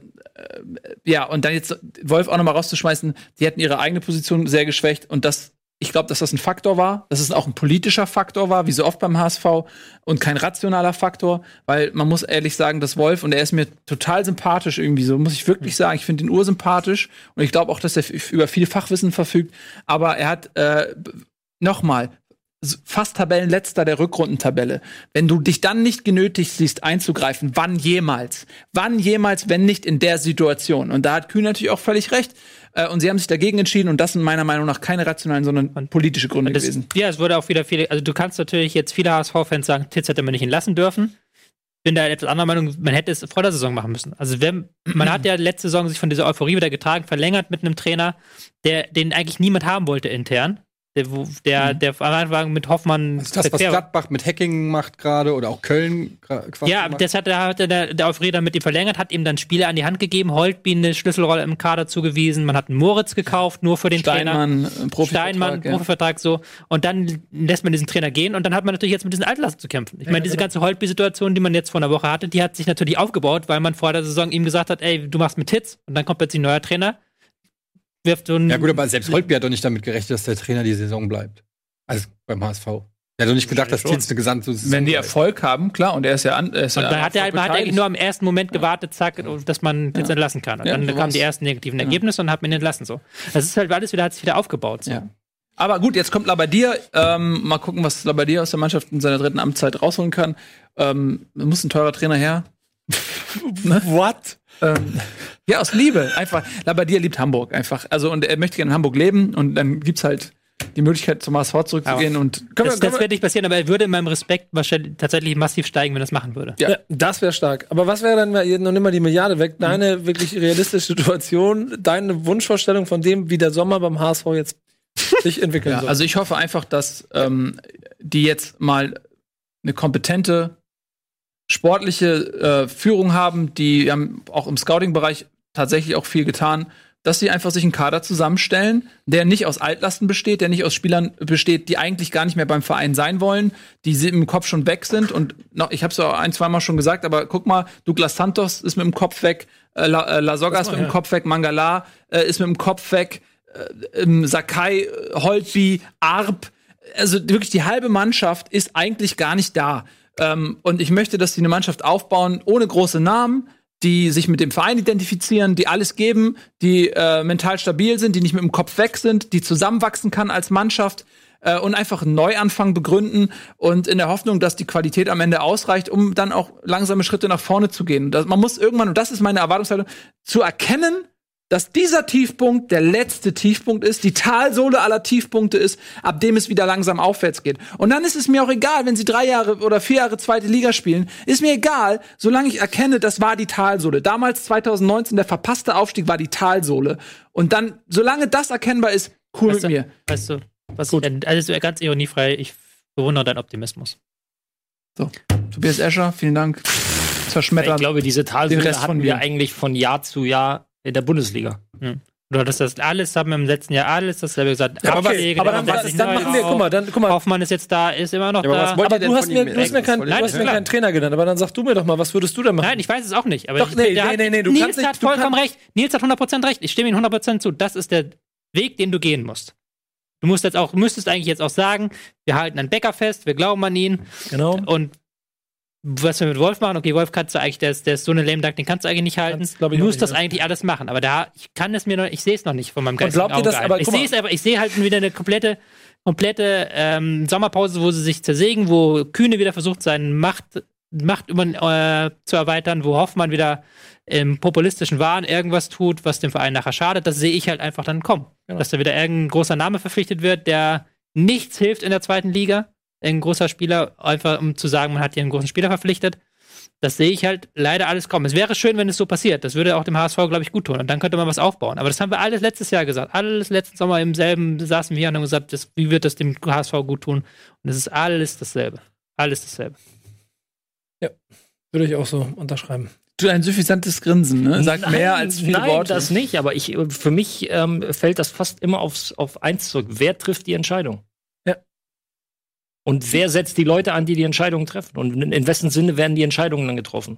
ja, und dann jetzt Wolf auch noch mal rauszuschmeißen, sie hätten ihre eigene Position sehr geschwächt. Und das, ich glaube, dass das ein Faktor war, dass es auch ein politischer Faktor war, wie so oft beim H S V, und kein rationaler Faktor, weil man muss ehrlich sagen, dass Wolf, und er ist mir total sympathisch irgendwie so, muss ich wirklich sagen, ich finde ihn ursympathisch und ich glaube auch, dass er f- über viel Fachwissen verfügt, aber er hat, äh, nochmal, fast Tabellenletzter der Rückrundentabelle. Wenn du dich dann nicht genötigt siehst, einzugreifen, wann jemals? Wann jemals, wenn nicht in der Situation? Und da hat Kühn natürlich auch völlig recht. Äh, und sie haben sich dagegen entschieden und das sind meiner Meinung nach keine rationalen, sondern politische Gründe das, gewesen. Ja, es wurde auch wieder viele, also du kannst natürlich jetzt viele H S V-Fans sagen, Tietz hätte man nicht entlassen dürfen. Ich bin da etwas anderer Meinung, man hätte es vor der Saison machen müssen. Also wenn, man hat ja letzte Saison sich von dieser Euphorie wieder getragen, verlängert mit einem Trainer, der, den eigentlich niemand haben wollte intern. Der, wo, der, mhm. der am Anfang mit Hoffmann. Das ist das, was Gladbach mit Hacking macht gerade oder auch Köln quasi. Ja, macht. Das hat, da hat der, der Euphorie dann mit ihm verlängert, hat ihm dann Spieler an die Hand gegeben, Holtby eine Schlüsselrolle im Kader zugewiesen, man hat einen Moritz gekauft, nur für den Steinmann, Trainer. Profivertrag, Steinmann, ja. Profivertrag, so. Und dann lässt man diesen Trainer gehen und dann hat man natürlich jetzt mit diesen Altlasten zu kämpfen. Ich meine, ja, diese ganze Holtby-Situation, die man jetzt vor einer Woche hatte, die hat sich natürlich aufgebaut, weil man vor der Saison ihm gesagt hat, ey, du machst mit Hitz und dann kommt plötzlich ein neuer Trainer. Wirft so ja gut, aber selbst Holtby hat doch nicht damit gerechnet, dass der Trainer die Saison bleibt. Also beim H S V. Der hat doch nicht gedacht, dass Tietz eine gesamte Saison Wenn die bleibt. Erfolg haben, klar, und er ist ja an. Er ist und ja dann hat er, halt, man hat eigentlich nur am ersten Moment gewartet, zack, dass man Tietz Ja. entlassen kann. Und Ja, dann so kamen war's. die ersten negativen Ergebnisse und hat man ihn entlassen. So. Das ist halt alles wieder, hat sich wieder aufgebaut. So. Ja. Aber gut, jetzt kommt Labbadia. Ähm, mal gucken, was Labbadia aus der Mannschaft in seiner dritten Amtszeit rausholen kann. Ähm, muss ein teurer Trainer her. Ne? What? Ähm, ja, aus Liebe. Einfach. Labbadia liebt Hamburg einfach. Also, und er möchte gerne in Hamburg leben. Und dann gibt's halt die Möglichkeit, zum H S V zurückzugehen. Aber Und das, das wird nicht passieren, aber er würde in meinem Respekt wahrscheinlich tatsächlich massiv steigen, wenn er das machen würde. Ja, ja das wäre stark. Aber was wäre dann, ihr noch nicht mal die Milliarde weg, deine mhm. wirklich realistische Situation, deine Wunschvorstellung von dem, wie der Sommer beim H S V jetzt sich entwickeln ja, soll? Also ich hoffe einfach, dass ähm, die jetzt mal eine kompetente sportliche äh, Führung haben, die haben auch im Scouting-Bereich tatsächlich auch viel getan, dass sie einfach sich einen Kader zusammenstellen, der nicht aus Altlasten besteht, der nicht aus Spielern besteht, die eigentlich gar nicht mehr beim Verein sein wollen, die im Kopf schon weg sind. Und noch, ich habe es ja ein, zweimal schon gesagt, aber guck mal, Douglas Santos ist mit dem Kopf weg, äh, La, äh, La Soga ist mit dem ja. Kopf weg, Mangala äh, ist mit dem Kopf weg, äh, Sakai, Holtby, Arp, also wirklich die halbe Mannschaft ist eigentlich gar nicht da. Ähm, und ich möchte, dass die eine Mannschaft aufbauen ohne große Namen, die sich mit dem Verein identifizieren, die alles geben, die äh, mental stabil sind, die nicht mit dem Kopf weg sind, die zusammenwachsen kann als Mannschaft äh, und einfach einen Neuanfang begründen und in der Hoffnung, dass die Qualität am Ende ausreicht, um dann auch langsame Schritte nach vorne zu gehen. Das, man muss irgendwann, und das ist meine Erwartungshaltung, zu erkennen, dass dieser Tiefpunkt der letzte Tiefpunkt ist, die Talsohle aller Tiefpunkte ist, ab dem es wieder langsam aufwärts geht. Und dann ist es mir auch egal, wenn sie drei Jahre oder vier Jahre zweite Liga spielen, ist mir egal, solange ich erkenne, das war die Talsohle. Damals zwanzig neunzehn, der verpasste Aufstieg war die Talsohle. Und dann, solange das erkennbar ist, cool weißt mit du, mir. Weißt du, was Gut. Ich, also ganz ironiefrei, ich bewundere deinen Optimismus. So, Tobias Escher, vielen Dank. Zerschmettert. Ich glaube, diese Talsohle Rest hatten von wir mir. eigentlich von Jahr zu Jahr in der Bundesliga. Hm. Oder das, das alles haben wir im letzten Jahr alles dasselbe gesagt. Ja, aber, was, aber dann, was, dann machen wir, guck mal, dann, guck mal. Hoffmann ist jetzt da, ist immer noch ja, aber da. was wollt aber ihr denn du hast von mir, ihm du hast mir, kein, du Nein, hast mir keinen Trainer genannt, aber dann sag du mir doch mal, was würdest du denn machen? Nein, ich weiß es auch nicht. Aber doch, ich, nee, der nee, hat, nee, nee, du Nils kannst nicht, hat du vollkommen kann, recht. Nils hat hundert Prozent recht. Ich stimme ihm hundert Prozent zu. Das ist der Weg, den du gehen musst. Du musst jetzt auch, müsstest eigentlich jetzt auch sagen, wir halten an Becker fest, wir glauben an ihn. Genau. Und was wir mit Wolf machen, okay, Wolf kannst du eigentlich, der ist, der ist so eine lame Duck, den kannst du eigentlich nicht halten. Kannst, du musst musst das ja. eigentlich alles machen. Aber da, ich kann es mir noch, ich sehe es noch nicht von meinem geistigen glaubt ihr das, Auge aber ein. Ich guck mal. sehe es aber, ich sehe halt wieder eine komplette, komplette ähm, Sommerpause, wo sie sich zersägen, wo Kühne wieder versucht, seine Macht, Macht über, äh, zu erweitern, wo Hoffmann wieder im populistischen Wahn irgendwas tut, was dem Verein nachher schadet. Das sehe ich halt einfach dann kommen. Genau. Dass da wieder irgendein großer Name verpflichtet wird, der nichts hilft in der zweiten Liga. Ein großer Spieler, einfach um zu sagen, man hat hier einen großen Spieler verpflichtet. Das sehe ich halt leider alles kommen. Es wäre schön, wenn es so passiert. Das würde auch dem H S V, glaube ich, gut tun. Und dann könnte man was aufbauen. Aber das haben wir alles letztes Jahr gesagt. Alles letzten Sommer im selben saßen wir hier und haben gesagt, das, wie wird das dem H S V gut tun? Und es ist alles dasselbe. Alles dasselbe. Ja, würde ich auch so unterschreiben. ein suffisantes Grinsen, ne? Sagt Nein, mehr als viele nein, Worte. das nicht. Aber ich, für mich ähm, fällt das fast immer aufs, auf eins zurück. Wer trifft die Entscheidung? Ja. Und wer setzt die Leute an, die die Entscheidungen treffen? Und in, in wessen Sinne werden die Entscheidungen dann getroffen?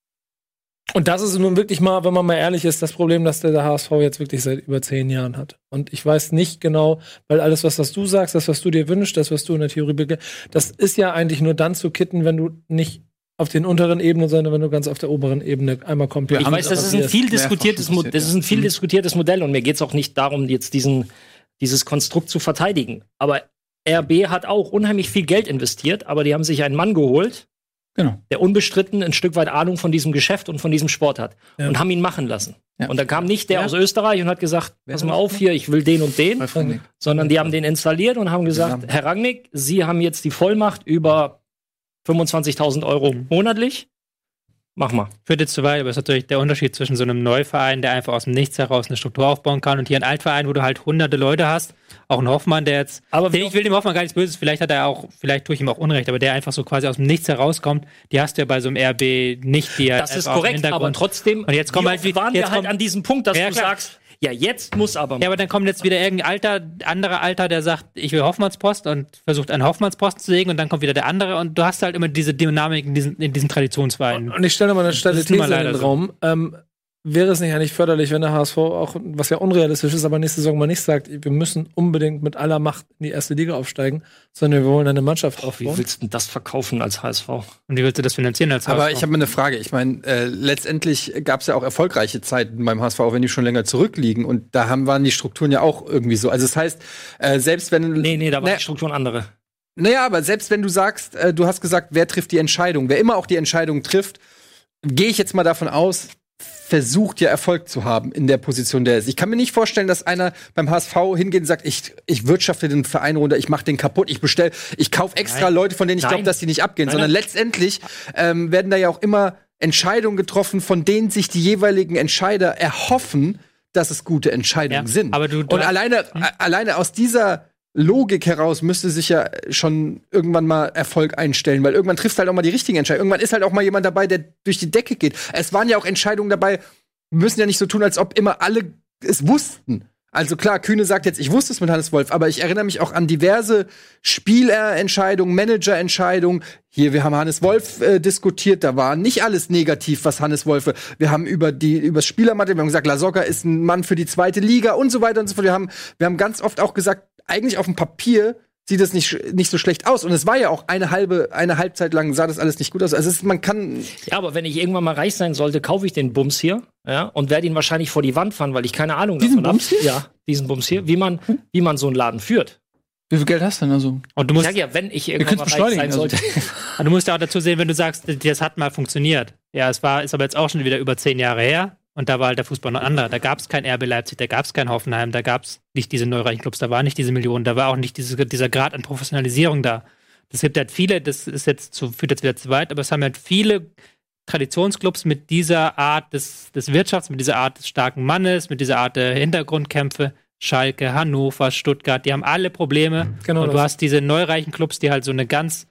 Und das ist nun wirklich mal, wenn man mal ehrlich ist, das Problem, das der H S V jetzt wirklich seit über zehn Jahren hat. Und ich weiß nicht genau, weil alles, was, was du sagst, das, was du dir wünschst, das, was du in der Theorie begehrst, das ist ja eigentlich nur dann zu kitten, wenn du nicht auf den unteren Ebenen, sondern wenn du ganz auf der oberen Ebene einmal komplett. Ich weiß, das ist ein viel diskutiertes, Mo- das ist ein viel Mhm. diskutiertes Modell und mir geht es auch nicht darum, jetzt diesen, dieses Konstrukt zu verteidigen. Aber R B hat auch unheimlich viel Geld investiert, aber die haben sich einen Mann geholt, Genau. der unbestritten ein Stück weit Ahnung von diesem Geschäft und von diesem Sport hat. Ja. Und haben ihn machen lassen. Ja. Und da kam nicht der Ja. aus Österreich und hat gesagt, pass mal auf hier, ich will den und den, Ralf Rangnick. sondern die haben den installiert und haben gesagt, Herr Rangnick, Sie haben jetzt die Vollmacht über fünfundzwanzigtausend Euro monatlich. Mach mal. Führt jetzt zu weit, aber es ist natürlich der Unterschied zwischen so einem Neuverein, der einfach aus dem Nichts heraus eine Struktur aufbauen kann, und hier ein Altverein, wo du halt hunderte Leute hast. Auch ein Hoffmann, der jetzt. Aber den, ich will dem Hoffmann gar nichts Böses, vielleicht hat er auch, vielleicht tue ich ihm auch Unrecht, aber der einfach so quasi aus dem Nichts herauskommt, die hast du ja bei so einem R B nicht, die Das ist korrekt, aber trotzdem Und jetzt kommen wie halt oft wie- waren jetzt wir halt kommen- an diesem Punkt, dass Ja, du klar. sagst, ja, jetzt muss aber Ja, aber dann kommt jetzt wieder irgendein alter, anderer Alter, der sagt, ich will Hoffmannspost und versucht einen Hoffmannspost zu legen, und dann kommt wieder der andere, und du hast halt immer diese Dynamik in diesen, in diesen Traditionsvereinen. Und ich stelle mal eine steile Das ist nun mal These in leider den so. Raum. Ähm, wäre es nicht eigentlich förderlich, wenn der H S V auch, was ja unrealistisch ist, aber nächste Saison mal nicht sagt, wir müssen unbedingt mit aller Macht in die erste Liga aufsteigen, sondern wir wollen eine Mannschaft Wie aufbauen? willst du denn das verkaufen als H S V? Und wie willst du das finanzieren als Aber H S V? ich habe mal eine Frage. Ich meine, äh, letztendlich gab es ja auch erfolgreiche Zeiten beim H S V, auch wenn die schon länger zurückliegen. Und da haben, waren die Strukturen ja auch irgendwie so. Also das heißt, äh, selbst wenn... Nee, nee, da waren Naja, die Strukturen andere. Naja, aber selbst wenn du sagst, äh, du hast gesagt, wer trifft die Entscheidung, wer immer auch die Entscheidung trifft, gehe ich jetzt mal davon aus, versucht ja Erfolg zu haben in der Position, der ist. Ich kann mir nicht vorstellen, dass einer beim H S V hingeht und sagt, ich, ich wirtschafte den Verein runter, ich mache den kaputt, ich bestell, ich kaufe extra Nein. Leute, von denen ich glaube, Nein. dass die nicht abgehen, Nein, sondern nein. letztendlich ähm, werden da ja auch immer Entscheidungen getroffen, von denen sich die jeweiligen Entscheider erhoffen, dass es gute Entscheidungen Ja, sind. aber du- du und hast- alleine, Hm? a- alleine aus dieser Logik heraus müsste sich ja schon irgendwann mal Erfolg einstellen, weil irgendwann trifft halt auch mal die richtigen Entscheidungen. Irgendwann ist halt auch mal jemand dabei, der durch die Decke geht. Es waren ja auch Entscheidungen dabei, wir müssen ja nicht so tun, als ob immer alle es wussten. Also klar, Kühne sagt jetzt, ich wusste es mit Hannes Wolf, aber ich erinnere mich auch an diverse Spielerentscheidungen, Managerentscheidungen. Hier, wir haben Hannes Wolf äh, diskutiert, da war nicht alles negativ, was Hannes Wolf. Wir haben über die über das Spielermaterial, wir haben gesagt, Lasogga ist ein Mann für die zweite Liga und so weiter und so fort. Wir haben wir haben ganz oft auch gesagt, eigentlich auf dem Papier sieht es nicht, nicht so schlecht aus. Und es war ja auch eine halbe, eine Halbzeit lang sah das alles nicht gut aus. Also es ist, man kann. Ja, aber wenn ich irgendwann mal reich sein sollte, kaufe ich den Bums hier, ja, und werde ihn wahrscheinlich vor die Wand fahren, weil ich keine Ahnung Diesen davon Bums hier? habe. Ja, diesen Bums hier, wie man, wie man so einen Laden führt. Wie viel Geld hast du denn also? Und du Ich musst, sag ja, wenn ich Wir irgendwann mal können's reich sein beschleunigen, sollte. du musst ja auch dazu sehen, wenn du sagst, das hat mal funktioniert. Ja, es war, ist aber jetzt auch schon wieder über zehn Jahre her. Und da war halt der Fußball noch anderer. Da gab es kein R B Leipzig, da gab es kein Hoffenheim, da gab es nicht diese neureichen Clubs, da waren nicht diese Millionen, da war auch nicht diese, dieser Grad an Professionalisierung da. Das gibt halt viele, das ist jetzt zu, führt jetzt wieder zu weit, aber es haben halt viele Traditionsclubs mit dieser Art des, des Wirtschafts, mit dieser Art des starken Mannes, mit dieser Art der Hintergrundkämpfe. Schalke, Hannover, Stuttgart, die haben alle Probleme. Genau und du das. hast diese neureichen Clubs, die halt so eine ganz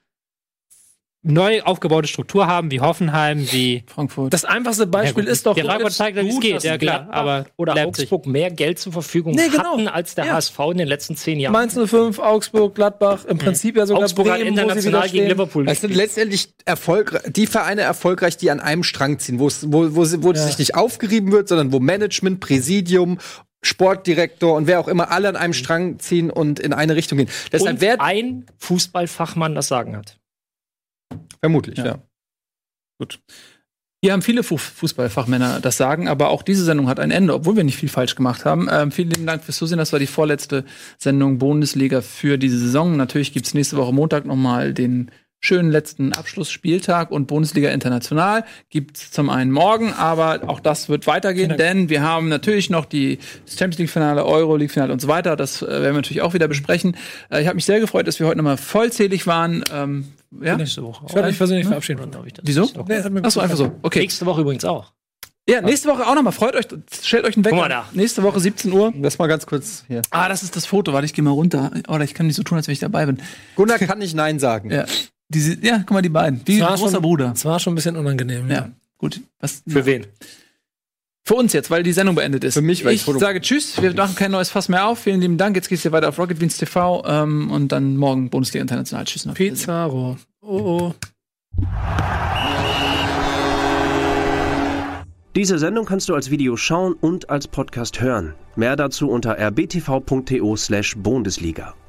neu aufgebaute Struktur haben, wie Hoffenheim, wie Frankfurt. Das einfachste Beispiel Ja, gut. ist doch Ja, Frankfurt jetzt zeigt, wie es Gut, geht, dass ja klar. Gladbach Aber oder Leipzig. Augsburg mehr Geld zur Verfügung Nee, genau. hatten als der Ja. H S V in den letzten zehn Jahren. Mainz null fünf, Augsburg, Gladbach, im Prinzip ja sogar Augsburg hat Bremen, wo sie wieder international gegen stehen. Liverpool Es sind gespielt. letztendlich Erfolg, die Vereine erfolgreich, die an einem Strang ziehen, wo es, wo, wo, sie- wo es Ja. sich nicht aufgerieben wird, sondern wo Management, Präsidium, Sportdirektor und wer auch immer alle an einem Strang ziehen und in eine Richtung gehen. Deshalb Und wird ein Fußballfachmann das Sagen hat. vermutlich, Ja. ja. Gut. Hier haben viele Fu- Fußballfachmänner das Sagen, aber auch diese Sendung hat ein Ende, obwohl wir nicht viel falsch gemacht haben. Ähm, vielen lieben Dank fürs Zusehen. Das war die vorletzte Sendung Bundesliga für diese Saison. Natürlich gibt's nächste Woche Montag noch mal den schönen letzten Abschlussspieltag und Bundesliga International gibt's zum einen morgen, aber auch das wird weitergehen, denn wir haben natürlich noch die das Champions League Finale, Euro League Finale und so weiter. Das äh, werden wir natürlich auch wieder besprechen. Äh, ich habe mich sehr gefreut, dass wir heute noch mal vollzählig waren. Ähm, ja? Nächste Woche. Ich werde mich persönlich verabschieden. Wieso? Nee, das hat mir Ach so, einfach so. Okay. Nächste Woche übrigens auch. Ja, nächste Woche auch noch mal. Freut euch, stellt euch einen Wecker. Guck mal da. Nächste Woche siebzehn Uhr. Das mal ganz kurz hier. Ah, das ist das Foto. Warte, ich gehe mal runter. Oder ich kann nicht so tun, als wenn ich dabei bin. Gunnar kann nicht Nein sagen. Ja. Diese, ja, guck mal, die beiden. Wie Es war großer schon- Bruder. Es war schon ein bisschen unangenehm. Ja. Gut. Was, Für wen? Für uns jetzt, weil die Sendung beendet ist. Für mich, weil ich ich Foto- sage Tschüss, wir machen kein neues Fass mehr auf. Vielen lieben Dank. Jetzt geht's hier weiter auf Rocket Beans T V ähm, und dann morgen Bundesliga International. Tschüss. Noch. Pizarro. Oh, oh. Diese Sendung kannst du als Video schauen und als Podcast hören. Mehr dazu unter r b t v punkt t o slash Bundesliga.